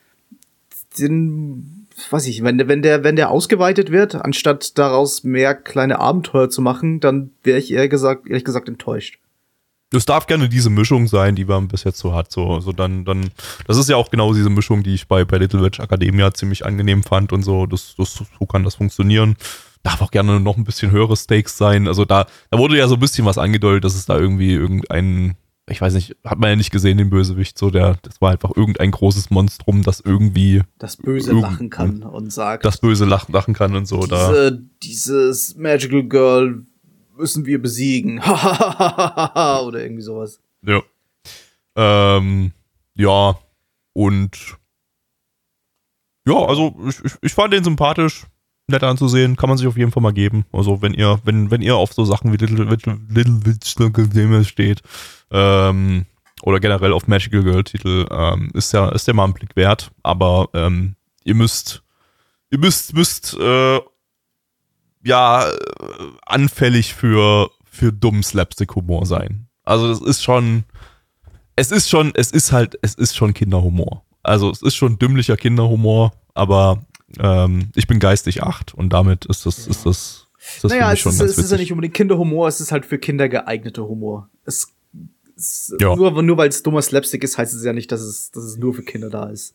den, weiß ich, wenn der, wenn der, wenn der ausgeweitet wird, anstatt daraus mehr kleine Abenteuer zu machen, dann wäre ich eher gesagt, ehrlich gesagt enttäuscht. Es darf gerne diese Mischung sein, die man bis jetzt so hat. So, so dann, dann, das ist ja auch genau diese Mischung, die ich bei, bei Little Witch Academia ziemlich angenehm fand und so. Das, das, so kann das funktionieren. Darf auch gerne noch ein bisschen höhere Stakes sein. Also da, da wurde ja so ein bisschen was angedeutet, dass es da irgendwie irgendein, ich weiß nicht, hat man ja nicht gesehen, den Bösewicht, so der, das war einfach irgendein großes Monstrum, das irgendwie Das Böse Irgend- lachen kann und sagt, das Böse lachen, lachen kann und so. Da. diese, dieses Magical Girl müssen wir besiegen. Oder irgendwie sowas. Ja. Ähm, ja, und ja, also ich, ich, ich fand den sympathisch, nett anzusehen, kann man sich auf jeden Fall mal geben. Also wenn ihr, wenn, wenn ihr auf so Sachen wie Little, Little, Little Witch Academia steht, ähm, oder generell auf Magical Girl Titel, ähm, ist ja, ist ja mal ein Blick wert, aber ähm, ihr müsst, ihr müsst, müsst, äh, ja, äh, anfällig für, für dummen Slapstick-Humor sein. Also das ist schon, es ist schon, es ist halt, es ist schon Kinderhumor. Also es ist schon dümmlicher Kinderhumor, aber ähm, ich bin geistig acht und damit ist das, ist das, ist das Naja, für mich es schon ist, ganz es ist ja witzig. nicht unbedingt Kinderhumor, es ist halt für Kinder geeigneter Humor. Es, es, Ja. Nur, nur weil es dummer Slapstick ist, heißt es ja nicht, dass es, dass es nur für Kinder da ist.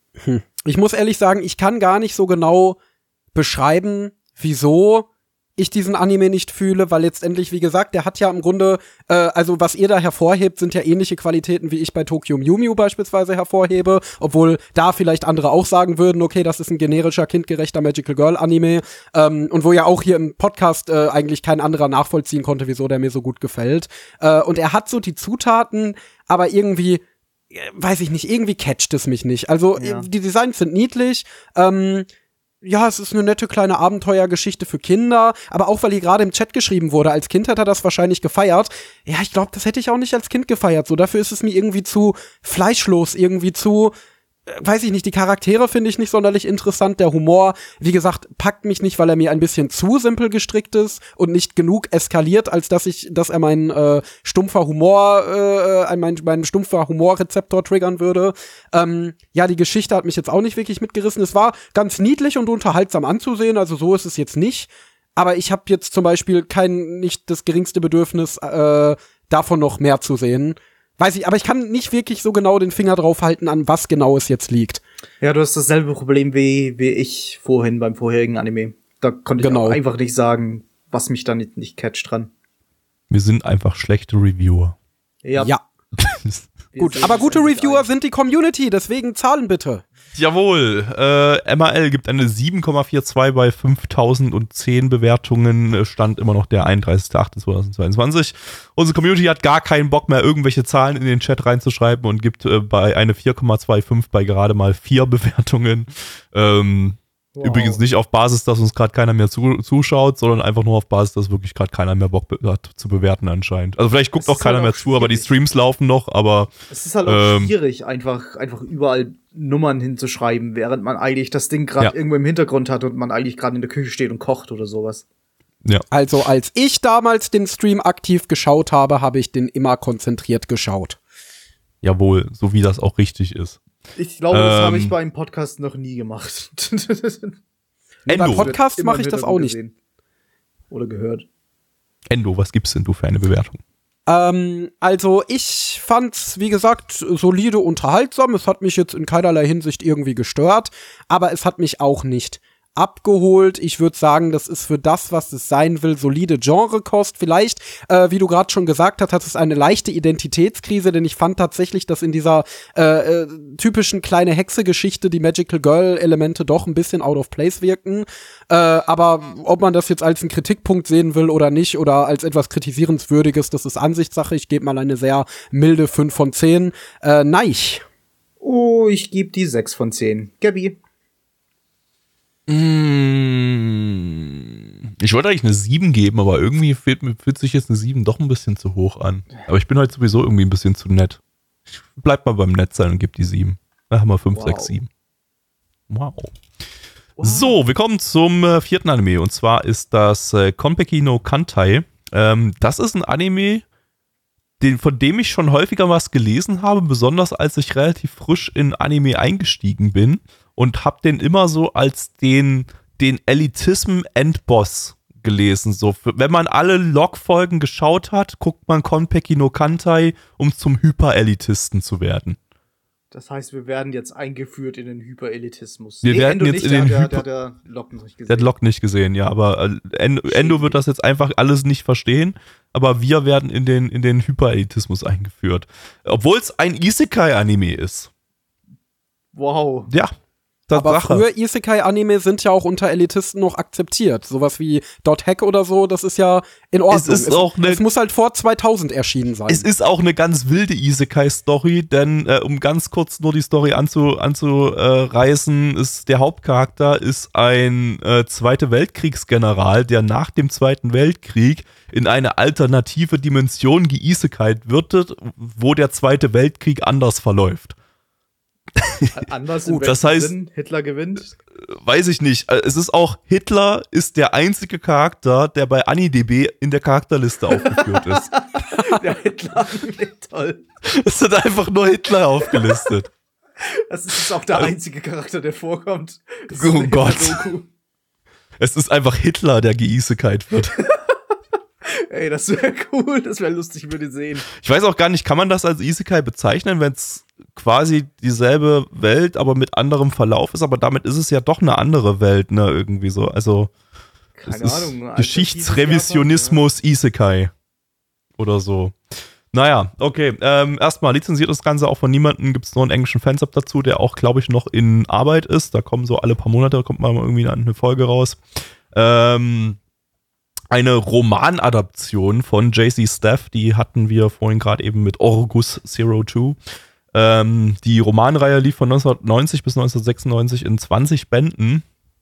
Ich muss ehrlich sagen, ich kann gar nicht so genau beschreiben, wieso ich diesen Anime nicht fühle, weil letztendlich, wie gesagt, der hat ja im Grunde, äh, also was ihr da hervorhebt, sind ja ähnliche Qualitäten, wie ich bei Tokyo Mew Mew beispielsweise hervorhebe, obwohl da vielleicht andere auch sagen würden, okay, das ist ein generischer, kindgerechter Magical Girl Anime, ähm, und wo ja auch hier im Podcast äh, eigentlich kein anderer nachvollziehen konnte, wieso der mir so gut gefällt. Äh, und er hat so die Zutaten, aber irgendwie, äh, weiß ich nicht, irgendwie catcht es mich nicht. Also Ja. äh, die Designs sind niedlich, ähm, ja, es ist eine nette kleine Abenteuergeschichte für Kinder, aber auch, weil hier gerade im Chat geschrieben wurde, als Kind hätte er das wahrscheinlich gefeiert. Ja, ich glaube, das hätte ich auch nicht als Kind gefeiert. So, dafür ist es mir irgendwie zu fleischlos, irgendwie zu, äh, weiß ich nicht, die Charaktere finde ich nicht sonderlich interessant. Der Humor, wie gesagt, packt mich nicht, weil er mir ein bisschen zu simpel gestrickt ist und nicht genug eskaliert, als dass ich, dass er meinen äh, stumpfer Humor, äh, mein, mein stumpfer Humorrezeptor triggern würde. Ähm, ja, die Geschichte hat mich jetzt auch nicht wirklich mitgerissen. Es war ganz niedlich und unterhaltsam anzusehen, also so ist es jetzt nicht. Aber ich habe jetzt zum Beispiel kein, nicht das geringste Bedürfnis, äh, davon noch mehr zu sehen. Weiß ich, aber ich kann nicht wirklich so genau den Finger drauf halten, an was genau es jetzt liegt. Ja, du hast dasselbe Problem wie, wie ich vorhin beim vorherigen Anime. Da konnte ich Genau. auch einfach nicht sagen, was mich da nicht, nicht catcht dran. Wir sind einfach schlechte Reviewer. Ja, wir gut. sehen Aber das gute endlich Reviewer ein. sind die Community, deswegen zahlen bitte. Jawohl, äh, M A L gibt eine sieben Komma zweiundvierzig bei fünftausendzehn Bewertungen, äh, stand immer noch der einunddreißigster achter zweitausendzweiundzwanzig. Unsere Community hat gar keinen Bock mehr, irgendwelche Zahlen in den Chat reinzuschreiben und gibt äh, bei eine vier Komma fünfundzwanzig bei gerade mal vier Bewertungen. Ähm, Wow. Übrigens nicht auf Basis, dass uns gerade keiner mehr zu, zuschaut, sondern einfach nur auf Basis, dass wirklich gerade keiner mehr Bock be- hat zu bewerten anscheinend. Also vielleicht guckt Das auch ist keiner halt mehr auch zu, aber die schwierig. Streams laufen noch, aber Es ist halt auch Ähm, schwierig, einfach, einfach überall Nummern hinzuschreiben, während man eigentlich das Ding gerade Ja. irgendwo im Hintergrund hat und man eigentlich gerade in der Küche steht und kocht oder sowas. ja. Also, als ich damals den Stream aktiv geschaut habe, habe ich den immer konzentriert geschaut. Jawohl, so wie das auch richtig ist. Ich glaube, das Ähm. habe ich beim Podcast noch nie gemacht. Nee, beim Endo. Podcast Immer mache ich im das auch nicht. Hintergrund gesehen. Oder gehört. Endo, was gibst denn du für eine Bewertung? Ähm, also ich fand's, wie gesagt, solide, unterhaltsam. Es hat mich jetzt in keinerlei Hinsicht irgendwie gestört, aber es hat mich auch nicht abgeholt. Ich würde sagen, das ist für das, was es sein will, solide Genrekost. Vielleicht, äh, wie du gerade schon gesagt hast, hat es eine leichte Identitätskrise, denn ich fand tatsächlich, dass in dieser äh, äh, typischen kleine Hexe-Geschichte die Magical Girl-Elemente doch ein bisschen out of place wirken. Äh, aber ob man das jetzt als einen Kritikpunkt sehen will oder nicht oder als etwas Kritisierenswürdiges, das ist Ansichtssache. Ich gebe mal eine sehr milde fünf von zehn. Äh, Neich. Oh, ich gebe die sechs von zehn. Gabi. Mm, ich wollte eigentlich eine sieben geben, aber irgendwie fühlt, fühlt sich jetzt eine sieben doch ein bisschen zu hoch an. Aber ich bin heute sowieso irgendwie ein bisschen zu nett. Ich bleib mal beim Nett sein und gebe die sieben. Da haben wir fünf, sechs, sieben. Wow. wow. So, wir kommen zum äh, vierten Anime. Und zwar ist das äh, Konpeki no Kantai. Ähm, das ist ein Anime, den, von dem ich schon häufiger was gelesen habe, besonders als ich relativ frisch in Anime eingestiegen bin. Und hab den immer so als den, den Elitism-Endboss gelesen. So, für, wenn man alle Log-Folgen geschaut hat, guckt man Konpeki no Kantai, um zum Hyperelitisten zu werden. Das heißt, wir werden jetzt eingeführt in den Hyperelitismus. Wir nee, werden Endo jetzt nicht, in den der, Hyper- der, der, der Log nicht gesehen. Der hat Log nicht gesehen, ja, aber äh, Endo, Endo wird das jetzt einfach alles nicht verstehen. Aber wir werden in den, in den Hyperelitismus eingeführt. Obwohl es ein Isekai-Anime ist. Wow. Ja. Aber Sache. früher Isekai-Anime sind ja auch unter Elitisten noch akzeptiert. Sowas wie Dot Hack oder so, das ist ja in Ordnung. Es, ist auch ne, es muss halt vor zweitausend erschienen sein. Es ist auch eine ganz wilde Isekai-Story, denn äh, um ganz kurz nur die Story anzu, anzureißen, ist der Hauptcharakter ist ein äh, Zweite Weltkriegsgeneral, der nach dem Zweiten Weltkrieg in eine alternative Dimension geisekait wird, wo der Zweite Weltkrieg anders verläuft. Anders Gut, das heißt, Sinn? Hitler gewinnt? Weiß ich nicht. Es ist auch, Hitler ist der einzige Charakter, der bei AniDB in der Charakterliste aufgeführt ist. Der Hitler, toll. Es wird einfach nur Hitler aufgelistet. Das ist auch der einzige Charakter, der vorkommt. Oh Gott. Es ist einfach Hitler, der geisekait wird. Ey, das wäre cool, das wäre lustig, würde sehen. Ich weiß auch gar nicht, kann man das als Isekai bezeichnen, wenn es quasi dieselbe Welt, aber mit anderem Verlauf ist, aber damit ist es ja doch eine andere Welt, ne, irgendwie so. Also, keine es Ahnung. Ist Geschichtsrevisionismus ja. Isekai. Oder so. Naja, okay. Ähm, erstmal lizenziert das Ganze auch von niemandem. Gibt es nur einen englischen Fansub dazu, der auch, glaube ich, noch in Arbeit ist. Da kommen so alle paar Monate, kommt mal irgendwie eine Folge raus. Ähm, Eine Romanadaption von J C Staff, die hatten wir vorhin gerade eben mit Orgus Zero Two. Ähm, die Romanreihe lief von neunzehnhundertneunzig bis neunzehnhundertsechsundneunzig in zwanzig Bänden.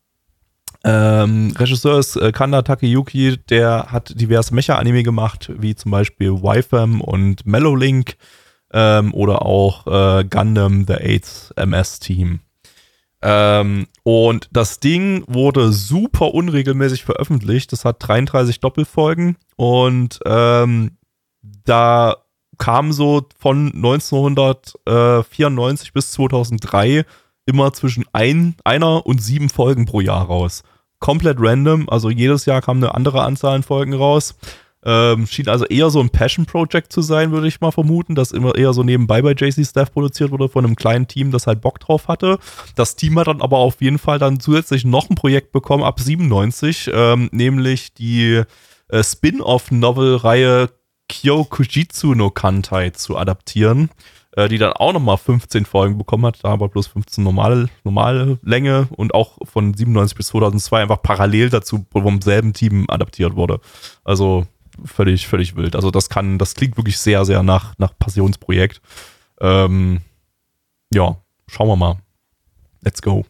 Ähm, Regisseur ist äh, Kanda Takeyuki, der hat diverse Mecha-Anime gemacht, wie zum Beispiel Y-Fam und Mellowlink ähm, oder auch äh, Gundam The Eighth M S Team. Ähm, und das Ding wurde super unregelmäßig veröffentlicht. Das hat dreiunddreißig Doppelfolgen und ähm, da kam so von neunzehnhundertvierundneunzig bis zweitausenddrei immer zwischen ein, einer und sieben Folgen pro Jahr raus. Komplett random, also jedes Jahr kam eine andere Anzahl an Folgen raus. Ähm, schien also eher so ein Passion-Project zu sein, würde ich mal vermuten, das immer eher so nebenbei bei J C Staff produziert wurde von einem kleinen Team, das halt Bock drauf hatte. Das Team hat dann aber auf jeden Fall dann zusätzlich noch ein Projekt bekommen ab siebenundneunzig, ähm, nämlich die äh, Spin-off-Novel-Reihe Kyokujitsu no Kantai zu adaptieren, äh, die dann auch nochmal fünfzehn Folgen bekommen hat, da aber bloß fünfzehn normale, normale Länge und auch von siebenundneunzig bis zweitausendzwei einfach parallel dazu vom selben Team adaptiert wurde. Also völlig, völlig wild. Also das kann, das klingt wirklich sehr, sehr nach, nach Passionsprojekt. Ähm, ja, schauen wir mal. Let's go.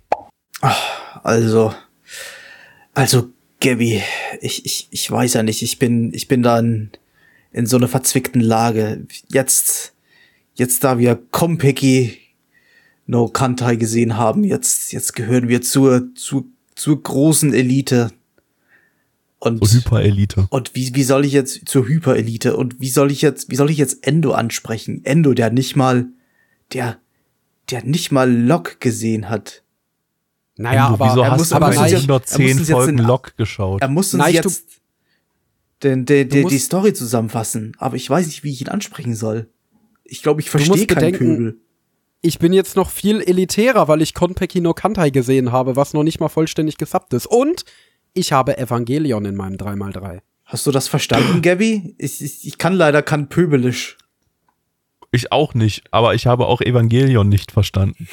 Also, also, Gabi, ich, ich, ich weiß ja nicht, ich bin, ich bin da in, in so einer verzwickten Lage. Jetzt, jetzt da wir Konpeki no Kantai gesehen haben, jetzt, jetzt gehören wir zur, zur, zur großen Elite. Und, zur Hyperelite. Und wie, wie soll ich jetzt zur Hyperelite? Und wie soll ich jetzt, wie soll ich jetzt Endo ansprechen? Endo, der nicht mal, der, der nicht mal Log gesehen hat. Naja, Endo, aber wieso er hast muss du aber aber Neich, hundertzehn Folgen den, Log geschaut? Er muss uns Neich, jetzt den, den, den, die Story zusammenfassen. Aber ich weiß nicht, wie ich ihn ansprechen soll. Ich glaube, ich verstehe keinen Pöbel. ich bin jetzt noch viel elitärer, weil ich Konpeki no Kantai gesehen habe, was noch nicht mal vollständig gesubbt ist. Und ich habe Evangelion in meinem drei mal drei. Hast du das verstanden, Gabby? Ich, ich, ich kann leider kein Pöbelisch. Ich auch nicht, aber ich habe auch Evangelion nicht verstanden.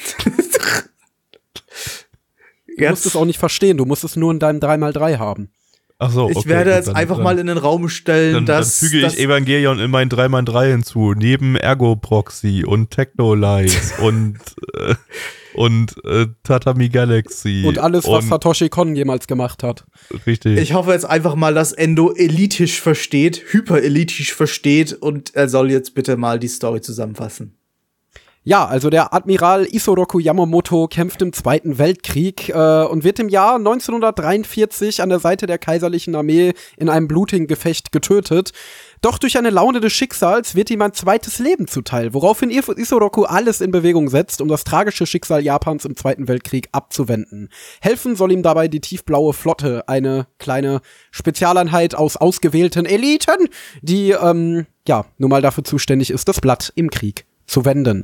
Du musst es auch nicht verstehen, du musst es nur in deinem drei mal drei haben. Ach so, okay, ich werde gut, jetzt dann, einfach dann, mal in den Raum stellen, dann, dass dann füge dass ich Evangelion in mein drei mal drei hinzu, neben Ergo-Proxy und Technolize und äh, und äh, Tatami Galaxy. Und alles, was und, Satoshi Kon jemals gemacht hat. Richtig. Ich hoffe jetzt einfach mal, dass Endo elitisch versteht, hyperelitisch versteht und er soll jetzt bitte mal die Story zusammenfassen. Ja, also der Admiral Isoroku Yamamoto kämpft im Zweiten Weltkrieg äh, und wird im Jahr neunzehnhundertdreiundvierzig an der Seite der kaiserlichen Armee in einem blutigen Gefecht getötet. Doch durch eine Laune des Schicksals wird ihm ein zweites Leben zuteil, woraufhin Isoroku alles in Bewegung setzt, um das tragische Schicksal Japans im Zweiten Weltkrieg abzuwenden. Helfen soll ihm dabei die tiefblaue Flotte, eine kleine Spezialeinheit aus ausgewählten Eliten, die, ähm, ja, nun mal dafür zuständig ist, das Blatt im Krieg zu wenden.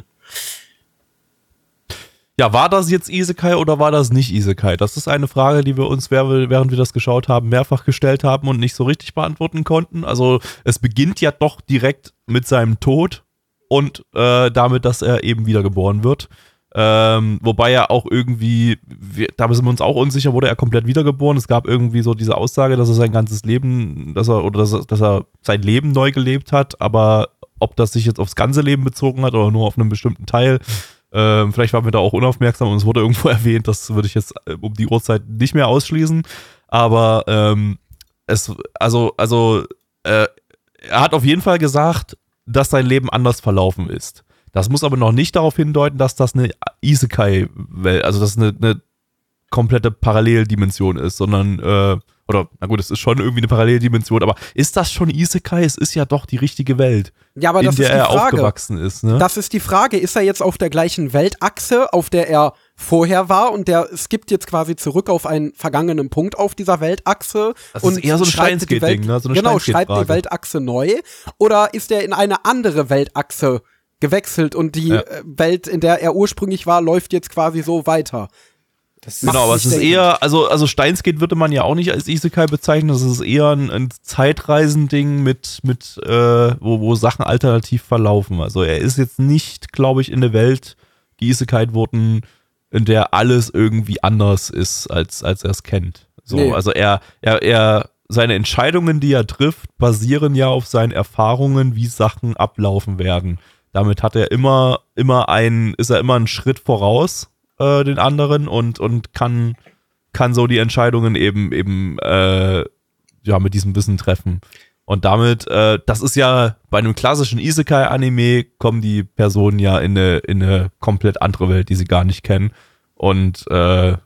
Ja, war das jetzt Isekai oder war das nicht Isekai? Das ist eine Frage, die wir uns, während wir das geschaut haben, mehrfach gestellt haben und nicht so richtig beantworten konnten. Also es beginnt ja doch direkt mit seinem Tod und äh, damit, dass er eben wiedergeboren wird. Ähm, wobei er auch irgendwie, wir, da sind wir uns auch unsicher, wurde er komplett wiedergeboren. Es gab irgendwie so diese Aussage, dass er sein ganzes Leben, dass er, oder dass er, dass er sein Leben neu gelebt hat, aber ob das sich jetzt aufs ganze Leben bezogen hat oder nur auf einen bestimmten Teil, ähm, vielleicht waren wir da auch unaufmerksam und es wurde irgendwo erwähnt, das würde ich jetzt äh, um die Uhrzeit nicht mehr ausschließen, aber ähm, es, also, also äh, er hat auf jeden Fall gesagt, dass sein Leben anders verlaufen ist. Das muss aber noch nicht darauf hindeuten, dass das eine Isekai-Welt, also dass es eine, eine komplette Paralleldimension ist, sondern äh, oder, na gut, es ist schon irgendwie eine Paralleldimension, aber ist das schon Isekai? Es ist ja doch die richtige Welt, ja, aber in das der ist die er Frage. aufgewachsen ist. Ne? Das ist die Frage, ist er jetzt auf der gleichen Weltachse, auf der er vorher war und der skippt jetzt quasi zurück auf einen vergangenen Punkt auf dieser Weltachse Das und ist eher so ein schreibt die Steins-Gate-Ding, Welt, ne? So eine genau, schreibt die Steins-Gate-Frage. Weltachse neu oder ist er in eine andere Weltachse gewechselt und die Ja. äh, Welt, in der er ursprünglich war, läuft jetzt quasi so weiter? Das Genau, aber es nicht ist denken. eher, also, also Steins-Gate würde man ja auch nicht als Isekai bezeichnen, das ist eher ein, ein Zeitreisending mit, mit äh, wo, wo Sachen alternativ verlaufen. Also er ist jetzt nicht, glaube ich, in eine Welt geisekait worden, in der alles irgendwie anders ist, als, als er es kennt. So, Nee. also er, er, er, seine Entscheidungen, die er trifft, basieren ja auf seinen Erfahrungen, wie Sachen ablaufen werden. Damit hat er immer, immer ein, ist er immer einen Schritt voraus äh, den anderen und, und kann, kann so die Entscheidungen eben, eben äh, ja, mit diesem Wissen treffen. Und damit, äh, das ist ja bei einem klassischen Isekai-Anime, kommen die Personen ja in eine, in eine komplett andere Welt, die sie gar nicht kennen. Und äh,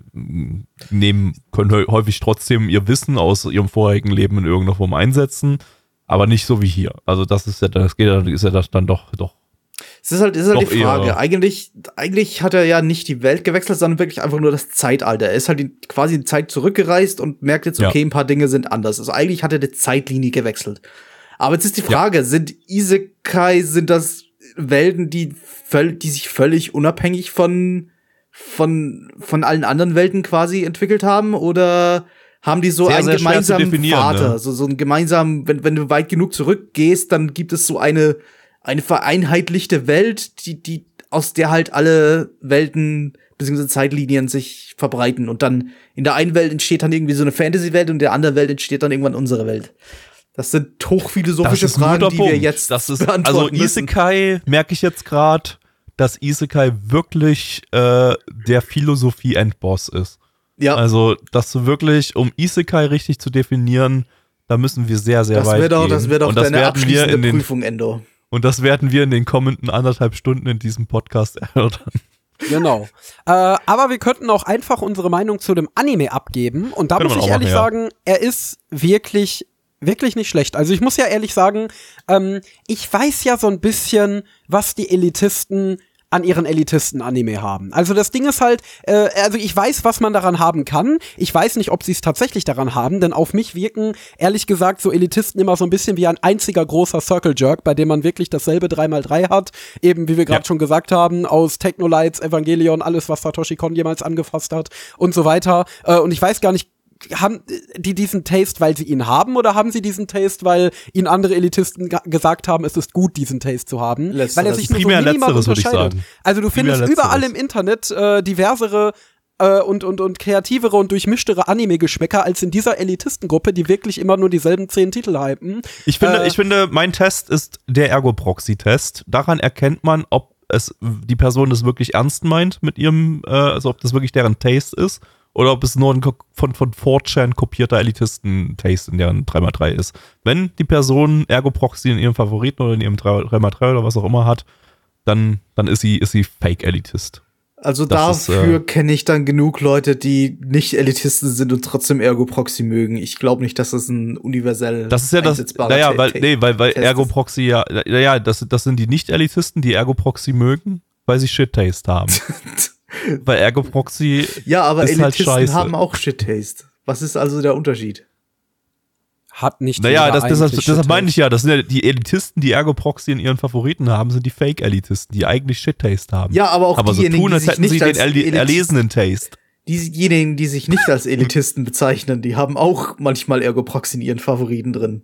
nehmen, können hä- häufig trotzdem ihr Wissen aus ihrem vorherigen Leben in irgendeiner Form einsetzen, aber nicht so wie hier. Also das ist ja, das geht ja, ist ja das dann doch, doch. Es ist halt, es ist halt Doch die Frage. eher. Eigentlich, eigentlich hat er ja nicht die Welt gewechselt, sondern wirklich einfach nur das Zeitalter. Er ist halt die, quasi die Zeit zurückgereist und merkt jetzt, okay, Ja. ein paar Dinge sind anders. Also eigentlich hat er die Zeitlinie gewechselt. Aber jetzt ist die Frage, sind Isekai, sind das Welten, die, völ- die sich völlig unabhängig von, von, von allen anderen Welten quasi entwickelt haben? Oder haben die so Sehr, einen sehr schwer zu gemeinsamen definieren, Vater? ne? So, so einen gemeinsamen, wenn, wenn du weit genug zurückgehst, dann gibt es so eine, eine vereinheitlichte Welt, die, die, aus der halt alle Welten bzw. Zeitlinien sich verbreiten. Und dann in der einen Welt entsteht dann irgendwie so eine Fantasy-Welt und in der anderen Welt entsteht dann irgendwann unsere Welt. Das sind hochphilosophische Das ist ein Fragen, guter die Punkt. wir jetzt das ist, beantworten also müssen. Isekai, merke ich jetzt gerade, dass Isekai wirklich äh, der Philosophie-Endboss ist. Ja, Also, dass du wirklich, um Isekai richtig zu definieren, da müssen wir sehr, sehr das weit wird doch, gehen. das wird doch Und das deine werden wir abschließende in den, Prüfung, Endo. Und das werden wir in den kommenden anderthalb Stunden in diesem Podcast erörtern. Genau. äh, aber wir könnten auch einfach unsere Meinung zu dem Anime abgeben. Und da Könnte muss man ich auch ehrlich machen, ja. sagen, er ist wirklich, wirklich nicht schlecht. Also ich muss ja ehrlich sagen, ähm, ich weiß ja so ein bisschen, was die Elitisten an ihren Elitisten-Anime haben. Also das Ding ist halt, äh, also ich weiß, was man daran haben kann. Ich weiß nicht, ob sie es tatsächlich daran haben, denn auf mich wirken, ehrlich gesagt, so Elitisten immer so ein bisschen wie ein einziger großer Circle Jerk, bei dem man wirklich dasselbe drei mal drei hat. Eben, wie wir gerade ja. schon gesagt haben, aus Technolights, Evangelion, alles, was Satoshi Kon jemals angefasst hat und so weiter. Äh, und ich weiß gar nicht, haben die diesen Taste, weil sie ihn haben, oder haben sie diesen Taste, weil ihnen andere Elitisten g- gesagt haben, es ist gut, diesen Taste zu haben? Letzteres. Weil er sich nur so Primär minimal Letzteres, würde ich unterscheidet. sagen. Also du Primär findest Letzteres. überall im Internet äh, diversere äh, und, und, und kreativere und durchmischtere Anime-Geschmäcker als in dieser Elitistengruppe, die wirklich immer nur dieselben zehn Titel hypen. Ich finde, Äh, ich finde, mein Test ist der Ergo-Proxy-Test. Daran erkennt man, ob es die Person das wirklich ernst meint mit ihrem, äh, also ob das wirklich deren Taste ist. Oder ob es nur ein von, von four chan kopierter Elitisten-Taste in deren drei mal drei ist. Wenn die Person Ergo-Proxy in ihrem Favoriten oder in ihrem drei mal drei oder was auch immer hat, dann, dann ist sie, ist sie Fake-Elitist. Also Das dafür ist, äh, kenne ich dann genug Leute, die nicht Elitisten sind und trotzdem Ergo-Proxy mögen. Ich glaube nicht, dass das ein universell Das ist ja das, einsetzbarer naja, Ta- weil, Ta- nee, weil, weil Test ist. Ergo-Proxy ja, naja, das, das sind die Nicht-Elitisten, die Ergo-Proxy mögen, weil sie Shit-Taste haben. Weil Ergo-Proxy Ja, aber ist halt Elitisten scheiße. haben auch Shit-Taste. Was ist also der Unterschied? Hat nicht Naja, jeder das, deshalb, eigentlich deshalb meine Shit-Taste. ich ja, das sind ja die Elitisten, die Ergo-Proxy in ihren Favoriten haben, sind die Fake-Elitisten, die eigentlich Shit-Taste haben. Ja, aber auch aber so diejenigen, tun, die als sich hätten nicht sie den als erle- Elitisten- erlesenen Taste. Diejenigen, die sich nicht als Elitisten bezeichnen, die haben auch manchmal Ergo-Proxy in ihren Favoriten drin.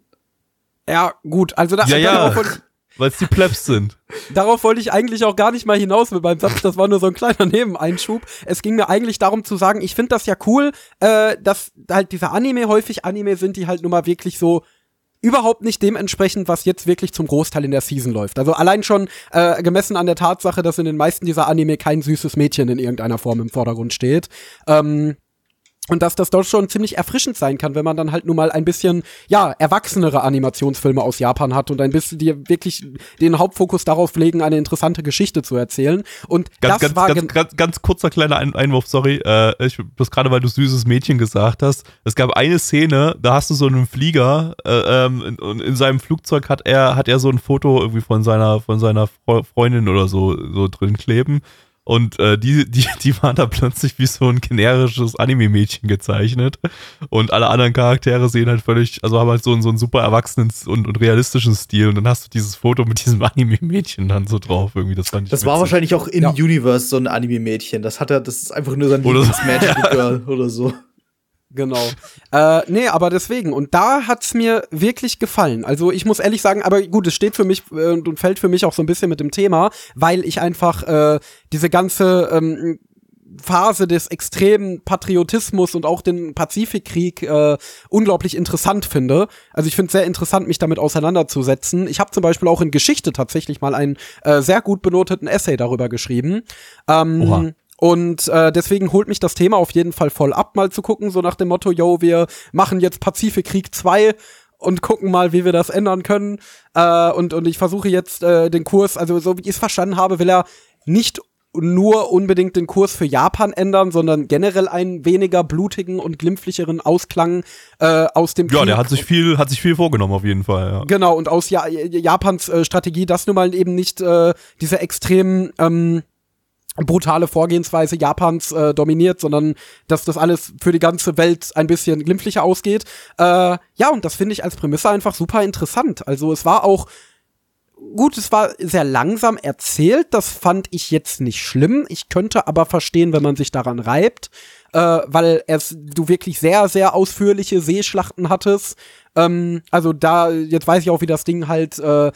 Ja, gut, also da, Ja, ja. darauf wollte ich- Weil es die Plebs sind. Darauf wollte ich eigentlich auch gar nicht mal hinaus mit meinem Satz, das war nur so ein kleiner Nebeneinschub. Es ging mir eigentlich darum zu sagen, ich finde das ja cool, äh, dass halt diese Anime häufig Anime sind, die halt nun mal wirklich so überhaupt nicht dementsprechend, was jetzt wirklich zum Großteil in der Season läuft. Also allein schon äh, gemessen an der Tatsache, dass in den meisten dieser Anime kein süßes Mädchen in irgendeiner Form im Vordergrund steht. Ähm, Und dass das doch schon ziemlich erfrischend sein kann, wenn man dann halt nun mal ein bisschen, ja, erwachsenere Animationsfilme aus Japan hat und ein bisschen die wirklich den Hauptfokus darauf legen, eine interessante Geschichte zu erzählen. Und Ganz, das ganz, war ganz, gen- ganz, ganz kurzer kleiner Ein- Einwurf, sorry. Äh, ich, bloß gerade, weil du süßes Mädchen gesagt hast. Es gab eine Szene, da hast du so einen Flieger äh, ähm, und in seinem Flugzeug hat er, hat er so ein Foto irgendwie von seiner, von seiner Fre- Freundin oder so, so drin kleben. Und äh, die, die, die waren da plötzlich wie so ein generisches Anime-Mädchen gezeichnet. Und alle anderen Charaktere sehen halt völlig, also haben halt so, einen- so einen super erwachsenen und, und realistischen Stil. Und dann hast du dieses Foto mit diesem Anime-Mädchen dann so drauf. Irgendwie, das fand ich Das war witzig. wahrscheinlich auch in Ja. Universe so ein Anime-Mädchen. Das hat er, das ist einfach nur sein Oder so. Lieblings-Magical Girl oder so. Genau. äh, nee, aber deswegen. Und da hat's mir wirklich gefallen. Also ich muss ehrlich sagen, aber gut, es steht für mich äh, und fällt für mich auch so ein bisschen mit dem Thema, weil ich einfach äh, diese ganze ähm, Phase des extremen Patriotismus und auch den Pazifikkrieg äh, unglaublich interessant finde. Also ich finde es sehr interessant, mich damit auseinanderzusetzen. Ich habe zum Beispiel auch in Geschichte tatsächlich mal einen äh, sehr gut benoteten Essay darüber geschrieben. Ähm, Oha. Und äh, deswegen holt mich das Thema auf jeden Fall voll ab, mal zu gucken, so nach dem Motto, yo, wir machen jetzt Pazifikkrieg zwei und gucken mal, wie wir das ändern können. Äh, und, und ich versuche jetzt äh, den Kurs, also so wie ich es verstanden habe, will er nicht nur unbedingt den Kurs für Japan ändern, sondern generell einen weniger blutigen und glimpflicheren Ausklang äh, aus dem Ja, Krieg. der hat sich viel, hat sich viel vorgenommen auf jeden Fall, ja. Genau, und aus ja Japans äh, Strategie, dass nun mal eben nicht äh, diese extremen ähm, brutale Vorgehensweise Japans äh, dominiert, sondern dass das alles für die ganze Welt ein bisschen glimpflicher ausgeht. Äh, ja, und das finde ich als Prämisse einfach super interessant. Also es war auch gut, es war sehr langsam erzählt, das fand ich jetzt nicht schlimm. Ich könnte aber verstehen, wenn man sich daran reibt, äh, weil es du wirklich sehr, sehr ausführliche Seeschlachten hattest. Ähm, also da, jetzt weiß ich auch, wie das Ding halt äh,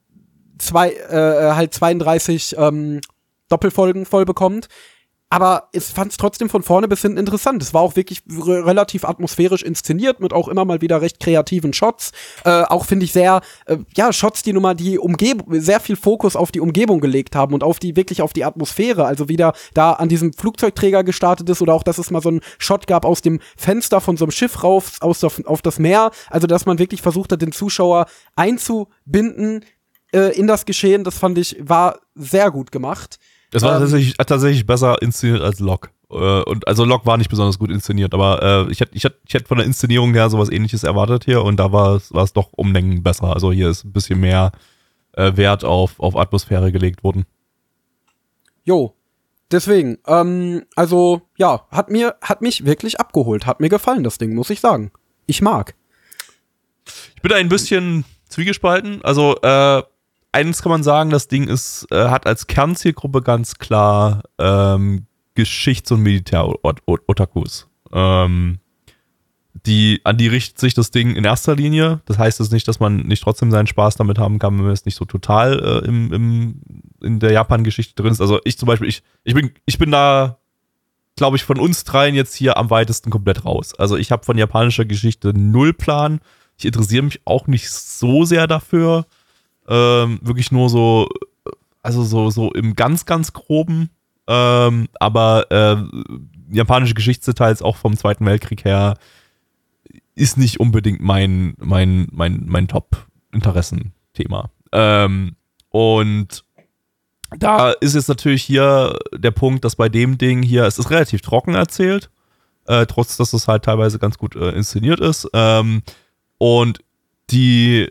zwei, äh, halt zweiunddreißig ähm, Doppelfolgen voll bekommt. Aber ich fand es trotzdem von vorne bis hinten interessant. Es war auch wirklich re- relativ atmosphärisch inszeniert, mit auch immer mal wieder recht kreativen Shots. Äh, auch finde ich sehr, äh, ja, Shots, die nun mal die Umgebung, sehr viel Fokus auf die Umgebung gelegt haben und auf die, wirklich auf die Atmosphäre. Also wieder da an diesem Flugzeugträger gestartet ist oder auch, dass es mal so einen Shot gab aus dem Fenster von so einem Schiff rauf, aus der, auf das Meer. Also, dass man wirklich versucht hat, den Zuschauer einzubinden äh, in das Geschehen. Das fand ich, war sehr gut gemacht. Das war Ähm, tatsächlich, tatsächlich besser inszeniert als Locke. Äh, und also Locke war nicht besonders gut inszeniert, aber äh, ich hätte ich hätt, ich hätt von der Inszenierung her sowas Ähnliches erwartet hier und da war es war es doch um Längen besser. Also hier ist ein bisschen mehr äh, Wert auf, auf Atmosphäre gelegt worden. Jo, deswegen, ähm, also, ja, hat mir, hat mich wirklich abgeholt. Hat mir gefallen, das Ding, muss ich sagen. Ich mag. Ich bin ein bisschen zwiegespalten. Also, äh, eins kann man sagen, das Ding ist, äh, hat als Kernzielgruppe ganz klar ähm, Geschichts- und Militär-Otakus. Ähm, die, an die richtet sich das Ding in erster Linie. Das heißt es nicht, dass man nicht trotzdem seinen Spaß damit haben kann, wenn man jetzt nicht so total äh, im, im, in der Japan-Geschichte drin ist. Also ich zum Beispiel, ich, ich, bin, ich bin da, glaube ich, von uns dreien jetzt hier am weitesten komplett raus. Also ich habe von japanischer Geschichte null Plan. Ich interessiere mich auch nicht so sehr dafür. Ähm, wirklich nur so, also so, so im ganz, ganz groben. Ähm, aber äh, japanische Geschichtsdetails auch vom Zweiten Weltkrieg her ist nicht unbedingt mein, mein, mein, mein Top-Interessenthema. Ähm, und da ist jetzt natürlich hier der Punkt, dass bei dem Ding hier, es ist relativ trocken erzählt, äh, trotz dass es halt teilweise ganz gut äh, inszeniert ist. Ähm, und die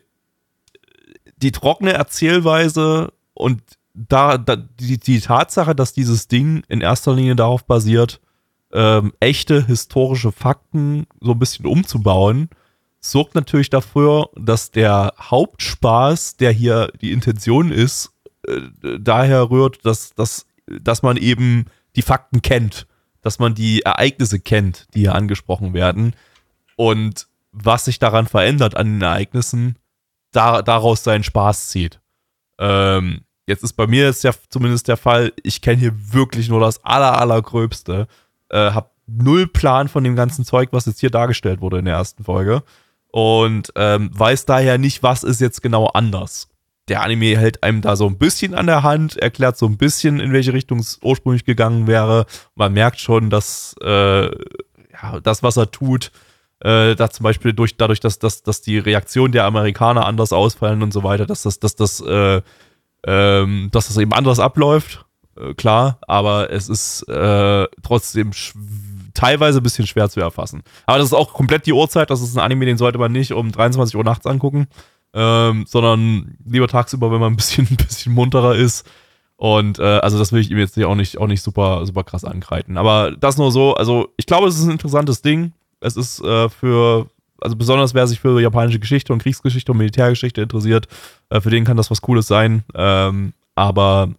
die trockene Erzählweise und da, da die, die Tatsache, dass dieses Ding in erster Linie darauf basiert, ähm, echte historische Fakten so ein bisschen umzubauen, sorgt natürlich dafür, dass der Hauptspaß, der hier die Intention ist, äh, daher rührt, dass, dass, dass man eben die Fakten kennt, dass man die Ereignisse kennt, die hier angesprochen werden und was sich daran verändert an den Ereignissen, Da, daraus seinen Spaß zieht. Ähm, jetzt ist bei mir jetzt ja zumindest der Fall, ich kenne hier wirklich nur das aller, allergröbste, äh, hab null Plan von dem ganzen Zeug, was jetzt hier dargestellt wurde in der ersten Folge und ähm, weiß daher nicht, was ist jetzt genau anders. Der Anime hält einem da so ein bisschen an der Hand, erklärt so ein bisschen, in welche Richtung es ursprünglich gegangen wäre. Man merkt schon, dass äh, ja, das, was er tut, Äh, da zum Beispiel durch, dadurch, dass, dass, dass die Reaktion der Amerikaner anders ausfallen und so weiter, dass das, dass das, äh, ähm, dass das eben anders abläuft, äh, klar, aber es ist äh, trotzdem teilweise ein bisschen schwer zu erfassen. Aber das ist auch komplett die Uhrzeit, das ist ein Anime, den sollte man nicht um dreiundzwanzig Uhr nachts angucken, ähm, sondern lieber tagsüber, wenn man ein bisschen, ein bisschen munterer ist. Und äh, also das will ich ihm jetzt auch nicht, auch nicht super, super krass ankreiden. Aber das nur so, also ich glaube, es ist ein interessantes Ding. Es ist äh, für, also besonders wer sich für japanische Geschichte und Kriegsgeschichte und Militärgeschichte interessiert, äh, für den kann das was Cooles sein. Ähm, aber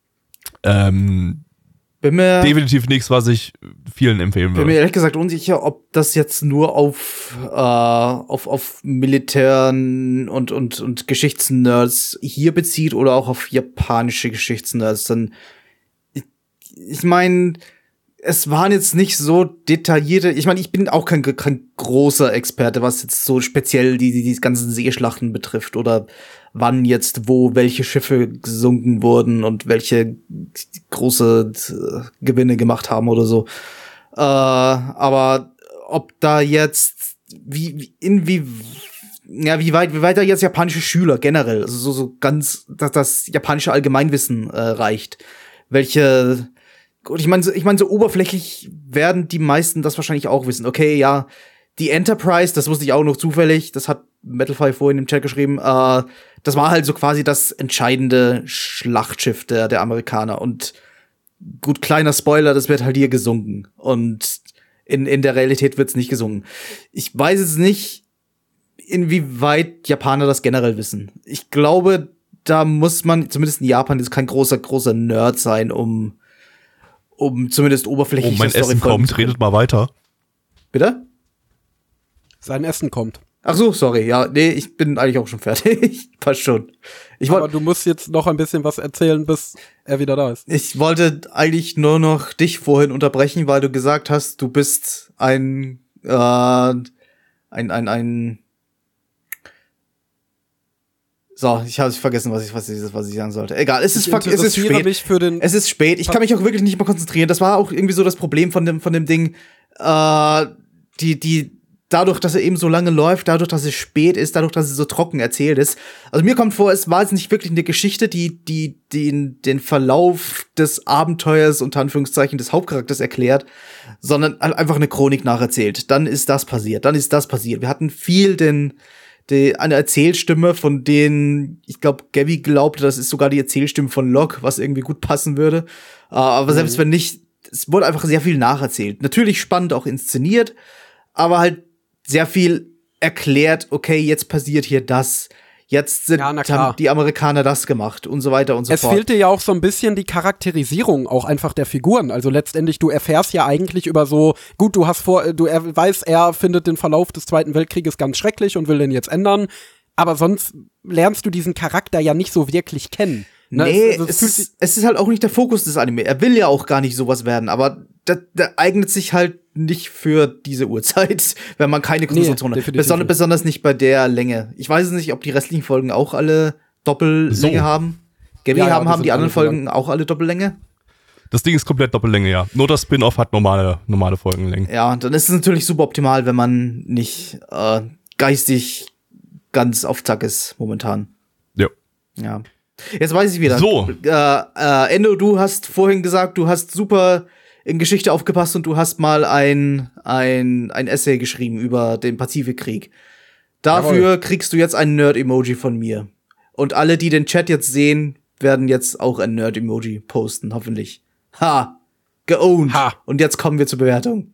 ähm, bin mir, definitiv nichts, was ich vielen empfehlen würde. Bin mir ehrlich gesagt unsicher, ob das jetzt nur auf, äh, auf, auf Militären und, und, und Geschichtsnerds hier bezieht oder auch auf japanische Geschichtsnerds. Dann, ich, ich meine, es waren jetzt nicht so detaillierte, ich meine, ich bin auch kein, kein großer Experte, was jetzt so speziell die, die, die ganzen Seeschlachten betrifft oder wann jetzt wo welche Schiffe gesunken wurden und welche große äh, Gewinne gemacht haben oder so. Äh, aber ob da jetzt, wie, in wie, ja, wie weit, wie weit da jetzt japanische Schüler generell, also so, so ganz, dass das japanische Allgemeinwissen äh, reicht. Welche, gut, ich meine, so, ich meine, so oberflächlich werden die meisten das wahrscheinlich auch wissen. Okay, ja, die Enterprise, das wusste ich auch noch zufällig, das hat Metalfire vorhin im Chat geschrieben, äh, das war halt so quasi das entscheidende Schlachtschiff der, der Amerikaner. Und gut, kleiner Spoiler, das wird halt hier gesunken. Und in, in der Realität wird's nicht gesungen. Ich weiß jetzt nicht, inwieweit Japaner das generell wissen. Ich glaube, da muss man, zumindest in Japan, jetzt kein großer, großer Nerd sein, um um zumindest oberflächlich. Oh, mein Essen kommt, redet mal weiter. Bitte? Sein Essen kommt. Ach so, sorry. Ja, nee, ich bin eigentlich auch schon fertig. Passt schon. Ich Aber du musst jetzt noch ein bisschen was erzählen, bis er wieder da ist. Ich wollte eigentlich nur noch dich vorhin unterbrechen, weil du gesagt hast, du bist ein, äh, ein, ein, ein, so, ich habe vergessen, was ich, was ich, was ich sagen sollte. Egal, es ist, Ich fuck, es ist spät. mich für den Es ist spät. Ich kann mich auch wirklich nicht mehr konzentrieren. Das war auch irgendwie so das Problem von dem, von dem Ding. Äh, die, die, dadurch, dass er eben so lange läuft, dadurch, dass es spät ist, dadurch, dass es so trocken erzählt ist. Also mir kommt vor, es war jetzt nicht wirklich eine Geschichte, die, die, den, den Verlauf des Abenteuers, unter Anführungszeichen, des Hauptcharakters erklärt, sondern einfach eine Chronik nacherzählt. Dann ist das passiert, dann ist das passiert. Wir hatten viel den, die, eine Erzählstimme, von denen, ich glaube, Gabby glaubte, das ist sogar die Erzählstimme von Locke, was irgendwie gut passen würde. Uh, aber mhm. selbst wenn nicht, es wurde einfach sehr viel nacherzählt. Natürlich spannend auch inszeniert, aber halt sehr viel erklärt, okay, jetzt passiert hier das. Jetzt sind, ja, haben die Amerikaner das gemacht und so weiter und so es fort. Es fehlte ja auch so ein bisschen die Charakterisierung auch einfach der Figuren. Also letztendlich, du erfährst ja eigentlich über so, gut, du hast vor, du er, weißt, er findet den Verlauf des Zweiten Weltkrieges ganz schrecklich und will den jetzt ändern. Aber sonst lernst du diesen Charakter ja nicht so wirklich kennen. Ne? Nee, es, es, es, ist, es ist halt auch nicht der Fokus des Anime. Er will ja auch gar nicht sowas werden, aber der, der eignet sich halt nicht für diese Uhrzeit, wenn man keine Konzentration nee, hat. Besonders, besonders nicht bei der Länge. Ich weiß nicht, ob die restlichen Folgen auch alle Doppellänge so. haben. Gabby, ja, haben, ja, haben die anderen Folgen lang. auch alle Doppellänge? Das Ding ist komplett Doppellänge, ja. Nur das Spin-Off hat normale, normale Folgenlängen. Ja, dann ist es natürlich super optimal, wenn man nicht äh, geistig ganz auf Zack ist momentan. Ja. Ja. Jetzt weiß ich wieder. So. Äh, äh, Endo, du hast vorhin gesagt, du hast super in Geschichte aufgepasst und du hast mal ein, ein, ein Essay geschrieben über den Pazifikkrieg. Dafür Jawohl. kriegst du jetzt ein Nerd-Emoji von mir. Und alle, die den Chat jetzt sehen, werden jetzt auch ein Nerd-Emoji posten, hoffentlich. Ha! Geowned. Ha. Und jetzt kommen wir zur Bewertung.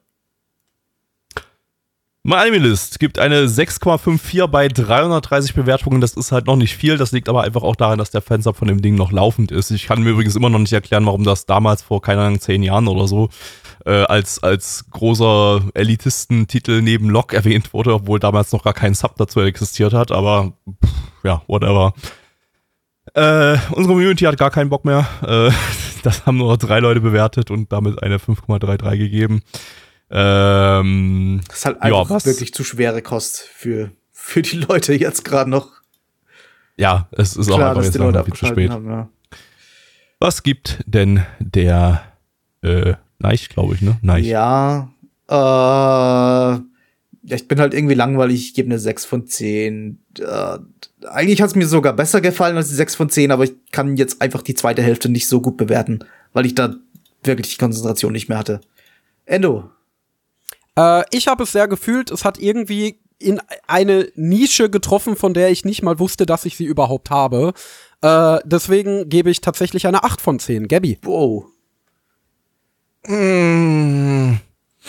MyAnimeList gibt eine sechs Komma fünfundfünfzig bei dreihundertdreißig Bewertungen. Das ist halt noch nicht viel. Das liegt aber einfach auch daran, dass der Fansub von dem Ding noch laufend ist. Ich kann mir übrigens immer noch nicht erklären, warum das damals vor, keine Ahnung, zehn Jahren oder so äh, als, als großer Elitistentitel neben Locke erwähnt wurde, obwohl damals noch gar kein Sub dazu existiert hat. Aber pff, ja, whatever. Äh, unsere Community hat gar keinen Bock mehr. Äh, das haben nur drei Leute bewertet und damit eine fünf Komma dreiunddreißig gegeben. Ähm, das ist halt einfach ja, wirklich zu schwere Kost für, für die Leute jetzt gerade noch. Ja, es ist Klar, auch einfach jetzt langsam viel zu spät. Haben, ja. Was gibt denn der äh, Neich, glaube ich, ne? Neich. Ja, äh, ich bin halt irgendwie langweilig, ich gebe eine sechs von zehn. Äh, eigentlich hat es mir sogar besser gefallen als die sechs von zehn, aber ich kann jetzt einfach die zweite Hälfte nicht so gut bewerten, weil ich da wirklich die Konzentration nicht mehr hatte. Endo. Äh, ich habe es sehr gefühlt. Es hat irgendwie in eine Nische getroffen, von der ich nicht mal wusste, dass ich sie überhaupt habe. Äh, deswegen gebe ich tatsächlich eine acht von zehn. Gabby. Wow. Mmh.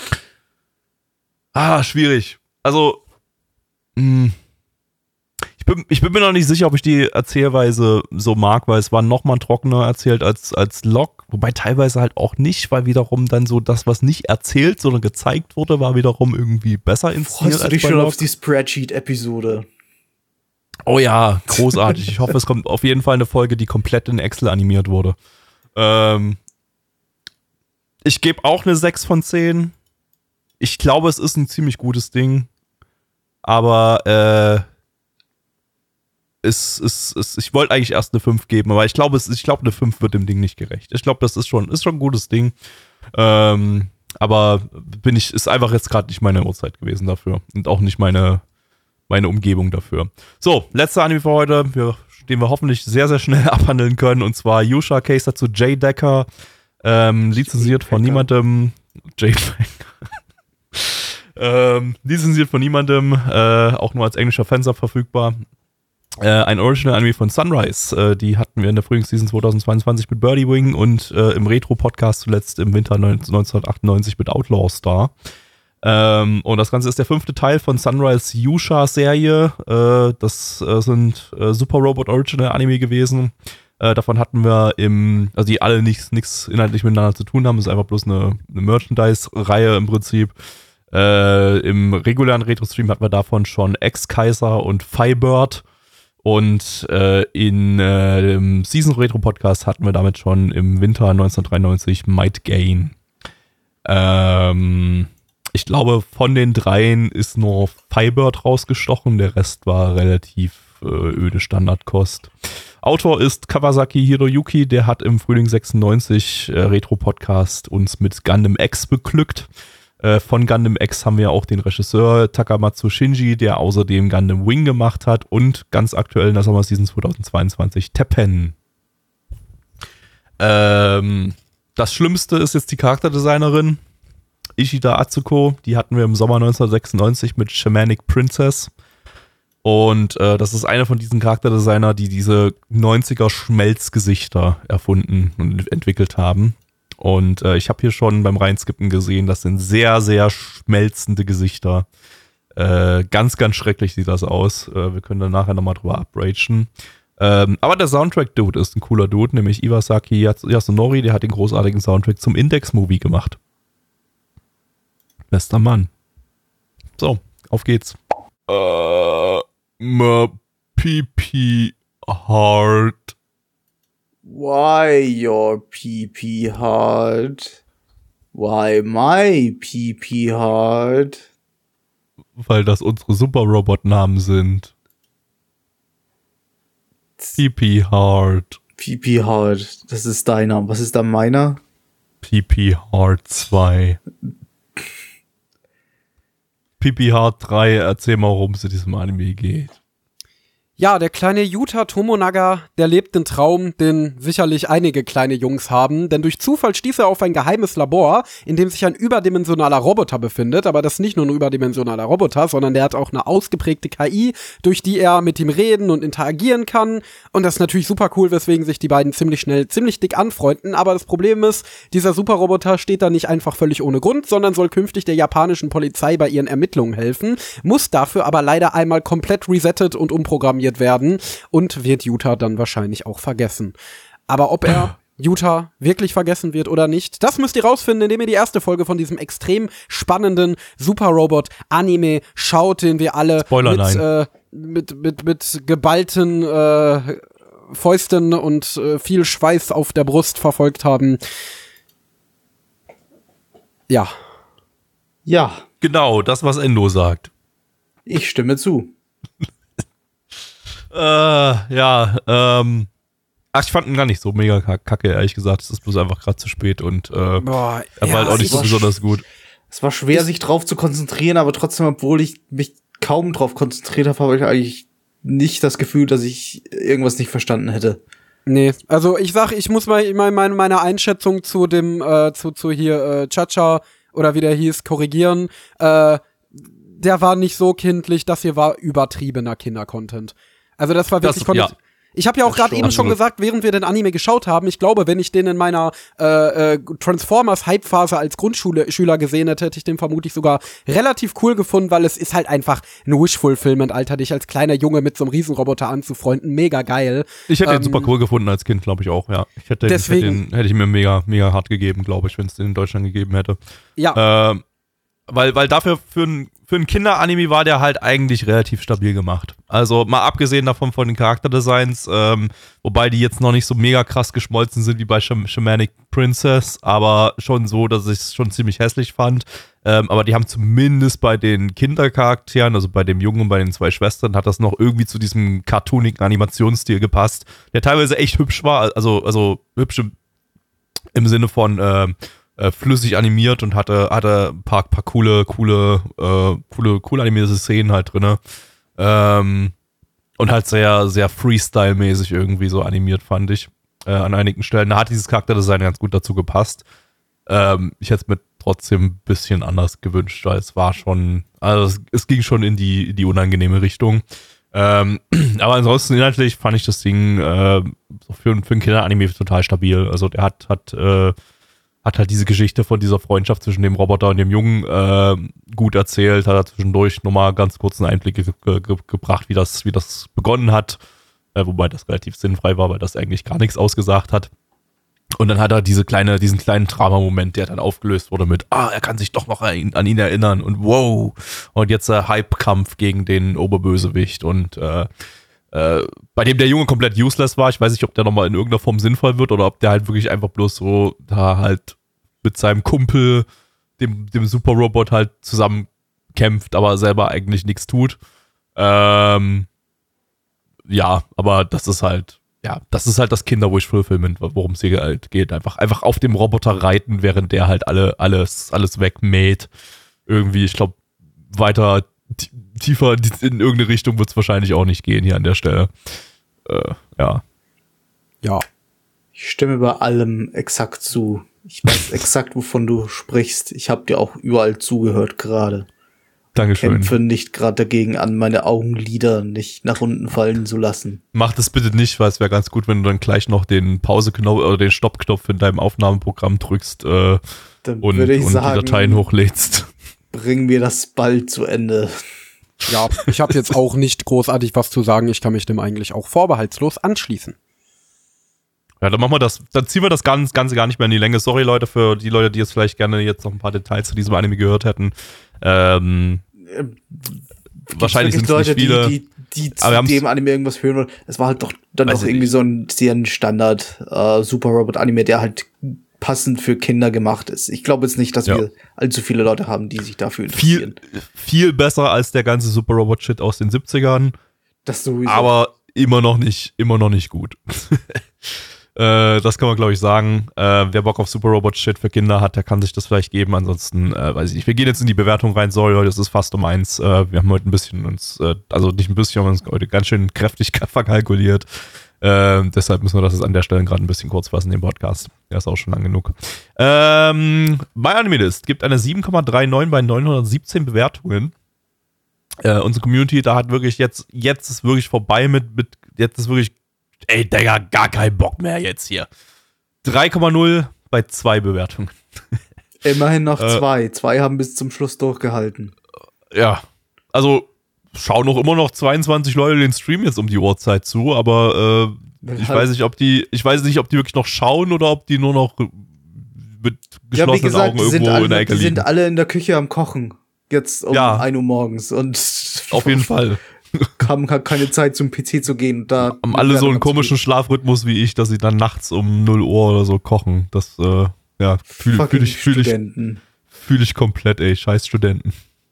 Ah, schwierig. Also, mh. Ich bin, ich bin mir noch nicht sicher, ob ich die Erzählweise so mag, weil es war noch mal trockener erzählt als, als Locke. Wobei teilweise halt auch nicht, weil wiederum dann so das, was nicht erzählt, sondern gezeigt wurde, war wiederum irgendwie besser inszeniert. Freust du dich schon auf die Spreadsheet-Episode? Oh ja, großartig. Ich hoffe, es kommt auf jeden Fall eine Folge, die komplett in Excel animiert wurde. Ähm, ich gebe auch eine sechs von zehn. Ich glaube, es ist ein ziemlich gutes Ding. Aber, äh, Ist, ist, ist, ich wollte eigentlich erst eine fünf geben, aber ich glaube, ich glaube, eine fünf wird dem Ding nicht gerecht. Ich glaube, das ist schon, ist schon ein gutes Ding. Ähm, aber bin ich, ist einfach jetzt gerade nicht meine Uhrzeit gewesen dafür. Und auch nicht meine, meine Umgebung dafür. So, letzter Anime für heute, wir, den wir hoffentlich sehr, sehr schnell abhandeln können. Und zwar Yusha Case dazu Jay Decker, ähm, lizenziert von niemandem. Jay ähm, lizenziert von niemandem, äh, auch nur als englischer Fansub verfügbar. Äh, ein Original-Anime von Sunrise, äh, die hatten wir in der Frühlingsseason zweitausendzweiundzwanzig mit Birdie Wing und äh, im Retro-Podcast zuletzt im Winter neunzehnhundertachtundneunzig mit Outlaw Star. Ähm, und das Ganze ist der fünfte Teil von Sunrise Yusha-Serie. Äh, das äh, sind äh, Super Robot Original-Anime gewesen. Äh, davon hatten wir im, also die alle nichts nichts inhaltlich miteinander zu tun haben, das ist einfach bloß eine, eine Merchandise-Reihe im Prinzip. Äh, im regulären Retro-Stream hatten wir davon schon Ex-Kaiser und Firebird. Und äh, in äh, dem Season Retro Podcast hatten wir damit schon im Winter neunzehnhundertdreiundneunzig Might Gain. Ähm, ich glaube, von den dreien ist nur Firebird rausgestochen. Der Rest war relativ äh, öde Standardkost. Autor ist Kawasaki Hiroyuki. Der hat im Frühling sechsundneunzig äh, Retro Podcast uns mit Gundam X beglückt. Äh, von Gundam X haben wir auch den Regisseur Takamatsu Shinji, der außerdem Gundam Wing gemacht hat und ganz aktuell in der Sommerseason zweitausendzweiundzwanzig Teppen. Ähm, das Schlimmste ist jetzt die Charakterdesignerin Ishida Atsuko, die hatten wir im Sommer neunzehnhundertsechsundneunzig mit Shamanic Princess Und äh, das ist einer von diesen Charakterdesigner, die diese neunziger-Schmelzgesichter erfunden und entwickelt haben. Und äh, ich habe hier schon beim Reinskippen gesehen, das sind sehr, sehr schmelzende Gesichter. Äh, ganz, ganz schrecklich sieht das aus. Äh, wir können dann nachher nochmal drüber abragen. Ähm, aber der Soundtrack-Dude ist ein cooler Dude, nämlich Iwasaki Yasunori, der hat den großartigen Soundtrack zum Index-Movie gemacht. Bester Mann. So, auf geht's. Äh, my pee-pee hard. Why your pee-pee hard? Why my pee-pee hard? Weil das unsere Super-Robot-Namen sind. Pee-pee hard. Pee-pee hard, das ist deiner. Was ist dann meiner? Pee-pee hard zwei. Pee-pee hard drei, erzähl mal, worum es in diesem Anime geht. Ja, der kleine Yuta Tomonaga, der lebt den Traum, den sicherlich einige kleine Jungs haben, denn durch Zufall stieß er auf ein geheimes Labor, in dem sich ein überdimensionaler Roboter befindet, aber das ist nicht nur ein überdimensionaler Roboter, sondern der hat auch eine ausgeprägte K I, durch die er mit ihm reden und interagieren kann, und das ist natürlich super cool, weswegen sich die beiden ziemlich schnell, ziemlich dick anfreunden, aber das Problem ist, dieser Superroboter steht da nicht einfach völlig ohne Grund, sondern soll künftig der japanischen Polizei bei ihren Ermittlungen helfen, muss dafür aber leider einmal komplett resettet und umprogrammiert werden und wird Yuta dann wahrscheinlich auch vergessen. Aber ob er Yuta wirklich vergessen wird oder nicht, das müsst ihr rausfinden, indem ihr die erste Folge von diesem extrem spannenden Super-Robot-Anime schaut, den wir alle mit, äh, mit, mit, mit geballten äh, Fäusten und äh, viel Schweiß auf der Brust verfolgt haben. Ja. Ja. Genau, das, was Endo sagt. Ich stimme zu. Äh, ja, ähm, ach, ich fand ihn gar nicht so mega kacke, ehrlich gesagt. Es ist bloß einfach gerade zu spät und äh, Boah, er war ja, halt auch nicht so besonders gut. Es war schwer, sich drauf zu konzentrieren, aber trotzdem, obwohl ich mich kaum drauf konzentriert habe, habe ich eigentlich nicht das Gefühl, dass ich irgendwas nicht verstanden hätte. Nee, also ich sag, ich muss mal meine, meine Einschätzung zu dem, äh, zu, zu hier, äh, Chacha oder wie der hieß, korrigieren. Äh, der war nicht so kindlich, das hier war übertriebener Kinder-Content. Also das war wirklich das, von ja. Ich habe ja auch gerade eben schon gesagt, während wir den Anime geschaut haben, ich glaube, wenn ich den in meiner äh, äh, Transformers-Hype-Phase als Grundschüler gesehen hätte, hätte ich den vermutlich sogar relativ cool gefunden, weil es ist halt einfach ein Wish-Fulfillment, Alter, dich als kleiner Junge mit so einem Riesenroboter anzufreunden. Mega geil. Ich hätte ähm, den super cool gefunden als Kind, glaube ich auch, ja. Ich hätte, deswegen, ich hätte, den, hätte ich mir mega, mega hart gegeben, glaube ich, wenn es den in Deutschland gegeben hätte. Ja. Ähm, Weil, weil dafür für ein, für ein Kinder-Anime war der halt eigentlich relativ stabil gemacht. Also mal abgesehen davon von den Charakterdesigns, ähm, wobei die jetzt noch nicht so mega krass geschmolzen sind wie bei Sh- Shamanic Princess, aber schon so, dass ich es schon ziemlich hässlich fand. Ähm, aber die haben zumindest bei den Kindercharakteren, also bei dem Jungen und bei den zwei Schwestern, hat das noch irgendwie zu diesem cartoonigen Animationsstil gepasst, der teilweise echt hübsch war, also, also hübsch im, im Sinne von äh, Äh, flüssig animiert und hatte hatte ein paar, paar coole, coole, äh, coole, coole animierte Szenen halt drinne. Ähm, und halt sehr, sehr Freestyle-mäßig irgendwie so animiert, fand ich. Äh, an einigen Stellen. Da hat dieses Charakterdesign ganz gut dazu gepasst. Ähm, ich hätte es mir trotzdem ein bisschen anders gewünscht, weil es war schon, also es, es ging schon in die, in die unangenehme Richtung. Ähm, aber ansonsten inhaltlich fand ich das Ding äh, für, für ein Kinder-Anime total stabil. Also der hat, hat äh, hat halt diese Geschichte von dieser Freundschaft zwischen dem Roboter und dem Jungen äh, gut erzählt, hat er zwischendurch nochmal ganz kurz einen Einblick ge- ge- gebracht, wie das, wie das begonnen hat, äh, wobei das relativ sinnfrei war, weil das eigentlich gar nichts ausgesagt hat. Und dann hat er diese kleine, diesen kleinen Drama-Moment, der dann aufgelöst wurde mit, ah, er kann sich doch noch an, an ihn erinnern und wow. Und jetzt der Hype-Kampf gegen den Oberbösewicht und äh, äh, bei dem der Junge komplett useless war. Ich weiß nicht, ob der nochmal in irgendeiner Form sinnvoll wird oder ob der halt wirklich einfach bloß so da halt mit seinem Kumpel, dem, dem Super-Robot halt zusammen kämpft, aber selber eigentlich nichts tut. Ähm, ja, aber das ist halt, ja, das ist halt das Kinder-Wish-Fulfillment, worum es hier halt geht. Einfach, einfach auf dem Roboter reiten, während der halt alle, alles, alles wegmäht. Irgendwie, ich glaube, weiter t- tiefer in irgendeine Richtung wird es wahrscheinlich auch nicht gehen hier an der Stelle. Äh, ja. Ja. Ich stimme bei allem exakt zu. Ich weiß exakt, wovon du sprichst. Ich habe dir auch überall zugehört gerade. Dankeschön. kämpfe nicht gerade dagegen an, meine Augenlider nicht nach unten fallen zu lassen. Mach das bitte nicht, weil es wäre ganz gut, wenn du dann gleich noch den Pause-Knopf oder den Stopp-Knopf in deinem Aufnahmeprogramm drückst äh, Dann und, würde ich und sagen, die Dateien hochlädst. Bring mir das bald zu Ende. Ja, ich habe jetzt auch nicht großartig was zu sagen. Ich kann mich dem eigentlich auch vorbehaltslos anschließen. Ja, dann machen wir das, dann ziehen wir das Ganze, Ganze gar nicht mehr in die Länge. Sorry, Leute, für die Leute, die jetzt vielleicht gerne jetzt noch ein paar Details zu diesem Anime gehört hätten. Ähm, wahrscheinlich sind es Leute, nicht viele. die, die, die zu aber dem Anime irgendwas hören wollen. Es war halt doch dann Weiß doch ich irgendwie nicht. so ein sehr ein Standard äh, Super Robot Anime, der halt passend für Kinder gemacht ist. Ich glaube jetzt nicht, dass Ja. wir allzu viele Leute haben, die sich dafür Viel, interessieren. viel besser als der ganze Super Robot Shit aus den siebzigern, Das sowieso. aber immer noch nicht, immer noch nicht gut. äh, das kann man, glaube ich, sagen. Äh, wer Bock auf Super Robot Shit für Kinder hat, der kann sich das vielleicht geben. Ansonsten, äh, weiß ich nicht. Wir gehen jetzt in die Bewertung rein. Sorry, Leute, es ist fast um eins. Äh, wir haben heute ein bisschen uns, äh, also nicht ein bisschen, haben uns heute ganz schön kräftig verkalkuliert. Äh, deshalb müssen wir das jetzt an der Stelle gerade ein bisschen kurz fassen, den Podcast. Der ist auch schon lang genug. Ähm, My Anime List gibt eine sieben Komma neununddreißig bei neunhundertsiebzehn Bewertungen. Äh, unsere Community, da hat wirklich jetzt, jetzt ist wirklich vorbei mit, mit jetzt ist wirklich, ey, Digga, gar kein Bock mehr jetzt hier. drei Komma null bei zwei Bewertungen. Immerhin noch Äh, zwei. Zwei haben bis zum Schluss durchgehalten. Ja, also schauen noch immer noch zweiundzwanzig Leute den Stream jetzt um die Uhrzeit zu, aber äh, ich Halt. weiß nicht, ob die, ich weiß nicht, ob die wirklich noch schauen oder ob die nur noch mit Ja, geschlossenen wie gesagt, Augen die sind, irgendwo in der alle, Ecke die sind liegen. alle in der Küche am Kochen. Jetzt um Ja. ein Uhr morgens. Und Auf jeden Fall. haben halt keine Zeit zum P C zu gehen. Und da Haben alle so einen Bewertung komischen Schlafrhythmus wie ich, dass sie dann nachts um null Uhr oder so kochen. Das, äh, ja, fühle Fucking fühl ich, fühl ich, Studenten. fühl ich komplett, ey. Scheiß Studenten.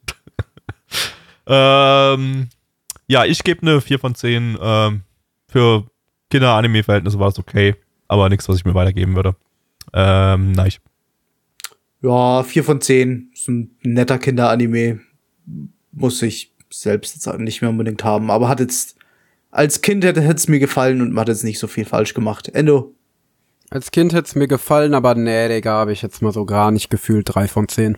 ähm, ja, ich gebe eine vier von zehn. Ähm, für Kinder-Anime-Verhältnisse war es okay, aber nichts, was ich mir weitergeben würde. Ähm, nein. Ja, vier von zehn. Ist ein netter Kinder-Anime. Muss ich selbst jetzt nicht mehr unbedingt haben. Aber hat jetzt, als Kind hätte es mir gefallen und man hat jetzt nicht so viel falsch gemacht. Endo. Als Kind hätte es mir gefallen, aber nee, Digga, habe ich jetzt mal so gar nicht gefühlt. drei von zehn.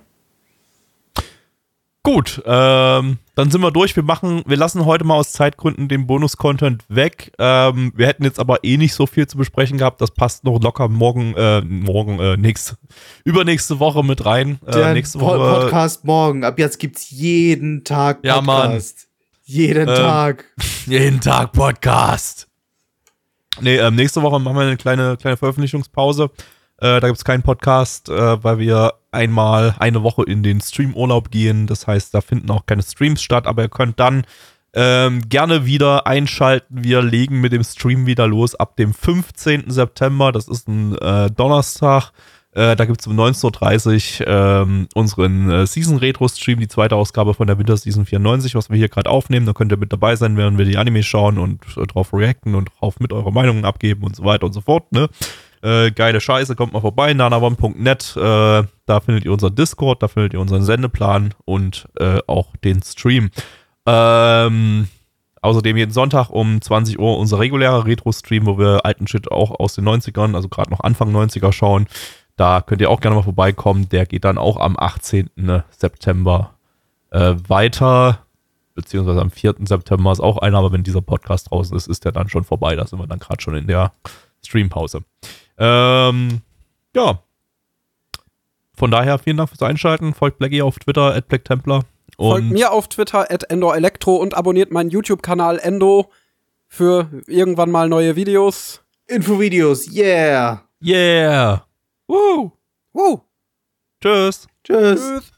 Gut, ähm, dann sind wir durch. Wir machen, wir lassen heute mal aus Zeitgründen den Bonus-Content weg. Ähm, wir hätten jetzt aber eh nicht so viel zu besprechen gehabt. Das passt noch locker morgen, äh, morgen, äh, nächste, übernächste Woche mit rein. Äh, Der nächste Po- Woche. Podcast morgen. Ab jetzt gibt's jeden Tag Ja, Mann. Podcast. Jeden Ähm, Tag. Jeden Tag Podcast. Nee, ähm, nächste Woche machen wir eine kleine, kleine Veröffentlichungspause. Äh, da gibt es keinen Podcast, äh, weil wir einmal eine Woche in den Streamurlaub gehen. Das heißt, da finden auch keine Streams statt, aber ihr könnt dann ähm, gerne wieder einschalten. Wir legen mit dem Stream wieder los ab dem fünfzehnten September. Das ist ein äh, Donnerstag. Äh, da gibt es um neunzehn Uhr dreißig ähm, unseren äh, Season-Retro-Stream, die zweite Ausgabe von der Winter-Season vierundneunzig, was wir hier gerade aufnehmen. Da könnt ihr mit dabei sein, während wir die Anime schauen und äh, drauf reacten und drauf mit eure Meinungen abgeben und so weiter und so fort, ne? Äh, geile Scheiße, kommt mal vorbei, nanaone punkt net, äh, da findet ihr unseren Discord, da findet ihr unseren Sendeplan und äh, auch den Stream. Ähm, außerdem jeden Sonntag um zwanzig Uhr unser regulärer Retro-Stream, wo wir alten Shit auch aus den neunzigern, also gerade noch Anfang neunziger schauen. Da könnt ihr auch gerne mal vorbeikommen, der geht dann auch am achtzehnten September äh, weiter, beziehungsweise am vierten September ist auch einer, aber wenn dieser Podcast draußen ist, ist der dann schon vorbei, da sind wir dann gerade schon in der Streampause. Ähm, ja. Von daher vielen Dank fürs Einschalten. Folgt Blackie auf Twitter, at blacktemplar. Folgt mir auf Twitter, at EndorElectro, und abonniert meinen YouTube-Kanal Endo für irgendwann mal neue Videos. Infovideos, yeah. Yeah. Woo. Woo. Tschüss. Tschüss. Tschüss.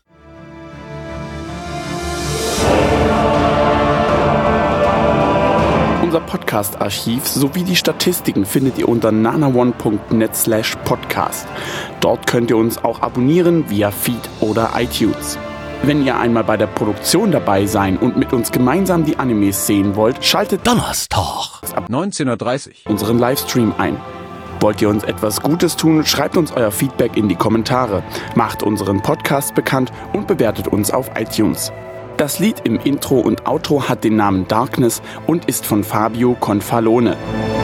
Unser Podcast-Archiv sowie die Statistiken findet ihr unter nanaone punkt net slash podcast. Dort könnt ihr uns auch abonnieren via Feed oder iTunes. Wenn ihr einmal bei der Produktion dabei sein und mit uns gemeinsam die Animes sehen wollt, schaltet Donnerstag. ab neunzehn Uhr dreißig. unseren Livestream ein. Wollt ihr uns etwas Gutes tun, schreibt uns euer Feedback in die Kommentare, macht unseren Podcast bekannt und bewertet uns auf iTunes. Das Lied im Intro und Outro hat den Namen Darkness und ist von Fabio Confalone.